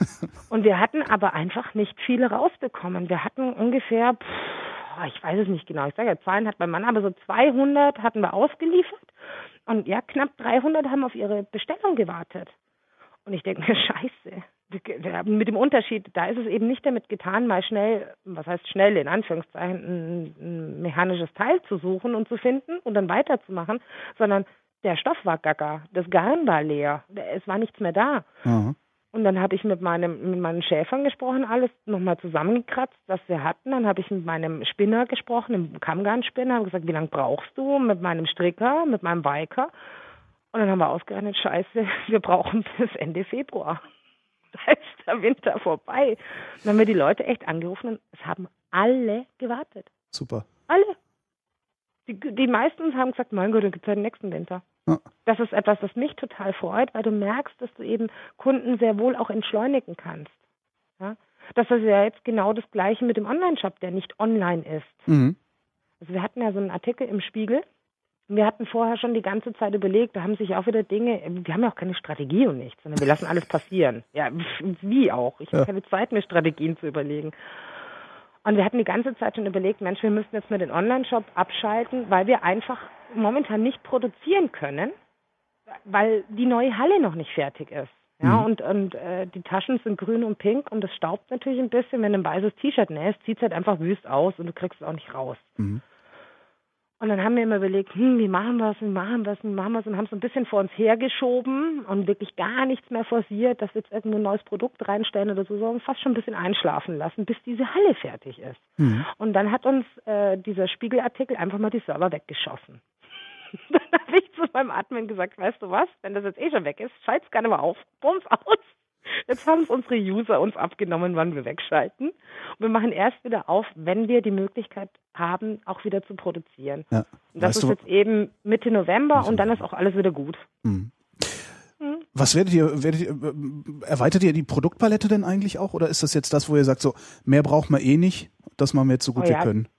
Und wir hatten aber einfach nicht viele rausbekommen. Wir hatten ungefähr, pff, ich weiß es nicht genau, ich sage ja, Zahlen hat mein Mann, aber so zweihundert hatten wir ausgeliefert. Und ja, knapp dreihundert haben auf ihre Bestellung gewartet. Und ich denke mir, scheiße. Mit dem Unterschied, da ist es eben nicht damit getan, mal schnell, was heißt schnell, in Anführungszeichen, ein, ein mechanisches Teil zu suchen und zu finden und dann weiterzumachen, sondern der Stoff war gaga, das Garn war leer, es war nichts mehr da. Mhm. Und dann habe ich mit meinem mit meinen Schäfern gesprochen, alles nochmal zusammengekratzt, was wir hatten. Dann habe ich mit meinem Spinner gesprochen, dem Kammgarnspinner, habe gesagt, wie lange brauchst du? Mit meinem Stricker, mit meinem Biker. Und dann haben wir ausgerechnet, scheiße, wir brauchen bis Ende Februar. Da ist der Winter vorbei. Und dann haben wir die Leute echt angerufen und es haben alle gewartet. Super. Alle. Die, die meisten haben gesagt, mein Gott, dann gibt es halt den nächsten Winter. Ja. Das ist etwas, das mich total freut, weil du merkst, dass du eben Kunden sehr wohl auch entschleunigen kannst. Ja? Das ist ja jetzt genau das Gleiche mit dem Online-Shop, der nicht online ist. Mhm. Also wir hatten ja so einen Artikel im Spiegel. Wir hatten vorher schon die ganze Zeit überlegt, da haben sich auch wieder Dinge, wir haben ja auch keine Strategie und nichts, sondern wir lassen alles passieren. Ja, wie auch. Ich ja. habe keine Zeit, mir Strategien zu überlegen. Und wir hatten die ganze Zeit schon überlegt, Mensch, wir müssen jetzt mal den Online-Shop abschalten, weil wir einfach momentan nicht produzieren können, weil die neue Halle noch nicht fertig ist. Ja, mhm. und, und äh, die Taschen sind grün und pink und das staubt natürlich ein bisschen. Wenn du ein weißes T-Shirt nähst, sieht es halt einfach wüst aus und du kriegst es auch nicht raus. Mhm. Und dann haben wir immer überlegt, hm, wie machen wir es, wie machen wir es, wie machen wir es und haben es so ein bisschen vor uns hergeschoben und wirklich gar nichts mehr forciert, dass wir jetzt irgendwo ein neues Produkt reinstellen oder so, sondern fast schon ein bisschen einschlafen lassen, bis diese Halle fertig ist. Mhm. Und dann hat uns äh, dieser Spiegelartikel einfach mal die Server weggeschossen. Dann habe ich zu meinem Admin gesagt, weißt du was, wenn das jetzt eh schon weg ist, schalt's gerne mal auf, bums aus. Jetzt haben es unsere User uns abgenommen, wann wir wegschalten. Und wir machen erst wieder auf, wenn wir die Möglichkeit haben, auch wieder zu produzieren. Ja. Und das weißt ist du, jetzt eben Mitte November und dann ist auch alles wieder gut. Mhm. Mhm. Was werdet ihr, werdet ihr, erweitert ihr die Produktpalette denn eigentlich auch? Oder ist das jetzt das, wo ihr sagt, so mehr braucht man eh nicht, das machen wir jetzt so gut oh ja. wir können?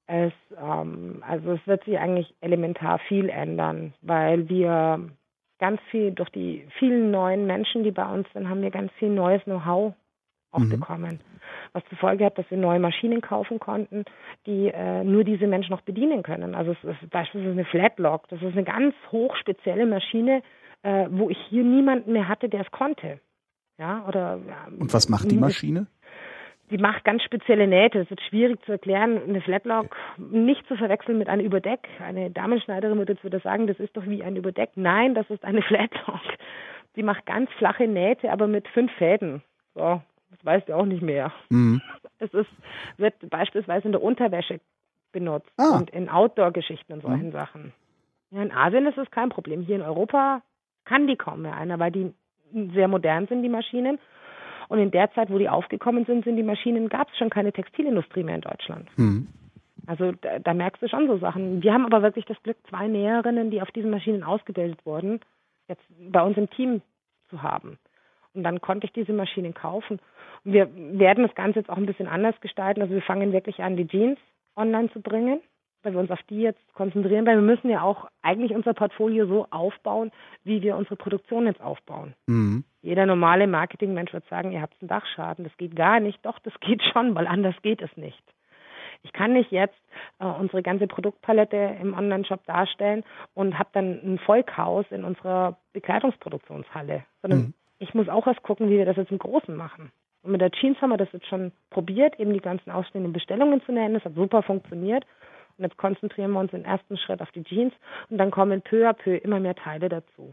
Es, ähm, also es wird sich eigentlich elementar viel ändern, weil wir ganz viel, durch die vielen neuen Menschen, die bei uns sind, haben wir ganz viel neues Know-how auch mhm. bekommen. Was zur Folge hat, dass wir neue Maschinen kaufen konnten, die äh, nur diese Menschen noch bedienen können. Also es ist beispielsweise eine Flatlock. Das ist eine ganz hochspezielle Maschine, äh, wo ich hier niemanden mehr hatte, der es konnte. Ja, oder, ja, und was macht die Maschine? Die macht ganz spezielle Nähte. Es wird schwierig zu erklären. Eine Flatlock nicht zu verwechseln mit einer Überdeck. Eine Damenschneiderin würde jetzt wieder sagen, das ist doch wie ein Überdeck. Nein, das ist eine Flatlock. Die macht ganz flache Nähte, aber mit fünf Fäden. So, das weißt du auch nicht mehr. Mhm. Es ist, wird beispielsweise in der Unterwäsche benutzt ah. und in Outdoor-Geschichten und solchen mhm. Sachen. Ja, in Asien ist es kein Problem. Hier in Europa kann die kaum mehr einer, weil die sehr modern sind, die Maschinen. Und in der Zeit, wo die aufgekommen sind, sind die Maschinen, gab es schon keine Textilindustrie mehr in Deutschland. Mhm. Also da, da merkst du schon so Sachen. Wir haben aber wirklich das Glück, zwei Näherinnen, die auf diesen Maschinen ausgebildet wurden, jetzt bei uns im Team zu haben. Und dann konnte ich diese Maschinen kaufen. Und wir werden das Ganze jetzt auch ein bisschen anders gestalten. Also wir fangen wirklich an, die Jeans online zu bringen, weil wir uns auf die jetzt konzentrieren, weil wir müssen ja auch eigentlich unser Portfolio so aufbauen, wie wir unsere Produktion jetzt aufbauen. Mhm. Jeder normale Marketingmensch wird sagen, ihr habt einen Dachschaden, das geht gar nicht. Doch, das geht schon, weil anders geht es nicht. Ich kann nicht jetzt äh, unsere ganze Produktpalette im Online-Shop darstellen und habe dann ein Vollchaos in unserer Bekleidungsproduktionshalle, sondern mhm. ich muss auch erst gucken, wie wir das jetzt im Großen machen. Und mit der Jeans haben wir das jetzt schon probiert, eben die ganzen ausstehenden Bestellungen zu nennen. Das hat super funktioniert. Und jetzt konzentrieren wir uns im ersten Schritt auf die Jeans und dann kommen peu à peu immer mehr Teile dazu.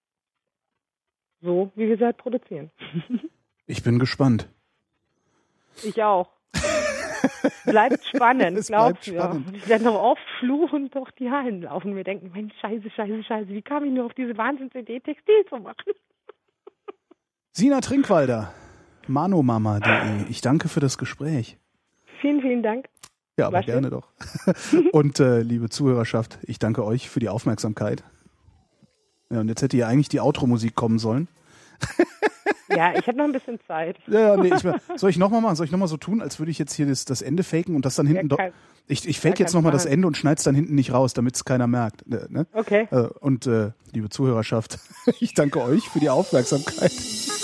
So, wie wir sie halt produzieren. Ich bin gespannt. Ich auch. Bleibt spannend, glaubst du. Ich werde noch oft fluchend durch die Hallen laufen. Wir denken, Mensch, scheiße, scheiße, scheiße, wie kam ich nur auf diese Wahnsinns-Idee, Textil zu machen? Sina Trinkwalder, manomama punkt de. Ich danke für das Gespräch. Vielen, vielen Dank. Ja, aber gerne doch. Und äh, liebe Zuhörerschaft, ich danke euch für die Aufmerksamkeit. Ja, und jetzt hätte ja eigentlich die Outro-Musik kommen sollen. Ja, ich hätte noch ein bisschen Zeit. Ja, nee, ich, soll ich nochmal machen? Soll ich nochmal so tun, als würde ich jetzt hier das, das Ende faken und das dann hinten ja, doch... Ich, ich fake jetzt nochmal das Ende und schneide es dann hinten nicht raus, damit es keiner merkt. Ne? Okay. Und äh, liebe Zuhörerschaft, ich danke euch für die Aufmerksamkeit.